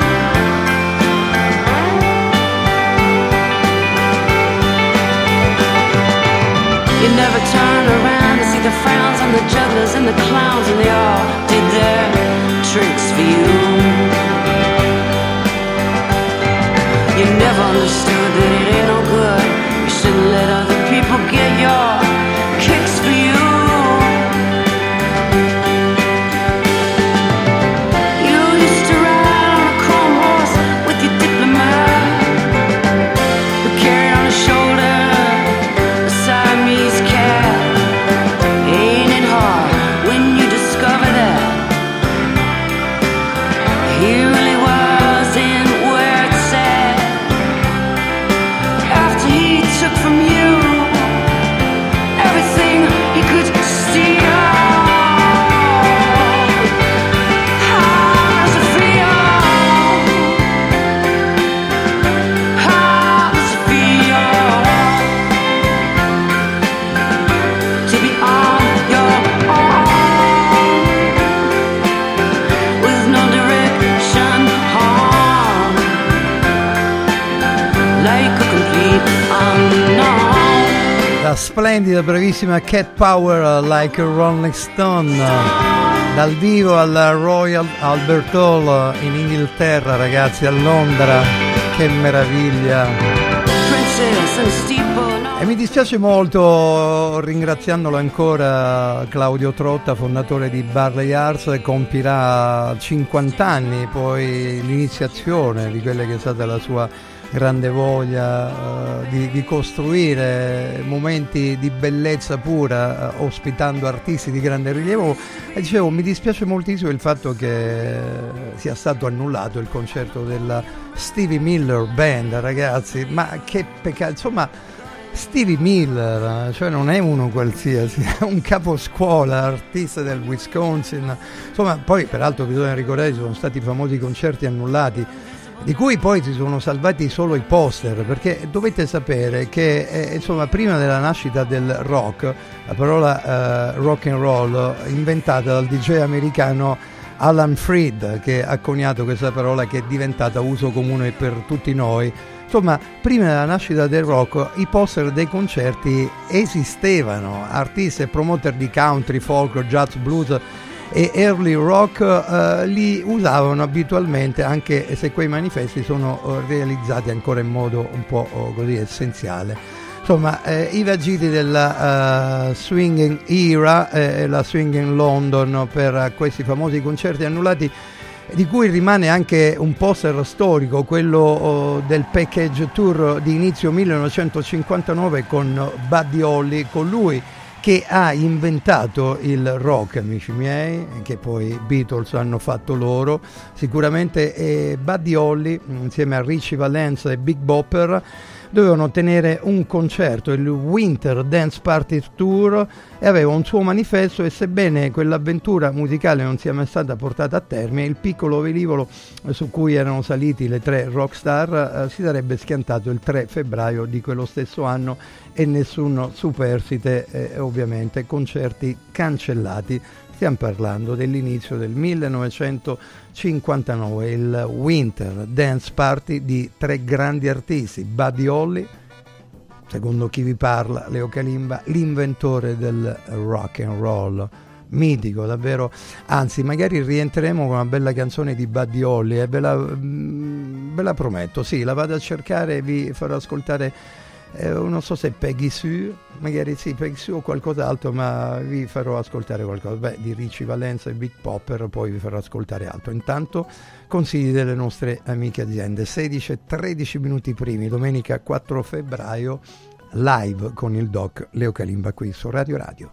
You never turn around to see the frowns on the jugglers and the clowns, and they all did their tricks for you. You never understood that it ain't no good. You shouldn't let other people get your kicks for you. You used to ride on a chrome horse with your diplomat, who carried on his shoulder a Siamese cat. Ain't it hard when you discover that he really wasn't where it's at? After he took from you everything he could steal. How does it feel? How does it feel to be on your own with no direction home, like a complete unknown? La splendida, bravissima Cat Power, Like a Rolling Stone, dal vivo al Royal Albert Hall in Inghilterra, ragazzi, a Londra. Che meraviglia! Princess and steeple. E mi dispiace molto, ringraziandolo ancora, Claudio Trotta, fondatore di Barley Arts, compirà cinquanta anni poi l'iniziazione di quella che è stata la sua grande voglia uh, di, di costruire momenti di bellezza pura, uh, ospitando artisti di grande rilievo. E dicevo, mi dispiace moltissimo il fatto che sia stato annullato il concerto della Stevie Miller Band, ragazzi, ma che peccato, insomma. Stevie Miller, cioè non è uno qualsiasi, è un caposcuola, artista del Wisconsin, insomma. Poi peraltro bisogna ricordare che ci sono stati famosi concerti annullati, di cui poi si sono salvati solo i poster, perché dovete sapere che eh, insomma, prima della nascita del rock, la parola eh, rock and roll, inventata dal D J americano Alan Freed, che ha coniato questa parola che è diventata uso comune per tutti noi. Insomma, prima della nascita del rock i poster dei concerti esistevano, artisti e promoter di country, folk, jazz, blues e early rock eh, li usavano abitualmente, anche se quei manifesti sono eh, realizzati ancora in modo un po' oh, così essenziale. Insomma, eh, i vagiti della uh, swinging era e eh, la swinging London per questi famosi concerti annullati, di cui rimane anche un poster storico, quello oh, del package tour di inizio millenovecentocinquantanove con Buddy Holly, colui che ha inventato il rock, amici miei, che poi i Beatles hanno fatto loro. Sicuramente eh, Buddy Holly, insieme a Richie Valens e Big Bopper, dovevano tenere un concerto, il Winter Dance Party Tour, e aveva un suo manifesto, e sebbene quell'avventura musicale non sia mai stata portata a termine, il piccolo velivolo su cui erano saliti le tre rockstar eh, si sarebbe schiantato il tre febbraio di quello stesso anno, e nessun superstite, eh, ovviamente concerti cancellati. Stiamo parlando dell'inizio del millenovecentocinquantanove, il Winter Dance Party di tre grandi artisti: Buddy Holly, secondo chi vi parla, Leo Kalimba, l'inventore del rock and roll, mitico davvero. Anzi, magari rientreremo con una bella canzone di Buddy Holly, e ve la, ve la prometto, sì, la vado a cercare e vi farò ascoltare eh, non so se Peggy Sue, magari sì, Peggy Sue o qualcos'altro, ma vi farò ascoltare qualcosa. Beh, di Richie Valenza e Big Popper, poi vi farò ascoltare altro. Intanto consigli delle nostre amiche aziende. Sedici e tredici minuti primi, domenica quattro febbraio, live con il doc Leo Kalimba qui su Radio Radio.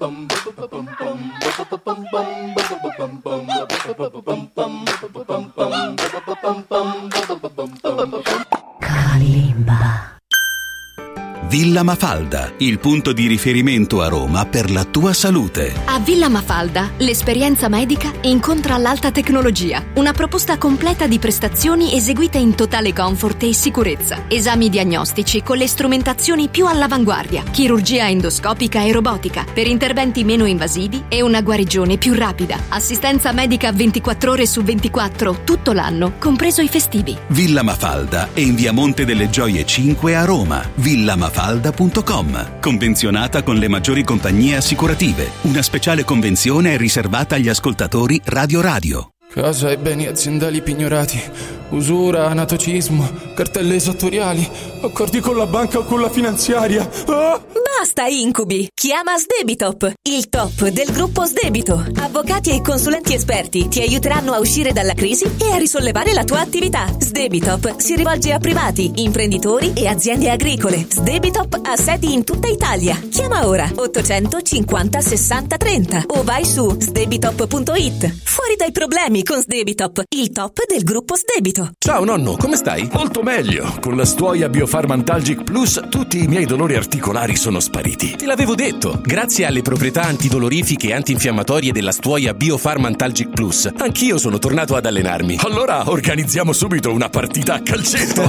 Kalimba. Villa Mafalda, il punto di riferimento a Roma per la tua salute. A Villa Mafalda l'esperienza medica incontra l'alta tecnologia. Una proposta completa di prestazioni eseguite in totale comfort e sicurezza. Esami diagnostici con le strumentazioni più all'avanguardia. Chirurgia endoscopica e robotica per interventi meno invasivi e una guarigione più rapida. Assistenza medica ventiquattro ore su ventiquattro tutto l'anno, compreso i festivi. Villa Mafalda è in via Monte delle Gioie cinque a Roma. Villa Mafalda punto com. Convenzionata con le maggiori compagnie assicurative. Una speciale convenzione è riservata agli ascoltatori Radio Radio. Casa e beni aziendali pignorati, usura, anatocismo, cartelle esattoriali, accordi con la banca o con la finanziaria. Ah! Basta incubi! Chiama Sdebitop, il top del gruppo Sdebito. Avvocati e consulenti esperti ti aiuteranno a uscire dalla crisi e a risollevare la tua attività. Sdebitop si rivolge a privati, imprenditori e aziende agricole. Sdebitop ha sedi in tutta Italia. Chiama ora ottocentocinquanta sessanta trenta o vai su sdebitop punto it. Fuori dai problemi con Sdebitop, il top del gruppo Sdebito. Ciao nonno, come stai? Molto meglio. Con la Stuoia Biofarmantalgic Plus tutti i miei dolori articolari sono spariti. Te l'avevo detto. Grazie alle proprietà antidolorifiche e antinfiammatorie della Stuoia Biofarmantalgic Plus, anch'io sono tornato ad allenarmi. Allora organizziamo subito una partita a calcetto.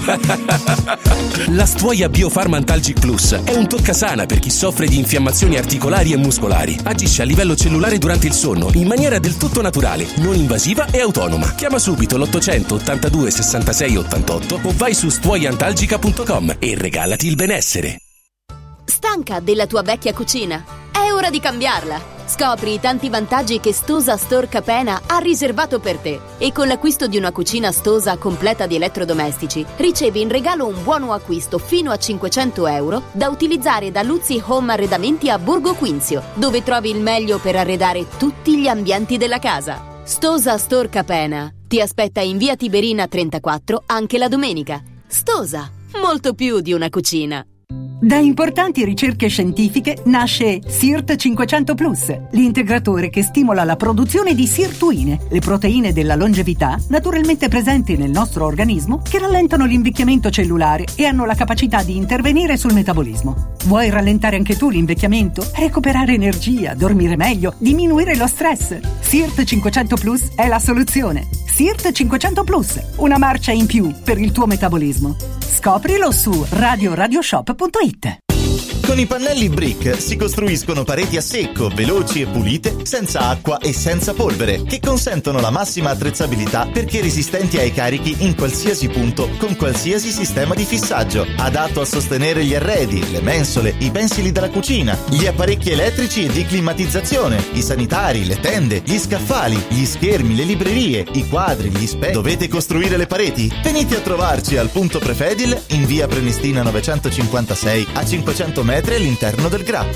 La Stuoia Biofarmantalgic Plus è un toccasana per chi soffre di infiammazioni articolari e muscolari. Agisce a livello cellulare durante il sonno in maniera del tutto naturale, non invasiva e autonoma. Chiama subito l'ottocento ottantadue sessantasei ottantotto o vai su stuoiantalgica punto com e regalati il benessere. Stanca della tua vecchia cucina? È ora di cambiarla! Scopri i tanti vantaggi che Stosa Store Capena ha riservato per te e con l'acquisto di una cucina Stosa completa di elettrodomestici ricevi in regalo un buono acquisto fino a cinquecento euro da utilizzare da Luzzi Home Arredamenti a Borgo Quinzio, dove trovi il meglio per arredare tutti gli ambienti della casa. Stosa Store Capena ti aspetta in via Tiberina trentaquattro anche la domenica. Stosa, molto più di una cucina. Da importanti ricerche scientifiche nasce SIRT cinquecento plus, l'integratore che stimola la produzione di sirtuine, le proteine della longevità naturalmente presenti nel nostro organismo che rallentano l'invecchiamento cellulare e hanno la capacità di intervenire sul metabolismo. Vuoi rallentare anche tu l'invecchiamento? Recuperare energia, dormire meglio, diminuire lo stress? SIRT cinquecento plus è la soluzione. SIRT cinquecento plus, una marcia in più per il tuo metabolismo. Scoprilo su radio radioshop punto it. Con i pannelli Brick si costruiscono pareti a secco, veloci e pulite, senza acqua e senza polvere, che consentono la massima attrezzabilità perché resistenti ai carichi in qualsiasi punto, con qualsiasi sistema di fissaggio, adatto a sostenere gli arredi, le mensole, i pensili della cucina, gli apparecchi elettrici e di climatizzazione, i sanitari, le tende, gli scaffali, gli schermi, le librerie, i quadri, gli specchi. Dovete costruire le pareti? Venite a trovarci al punto Prefedil in via Prenestina novecentocinquantasei a cinquecento metri all'interno del G R A.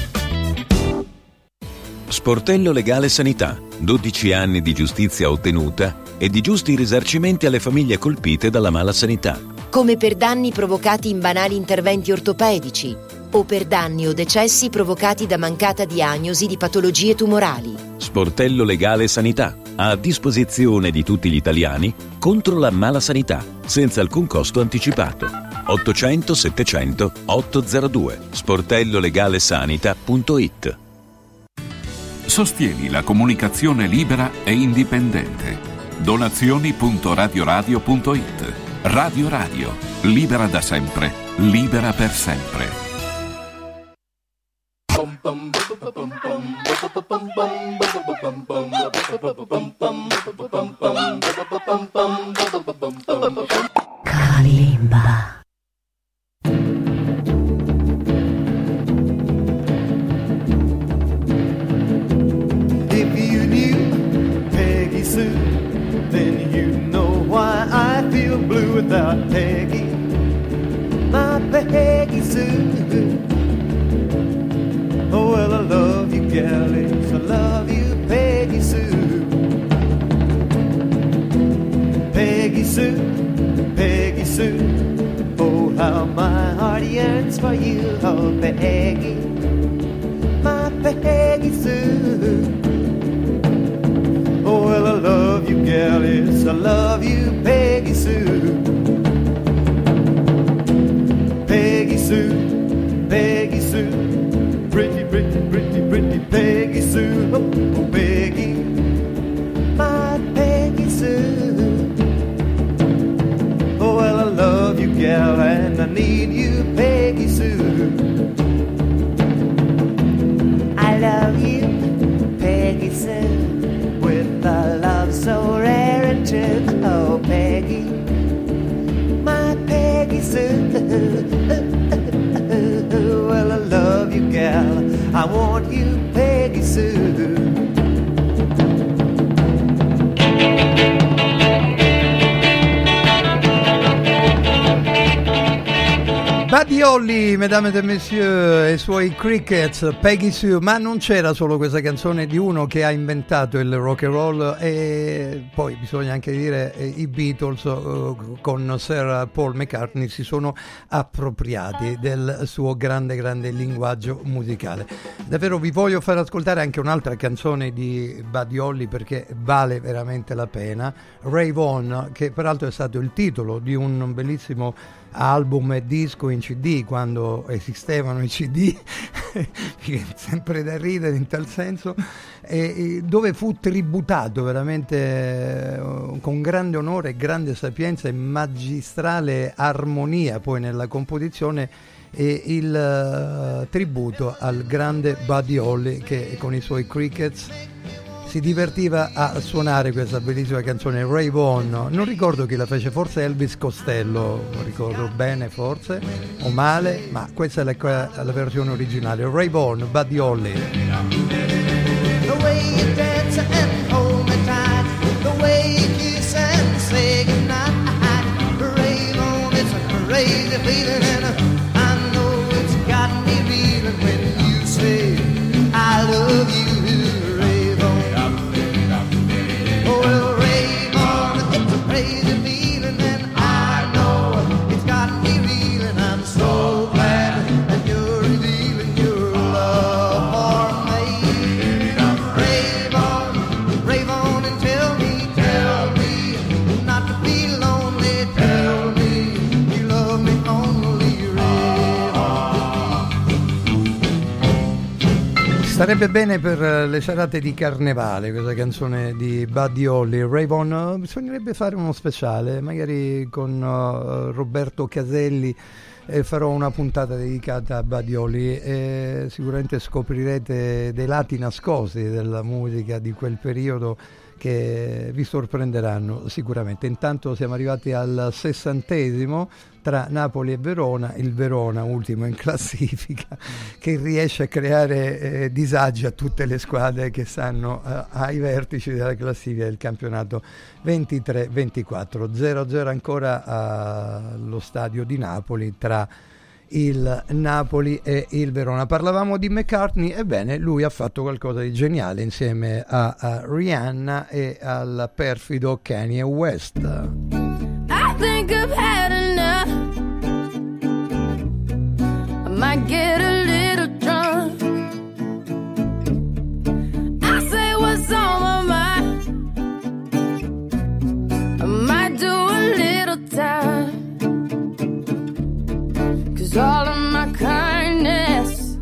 Sportello Legale Sanità, dodici anni di giustizia ottenuta e di giusti risarcimenti alle famiglie colpite dalla mala sanità. Come per danni provocati in banali interventi ortopedici o per danni o decessi provocati da mancata diagnosi di patologie tumorali. Sportello Legale Sanità, a disposizione di tutti gli italiani contro la mala sanità, senza alcun costo anticipato. ottocento settecento ottocentodue sportellolegalesanita punto it. Sostieni la comunicazione libera e indipendente. Donazioni punto radioradio punto it. Radio Radio, libera da sempre, libera per sempre. Kalimba. If you knew Peggy Sue, then you know why I feel blue without Peggy. My Peggy Sue. Sue. Oh, well, I love you, Gallus, I love you, Peggy Sue. Peggy Sue, Peggy Sue. Oh, how my heart yearns for you, oh, Peggy, my Peggy Sue. Oh, well, I love you, Gallus, I love you, Peggy Sue. Peggy Sue, Peggy Sue, pretty, pretty, pretty, pretty Peggy Sue. Oh, oh, Peggy, my Peggy Sue. Oh, well, I love you, gal, and I need you, Peggy Sue. I love you, Peggy Sue, with a love so rare and true. Oh, Peggy, my Peggy Sue. Well, I love you, gal, I want you, Peggy Sue. Buddy Holly, mesdames et messieurs, e i suoi Crickets, Peggy Sue. Ma non c'era solo questa canzone di uno che ha inventato il rock and roll, e poi bisogna anche dire eh, i Beatles uh, con Sir Paul McCartney si sono appropriati del suo grande grande linguaggio musicale. Davvero vi voglio far ascoltare anche un'altra canzone di Buddy Holly perché vale veramente la pena, Rave On, che peraltro è stato il titolo di un bellissimo album e disco in C D quando esistevano i C D sempre da ridere in tal senso, e dove fu tributato veramente eh, con grande onore e grande sapienza e magistrale armonia poi nella composizione, e il uh, tributo al grande Buddy Holly che con i suoi Crickets si divertiva a suonare questa bellissima canzone Rave On. Non ricordo chi la fece, forse Elvis Costello, non ricordo bene forse, o male, ma questa è la, la versione originale. Rave On, Buddy Holly. The way you dance and hold me tight, the way you kiss and say goodnight, rave on, it's a crazy feeling, and I know it's got me reeling when you say I love you. Sarebbe bene per le serate di carnevale questa canzone di Buddy Holly, Rave On. Bisognerebbe fare uno speciale, magari con uh, Roberto Caselli, e farò una puntata dedicata a Buddy Holly e sicuramente scoprirete dei lati nascosti della musica di quel periodo che vi sorprenderanno sicuramente. Intanto siamo arrivati al sessantesimo tra Napoli e Verona, il Verona ultimo in classifica, che riesce a creare eh, disagi a tutte le squadre che stanno eh, ai vertici della classifica del campionato. Ventitré ventiquattro, zero a zero ancora allo stadio di Napoli tra il Napoli e il Verona. Parlavamo di McCartney, ebbene lui ha fatto qualcosa di geniale insieme a, a Rihanna e al perfido Kanye West. I think I've had enough. I might get a little drunk. I say what's on my mind. I might do a little time. All of my kindness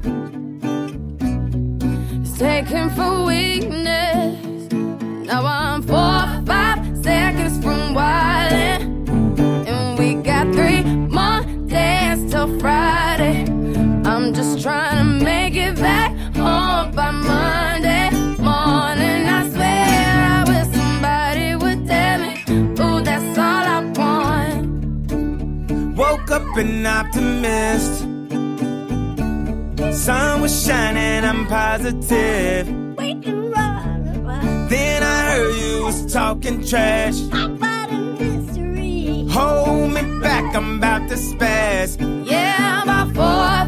is taken for weakness. Now I'm four or five seconds from wildin', and we got three more days till Friday. I'm just trying to make it back home by Monday morning. I swear I wish somebody would tell me, ooh, that's all I want. Woke up an optimist. Sun was shining, I'm positive. Then I heard you was talking trash. Hold me back, I'm about to spaz. Yeah, about four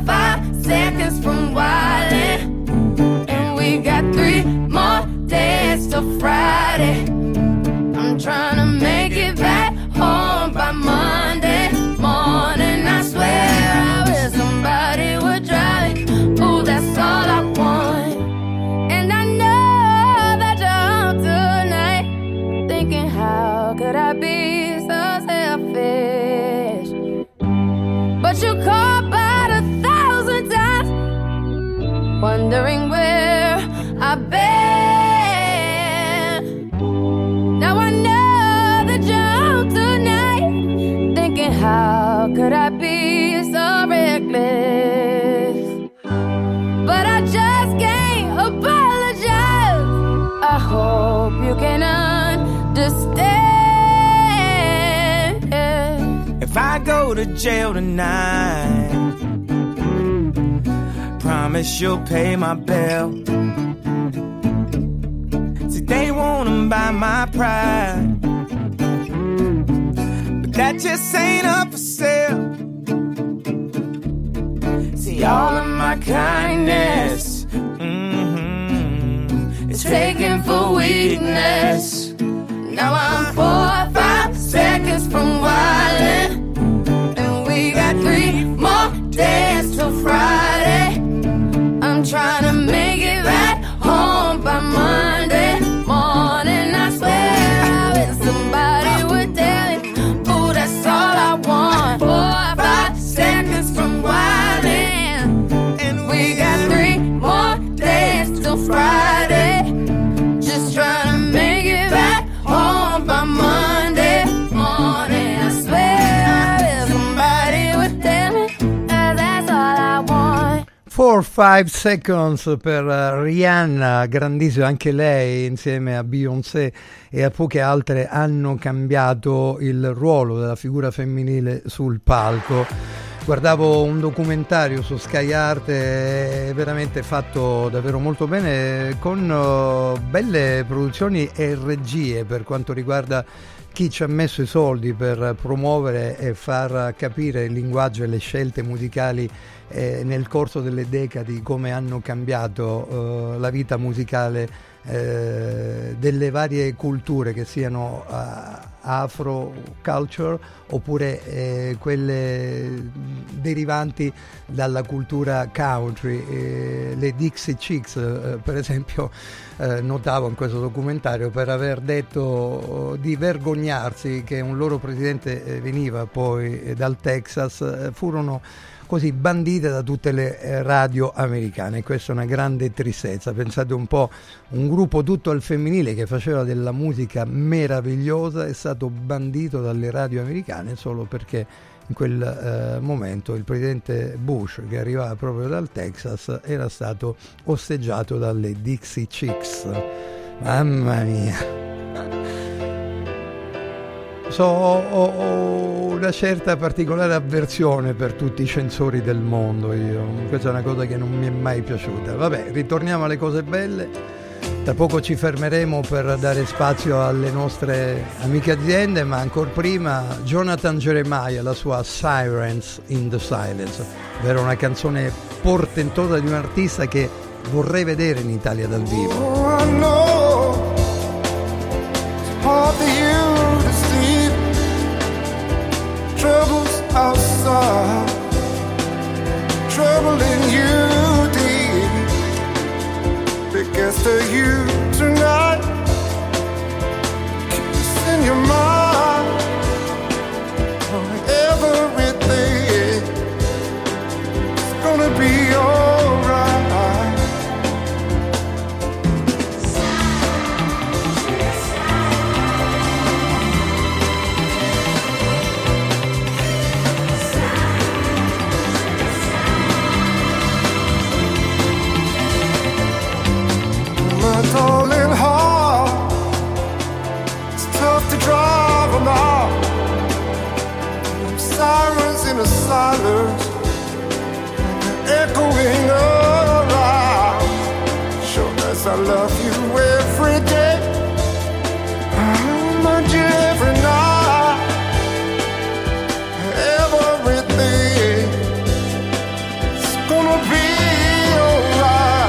go to jail tonight. Promise you'll pay my bill. See, they wanna buy my pride, but that just ain't up for sale. See, all of my kindness, mm-hmm, is taken for weakness. Now I'm four or five seconds from wildin', and we got three more days till Friday. I'm trying to make it back home by Monday morning. I swear I wish somebody would tell it. Ooh, that's all I want. Four or five seconds from wildin', and we got three more days till Friday. Just trying to make it back home by Monday morning. I swear I wish somebody would tell me that that's all I want. four five seconds per Rihanna, grandissima anche lei, insieme a Beyoncé e a poche altre hanno cambiato il ruolo della figura femminile sul palco. Guardavo un documentario su Sky Art, è veramente fatto davvero molto bene, con uh, belle produzioni e regie per quanto riguarda chi ci ha messo i soldi per promuovere e far capire il linguaggio e le scelte musicali eh, nel corso delle decadi, come hanno cambiato uh, la vita musicale eh, delle varie culture, che siano uh, afro culture oppure eh, quelle derivanti dalla cultura country. Eh, le Dixie Chicks eh, per esempio eh, notavo in questo documentario, per aver detto di vergognarsi che un loro presidente eh, veniva poi eh, dal Texas, eh, furono così bandite da tutte le eh, radio americane. Questa è una grande tristezza. Pensate un po', un gruppo tutto al femminile che faceva della musica meravigliosa è stato bandito dalle radio americane solo perché in quel eh, momento il presidente Bush, che arrivava proprio dal Texas, era stato osteggiato dalle Dixie Chicks. Mamma mia. So, ho, ho una certa particolare avversione per tutti i censori del mondo, io. Questa è una cosa che non mi è mai piaciuta. Vabbè, ritorniamo alle cose belle. Tra poco ci fermeremo per dare spazio alle nostre amiche aziende, ma ancora prima Jonathan Jeremiah, la sua Sirens in the Silence, ovvero una canzone portentosa di un artista che vorrei vedere in Italia dal vivo. Oh, I know it's hard for you to see troubles outside, trouble in you deep. Because to you tonight, keeps in your mind everything is gonna be alright. My darling heart, it's tough to drive them out. Sirens in a silence, echoing around. Sure as I love you every day, I mind you every night. Everything is gonna be alright.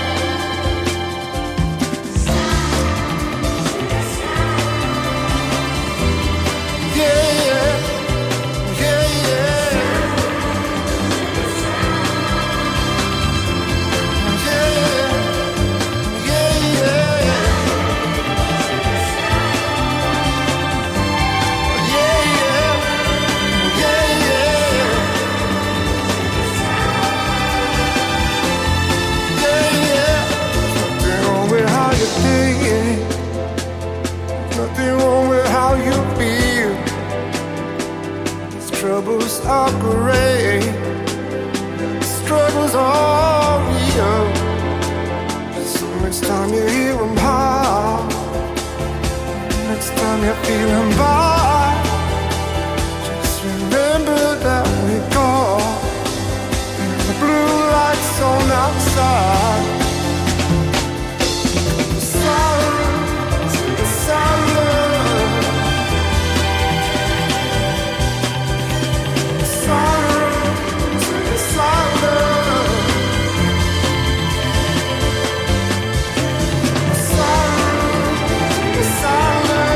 Troubles are great, struggles are real. So next time you hear them howl, next time you feel them by, just remember outside. The silence, the silence, the silence, the silence, the silence, the silence.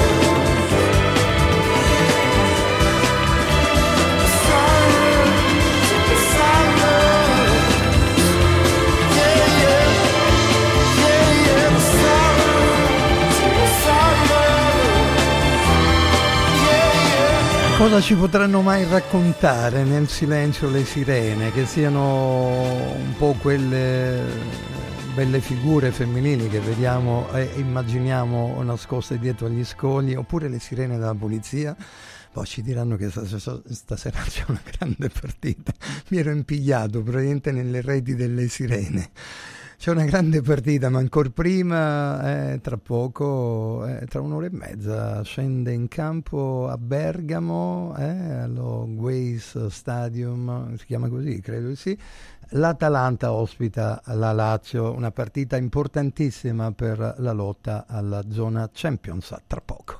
Cosa ci potranno mai raccontare nel silenzio le sirene, che siano un po' quelle belle figure femminili che vediamo e immaginiamo nascoste dietro agli scogli, oppure le sirene della polizia? Poi ci diranno che stasera, stasera c'è una grande partita. Mi ero impigliato praticamente nelle reti delle sirene. C'è una grande partita, ma ancora prima, eh, tra poco, eh, tra un'ora e mezza, scende in campo a Bergamo, eh, allo Guays Stadium, si chiama così, credo di sì. L'Atalanta ospita la Lazio, una partita importantissima per la lotta alla zona Champions, a tra poco.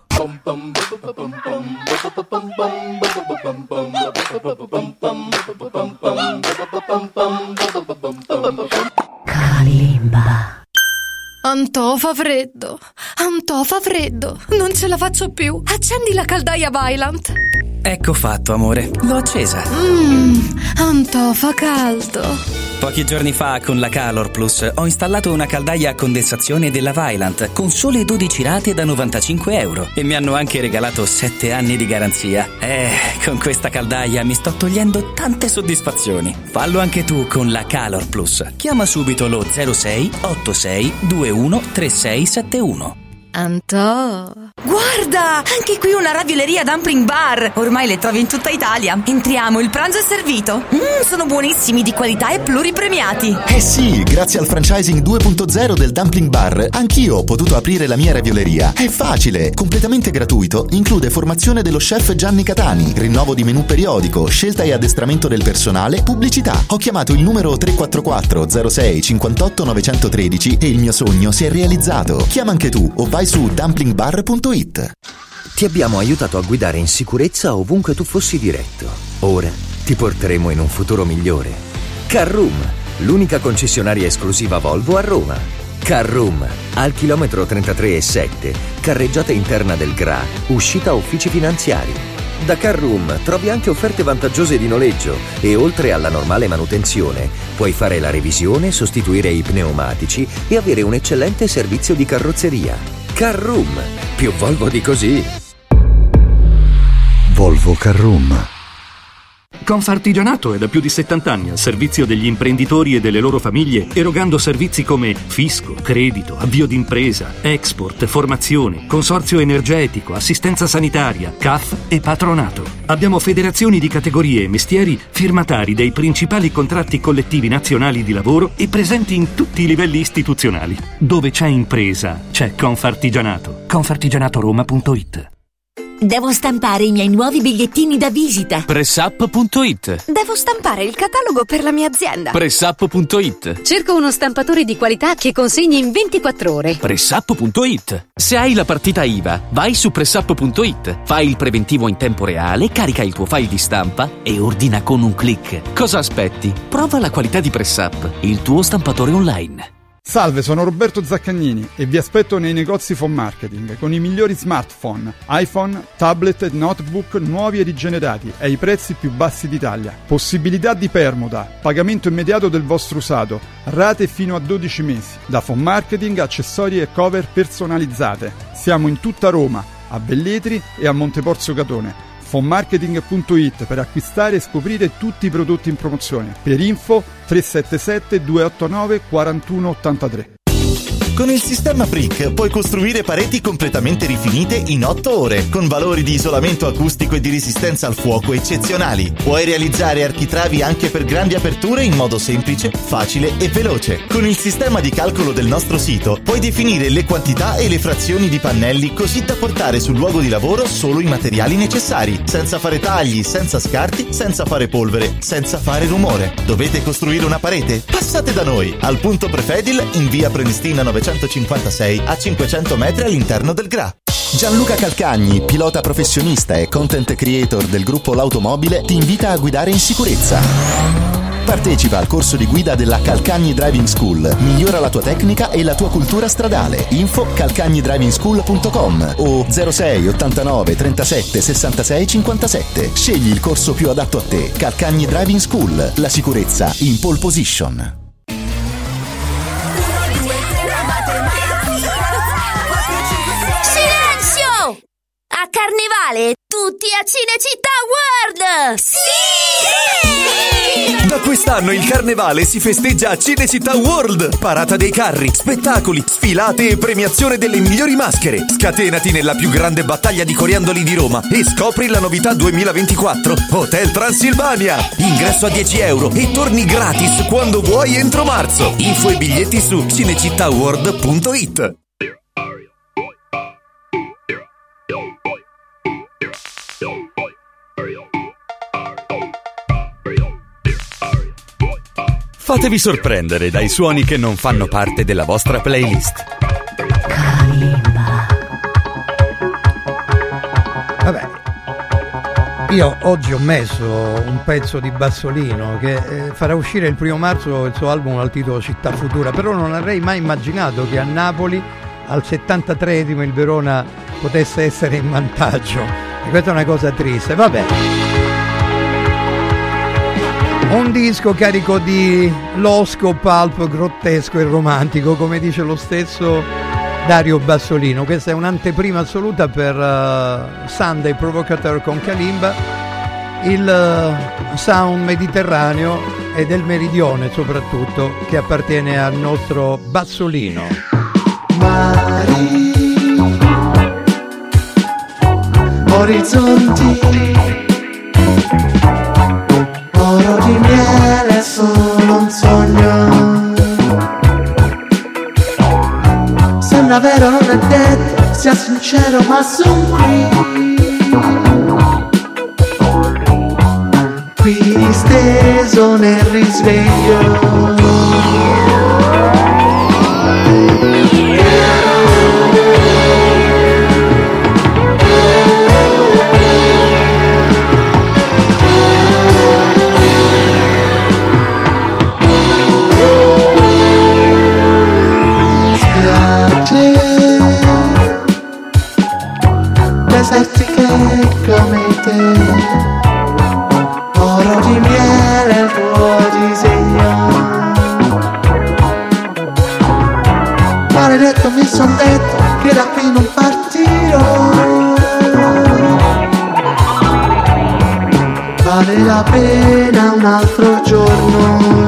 Kalimba. Antò fa freddo, Antò fa freddo, non ce la faccio più. Accendi la caldaia Vaillant. Ecco fatto, amore, l'ho accesa. Mmm, Antò fa caldo. Pochi giorni fa con la Calor Plus ho installato una caldaia a condensazione della Vaillant con sole dodici rate da novantacinque euro e mi hanno anche regalato sette anni di garanzia. Eh, con questa caldaia mi sto togliendo tante soddisfazioni. Fallo anche tu con la Calor Plus. Chiama subito lo zero sei otto sei due uno tre sei sette uno. Antò. Guarda, anche qui una ravioleria Dumpling Bar. Ormai le trovi in tutta Italia. Entriamo, il pranzo è servito. Mmm, sono buonissimi, di qualità e pluripremiati. Eh sì, grazie al franchising due punto zero del Dumpling Bar, anch'io ho potuto aprire la mia ravioleria. È facile, completamente gratuito, include formazione dello chef Gianni Catani, rinnovo di menù periodico, scelta e addestramento del personale, pubblicità. Ho chiamato il numero tre quattro quattro zero sei cinquantotto novecentotredici e il mio sogno si è realizzato. Chiama anche tu o vai su dumpling bar punto it. Ti abbiamo aiutato a guidare in sicurezza ovunque tu fossi diretto. Ora ti porteremo in un futuro migliore. Carroom, l'unica concessionaria esclusiva Volvo a Roma. Carroom, al chilometro trentatré e sette, carreggiata interna del Gra, uscita uffici finanziari. Da Carroom trovi anche offerte vantaggiose di noleggio e oltre alla normale manutenzione puoi fare la revisione, sostituire i pneumatici e avere un eccellente servizio di carrozzeria. Carroom, più Volvo di così. Volvo Carroom. Confartigianato è da più di settanta anni al servizio degli imprenditori e delle loro famiglie, erogando servizi come fisco, credito, avvio d'impresa, export, formazione, consorzio energetico, assistenza sanitaria, C A F e patronato. Abbiamo federazioni di categorie e mestieri firmatari dei principali contratti collettivi nazionali di lavoro e presenti in tutti i livelli istituzionali. Dove c'è impresa, c'è Confartigianato. Confartigianatoroma punto it. Devo stampare i miei nuovi bigliettini da visita. Pressup punto it. Devo stampare il catalogo per la mia azienda. Pressup punto it. Cerco uno stampatore di qualità che consegni in ventiquattro ore. Pressup punto it. Se hai la partita I V A, vai su Pressup punto it, fai il preventivo in tempo reale, carica il tuo file di stampa e ordina con un click. Cosa aspetti? Prova la qualità di Pressup, il tuo stampatore online. Salve, sono Roberto Zaccagnini e vi aspetto nei negozi Phone Marketing con i migliori smartphone, iPhone, tablet e notebook nuovi e rigenerati ai prezzi più bassi d'Italia. Possibilità di permuta, pagamento immediato del vostro usato, rate fino a dodici mesi. Da Phone Marketing, accessori e cover personalizzate. Siamo in tutta Roma, a Velletri e a Monteporzio Catone. phone marketing punto it per acquistare e scoprire tutti i prodotti in promozione. Per info tre sette sette due otto nove quattro uno otto tre. Con il sistema Brick puoi costruire pareti completamente rifinite in otto ore, con valori di isolamento acustico e di resistenza al fuoco eccezionali. Puoi realizzare architravi anche per grandi aperture in modo semplice, facile e veloce. Con il sistema di calcolo del nostro sito puoi definire le quantità e le frazioni di pannelli così da portare sul luogo di lavoro solo i materiali necessari, senza fare tagli, senza scarti, senza fare polvere, senza fare rumore. Dovete costruire una parete? Passate da noi, al punto Prefedil in via Prenestina novecentocinquantasei a cinquecento metri all'interno del Gra. Gianluca Calcagni, pilota professionista e content creator del gruppo L'Automobile, ti invita a guidare in sicurezza. Partecipa al corso di guida della Calcagni Driving School. Migliora la tua tecnica e la tua cultura stradale. Info calcagni driving school punto com o zero sei ottantanove trentasette sessantasei cinquantasette. Scegli il corso più adatto a te. Calcagni Driving School. La sicurezza in pole position. Silenzio! A Carnevale tutti a Cinecittà World! Sì! Da quest'anno il Carnevale si festeggia a Cinecittà World. Parata dei carri, spettacoli, sfilate e premiazione delle migliori maschere. Scatenati nella più grande battaglia di coriandoli di Roma e scopri la novità duemilaventiquattro Hotel Transilvania. Ingresso a dieci euro e torni gratis quando vuoi entro marzo. Info e biglietti su cinecittàworld punto it. Fatevi sorprendere dai suoni che non fanno parte della vostra playlist. Vabbè, io oggi ho messo un pezzo di Bassolino che eh, farà uscire il primo marzo il suo album al titolo Città Futura, però non avrei mai immaginato che a Napoli al settantatreesimo il Verona potesse essere in vantaggio, e questa è una cosa triste. Vabbè, un disco carico di losco, pulp, grottesco e romantico, come dice lo stesso Dario Bassolino. Questa è un'anteprima assoluta per uh, Sunday Provocateur con Kalimba, il uh, sound mediterraneo e del meridione soprattutto, che appartiene al nostro Bassolino. Mari, orizzonti, oro di miele, solo un sogno. Sembra vero, non è detto, sia sincero, ma son qui, qui disteso nel risveglio. Desertiche come te, oro di miele il tuo disegno. Maledetto, mi son detto che da qui non partirò. Vale la pena un altro giorno.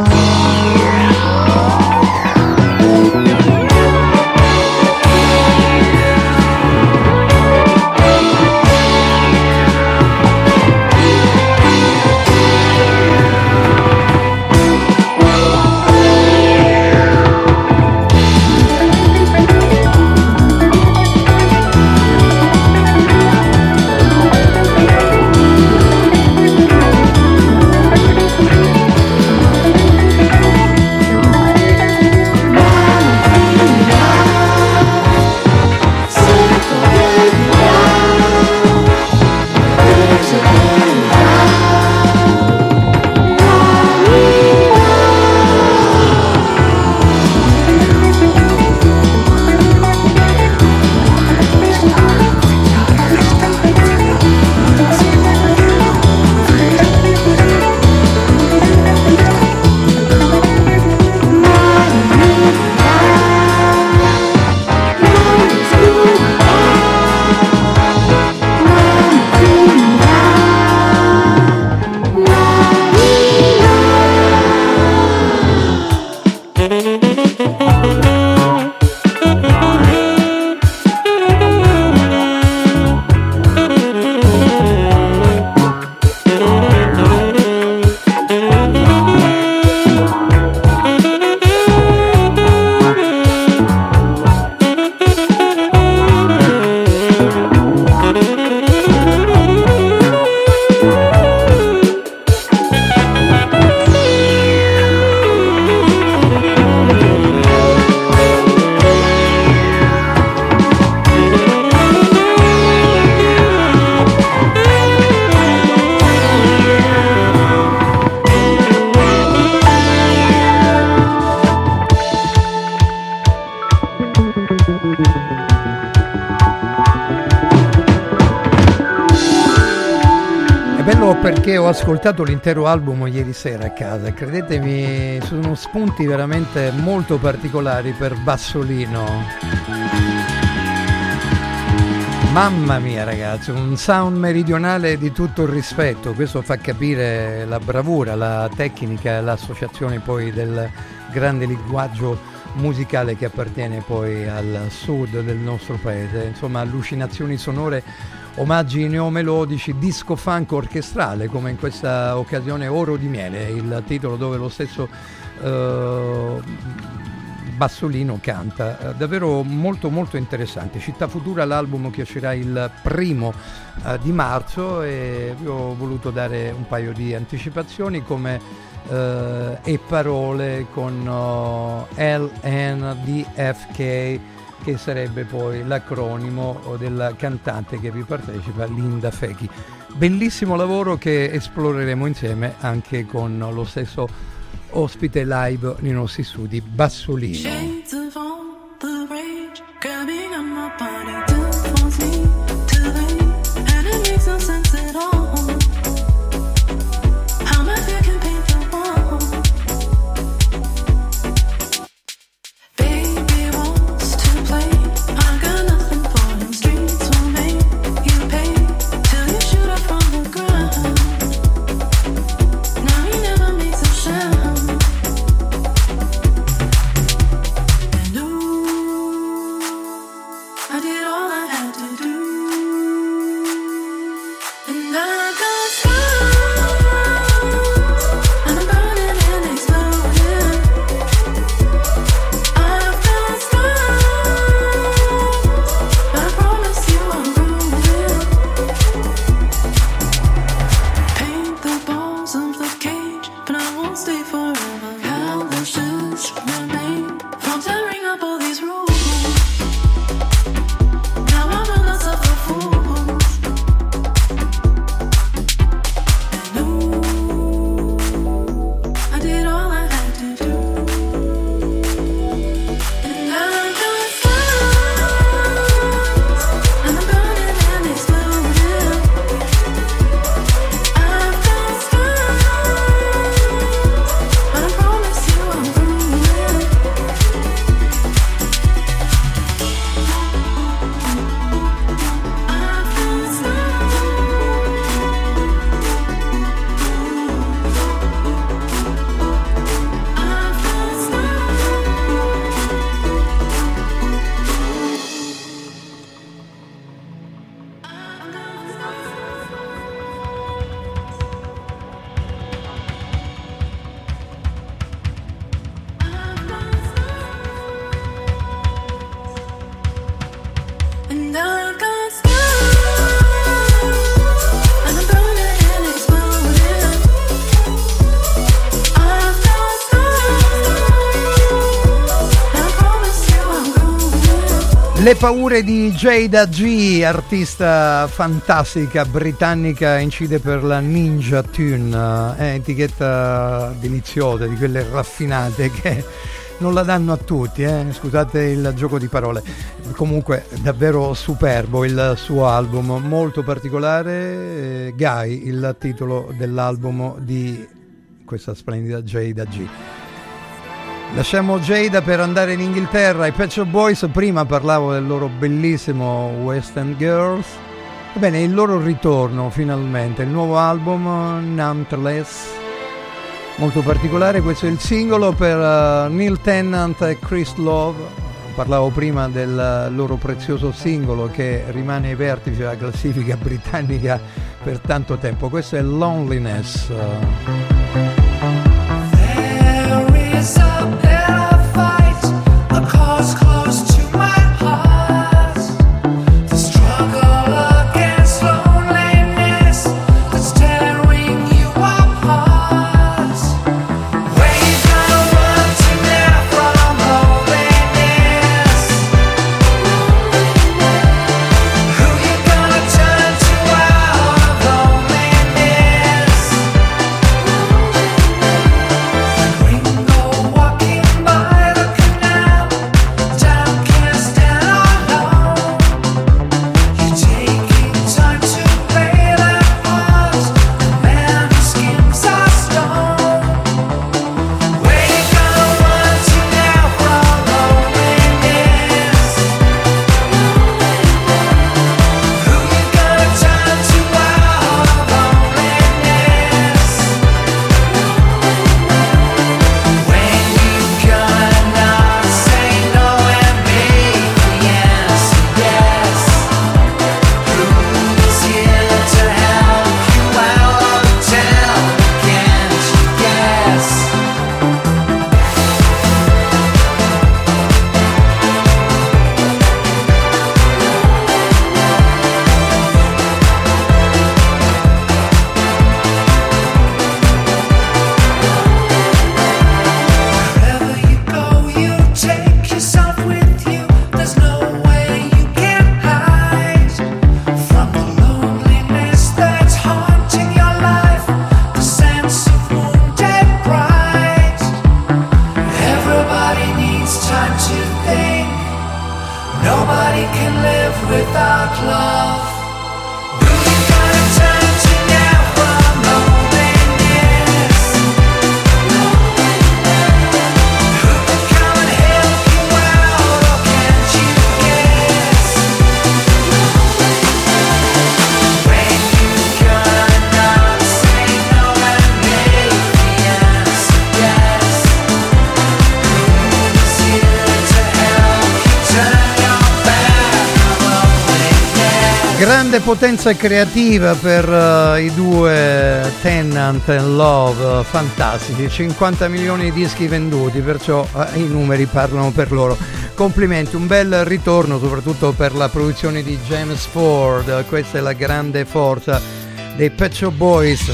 Perché ho ascoltato l'intero album ieri sera a casa e credetemi sono spunti veramente molto particolari per Bassolino. Mamma mia ragazzi, un sound meridionale di tutto il rispetto, questo fa capire la bravura, la tecnica, l'associazione poi del grande linguaggio musicale che appartiene poi al sud del nostro paese, insomma allucinazioni sonore, omaggi neomelodici, disco funk orchestrale, come in questa occasione Oro di Miele, il titolo dove lo stesso uh, Bassolino canta, uh, davvero molto molto interessante. Città Futura, l'album che uscirà il primo uh, di marzo, e vi ho voluto dare un paio di anticipazioni come uh, e parole con uh, L N D F K, che sarebbe poi l'acronimo della cantante che vi partecipa, Linda Fechi. Bellissimo lavoro che esploreremo insieme anche con lo stesso ospite live nei nostri studi, Bassolino. Le paure di Jada G, artista fantastica britannica, incide per la Ninja Tune, è etichetta deliziosa, di quelle raffinate che non la danno a tutti, eh? Scusate il gioco di parole. Comunque davvero superbo il suo album, molto particolare. Guy, il titolo dell'album di questa splendida Jada G. Lasciamo Jada per andare in Inghilterra. I Pet Shop Boys, prima parlavo del loro bellissimo West End Girls. Ebbene, il loro ritorno finalmente, il nuovo album Nonetheless, molto particolare. Questo è il singolo per uh, Neil Tennant e Chris Love. Parlavo prima del loro prezioso singolo che rimane ai vertici della classifica britannica per tanto tempo. Questo è Loneliness. Turn to out of loneliness. world without love. Who you gonna turn to now for loneliness? Who can come and help you out, or can't you guess? When you gonna not say no and make the answer yes? Who's here to help you turn your back on loneliness? Grande potenza creativa per uh, i due Tennant and Love, fantastici, cinquanta milioni di dischi venduti, perciò uh, i numeri parlano per loro. Complimenti, un bel ritorno soprattutto per la produzione di James Ford, questa è la grande forza dei Pet Shop Boys.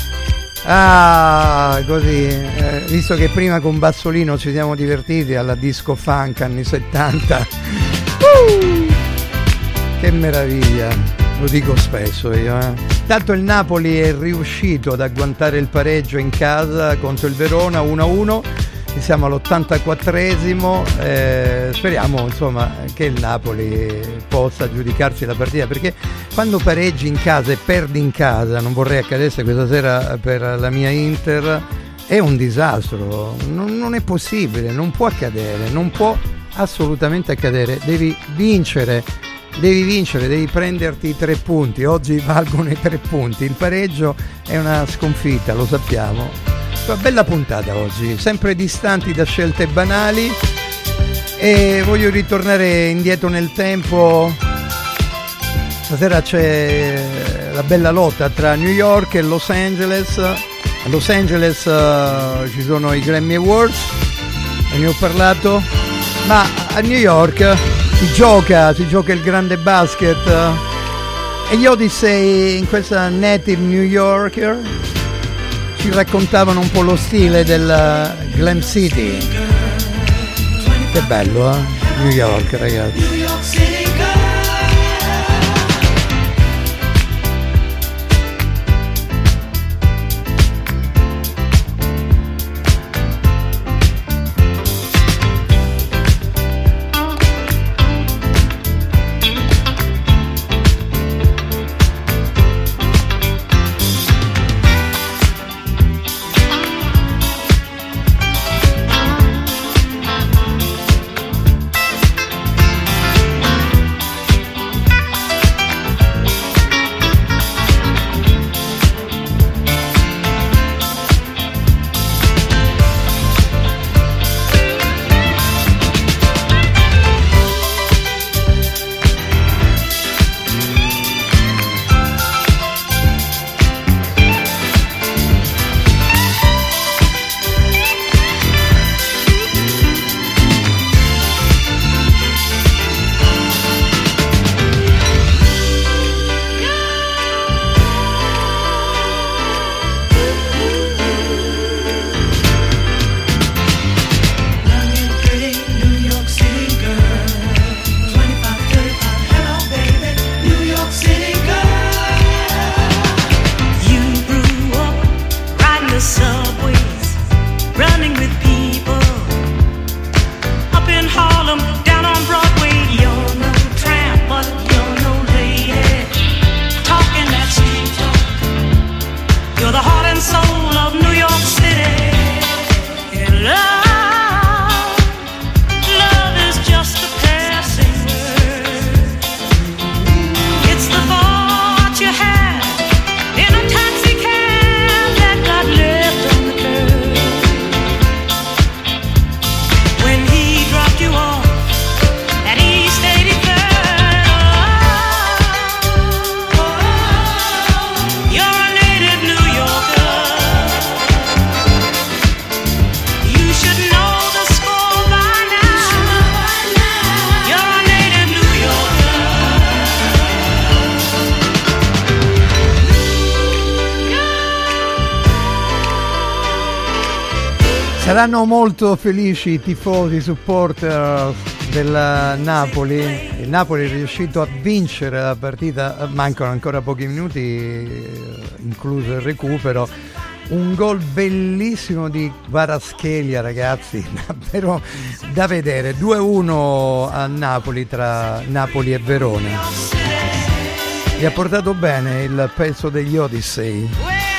Ah, così, eh, visto che prima con Bassolino ci siamo divertiti alla disco funk anni settanta. Uh! Che meraviglia, lo dico spesso io, eh. Tanto il Napoli è riuscito ad agguantare il pareggio in casa contro il Verona uno a uno, e siamo all'ottantaquattresimo, eh, speriamo insomma che il Napoli possa giudicarsi la partita, perché quando pareggi in casa e perdi in casa, non vorrei accadesse questa sera per la mia Inter, è un disastro, non, non è possibile, non può accadere, non può assolutamente accadere, devi vincere. Devi vincere, devi prenderti i tre punti. Oggi valgono i tre punti. Il pareggio è una sconfitta, lo sappiamo. Una bella puntata oggi, sempre distanti da scelte banali. E voglio ritornare indietro nel tempo. Stasera c'è la bella lotta tra New York e Los Angeles. A Los Angeles uh, ci sono i Grammy Awards, e ne ho parlato. Ma a New York si gioca, si gioca il grande basket, e gli Odyssey, in questa native New Yorker, ci raccontavano un po' lo stile del Glam City. Che bello, eh? New York, ragazzi. Saranno molto felici i tifosi supporter del Napoli. Il Napoli è riuscito a vincere la partita, mancano ancora pochi minuti, incluso il recupero, Un gol bellissimo di Kvaratskhelia, ragazzi, davvero da vedere. due a uno a Napoli, tra Napoli e Verona. Gli ha portato bene il pezzo degli Odyssey.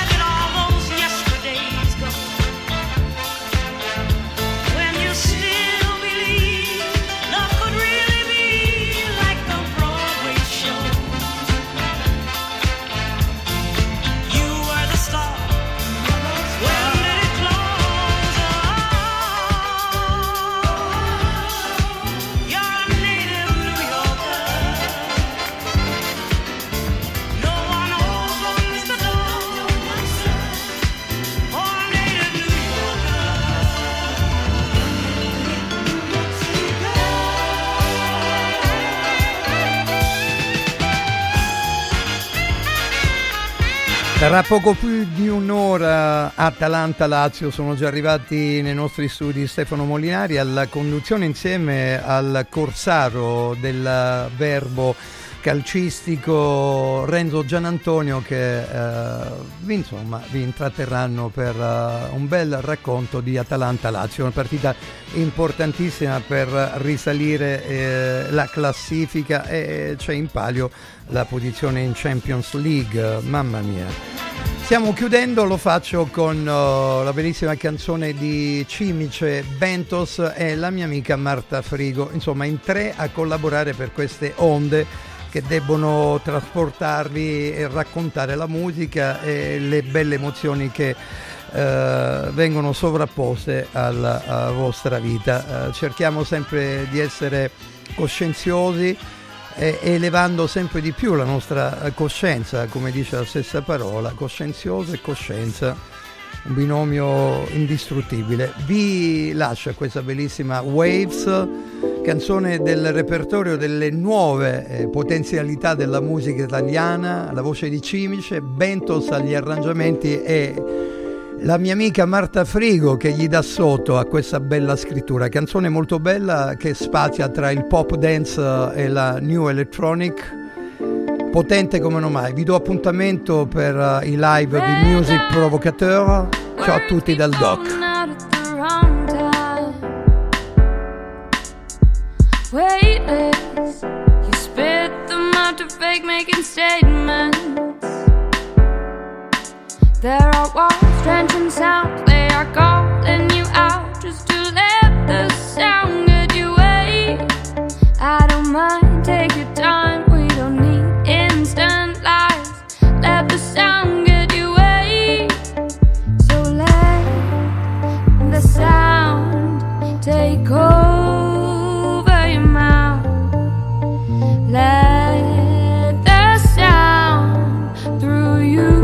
Tra poco più di un'ora Atalanta-Lazio, sono già arrivati nei nostri studi Stefano Molinari alla conduzione insieme al corsaro del verbo calcistico Renzo Gianantonio, che eh, vi, insomma, vi intratterranno per uh, un bel racconto di Atalanta-Lazio, una partita importantissima per risalire eh, la classifica, e c'è in palio la posizione in Champions League. Mamma mia. Stiamo chiudendo, lo faccio con uh, la bellissima canzone di Cimice, Bentos, e la mia amica Marta Frigo, insomma in tre a collaborare per queste onde che debbono trasportarvi e raccontare la musica e le belle emozioni che eh, vengono sovrapposte alla, alla vostra vita. Eh, cerchiamo sempre di essere coscienziosi, e elevando sempre di più la nostra coscienza, come dice la stessa parola, coscienzioso e coscienza, un binomio indistruttibile. Vi lascio questa bellissima Waves, canzone del repertorio delle nuove eh, potenzialità della musica italiana, la voce di Cimice, Bentos agli arrangiamenti e la mia amica Marta Frigo che gli dà sotto a questa bella scrittura. Canzone molto bella che spazia tra il pop dance e la new electronic, potente come non mai. Vi do appuntamento per uh, i live di Music Provocateur. Ciao a tutti dal Doc. Weightless, you spit them out to fake making statements. There are walls, drenching sounds, they are calling you out just to let the sound get you away. I don't mind, take your time, we don't need instant lies. Let the sound get you away. So let the sound take over your mouth. Let the sound through you.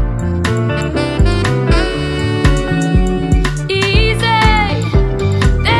Easy,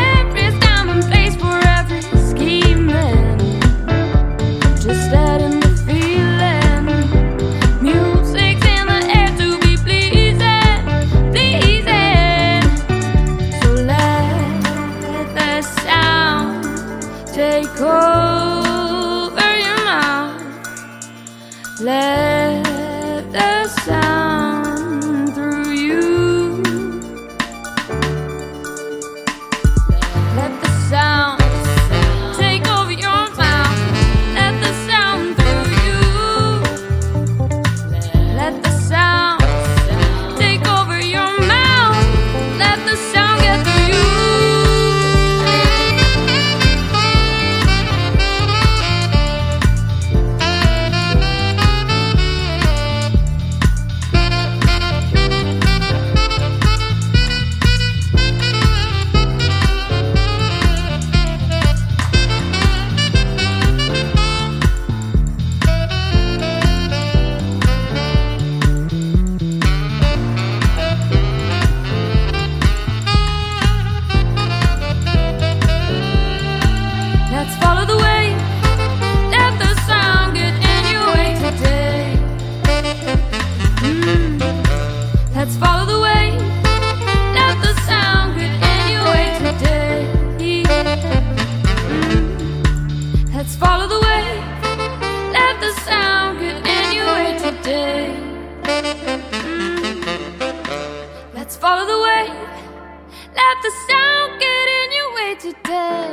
let the sound get in your way today.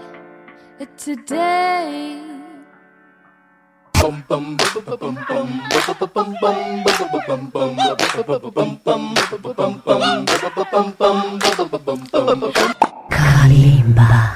Today. Kalimba.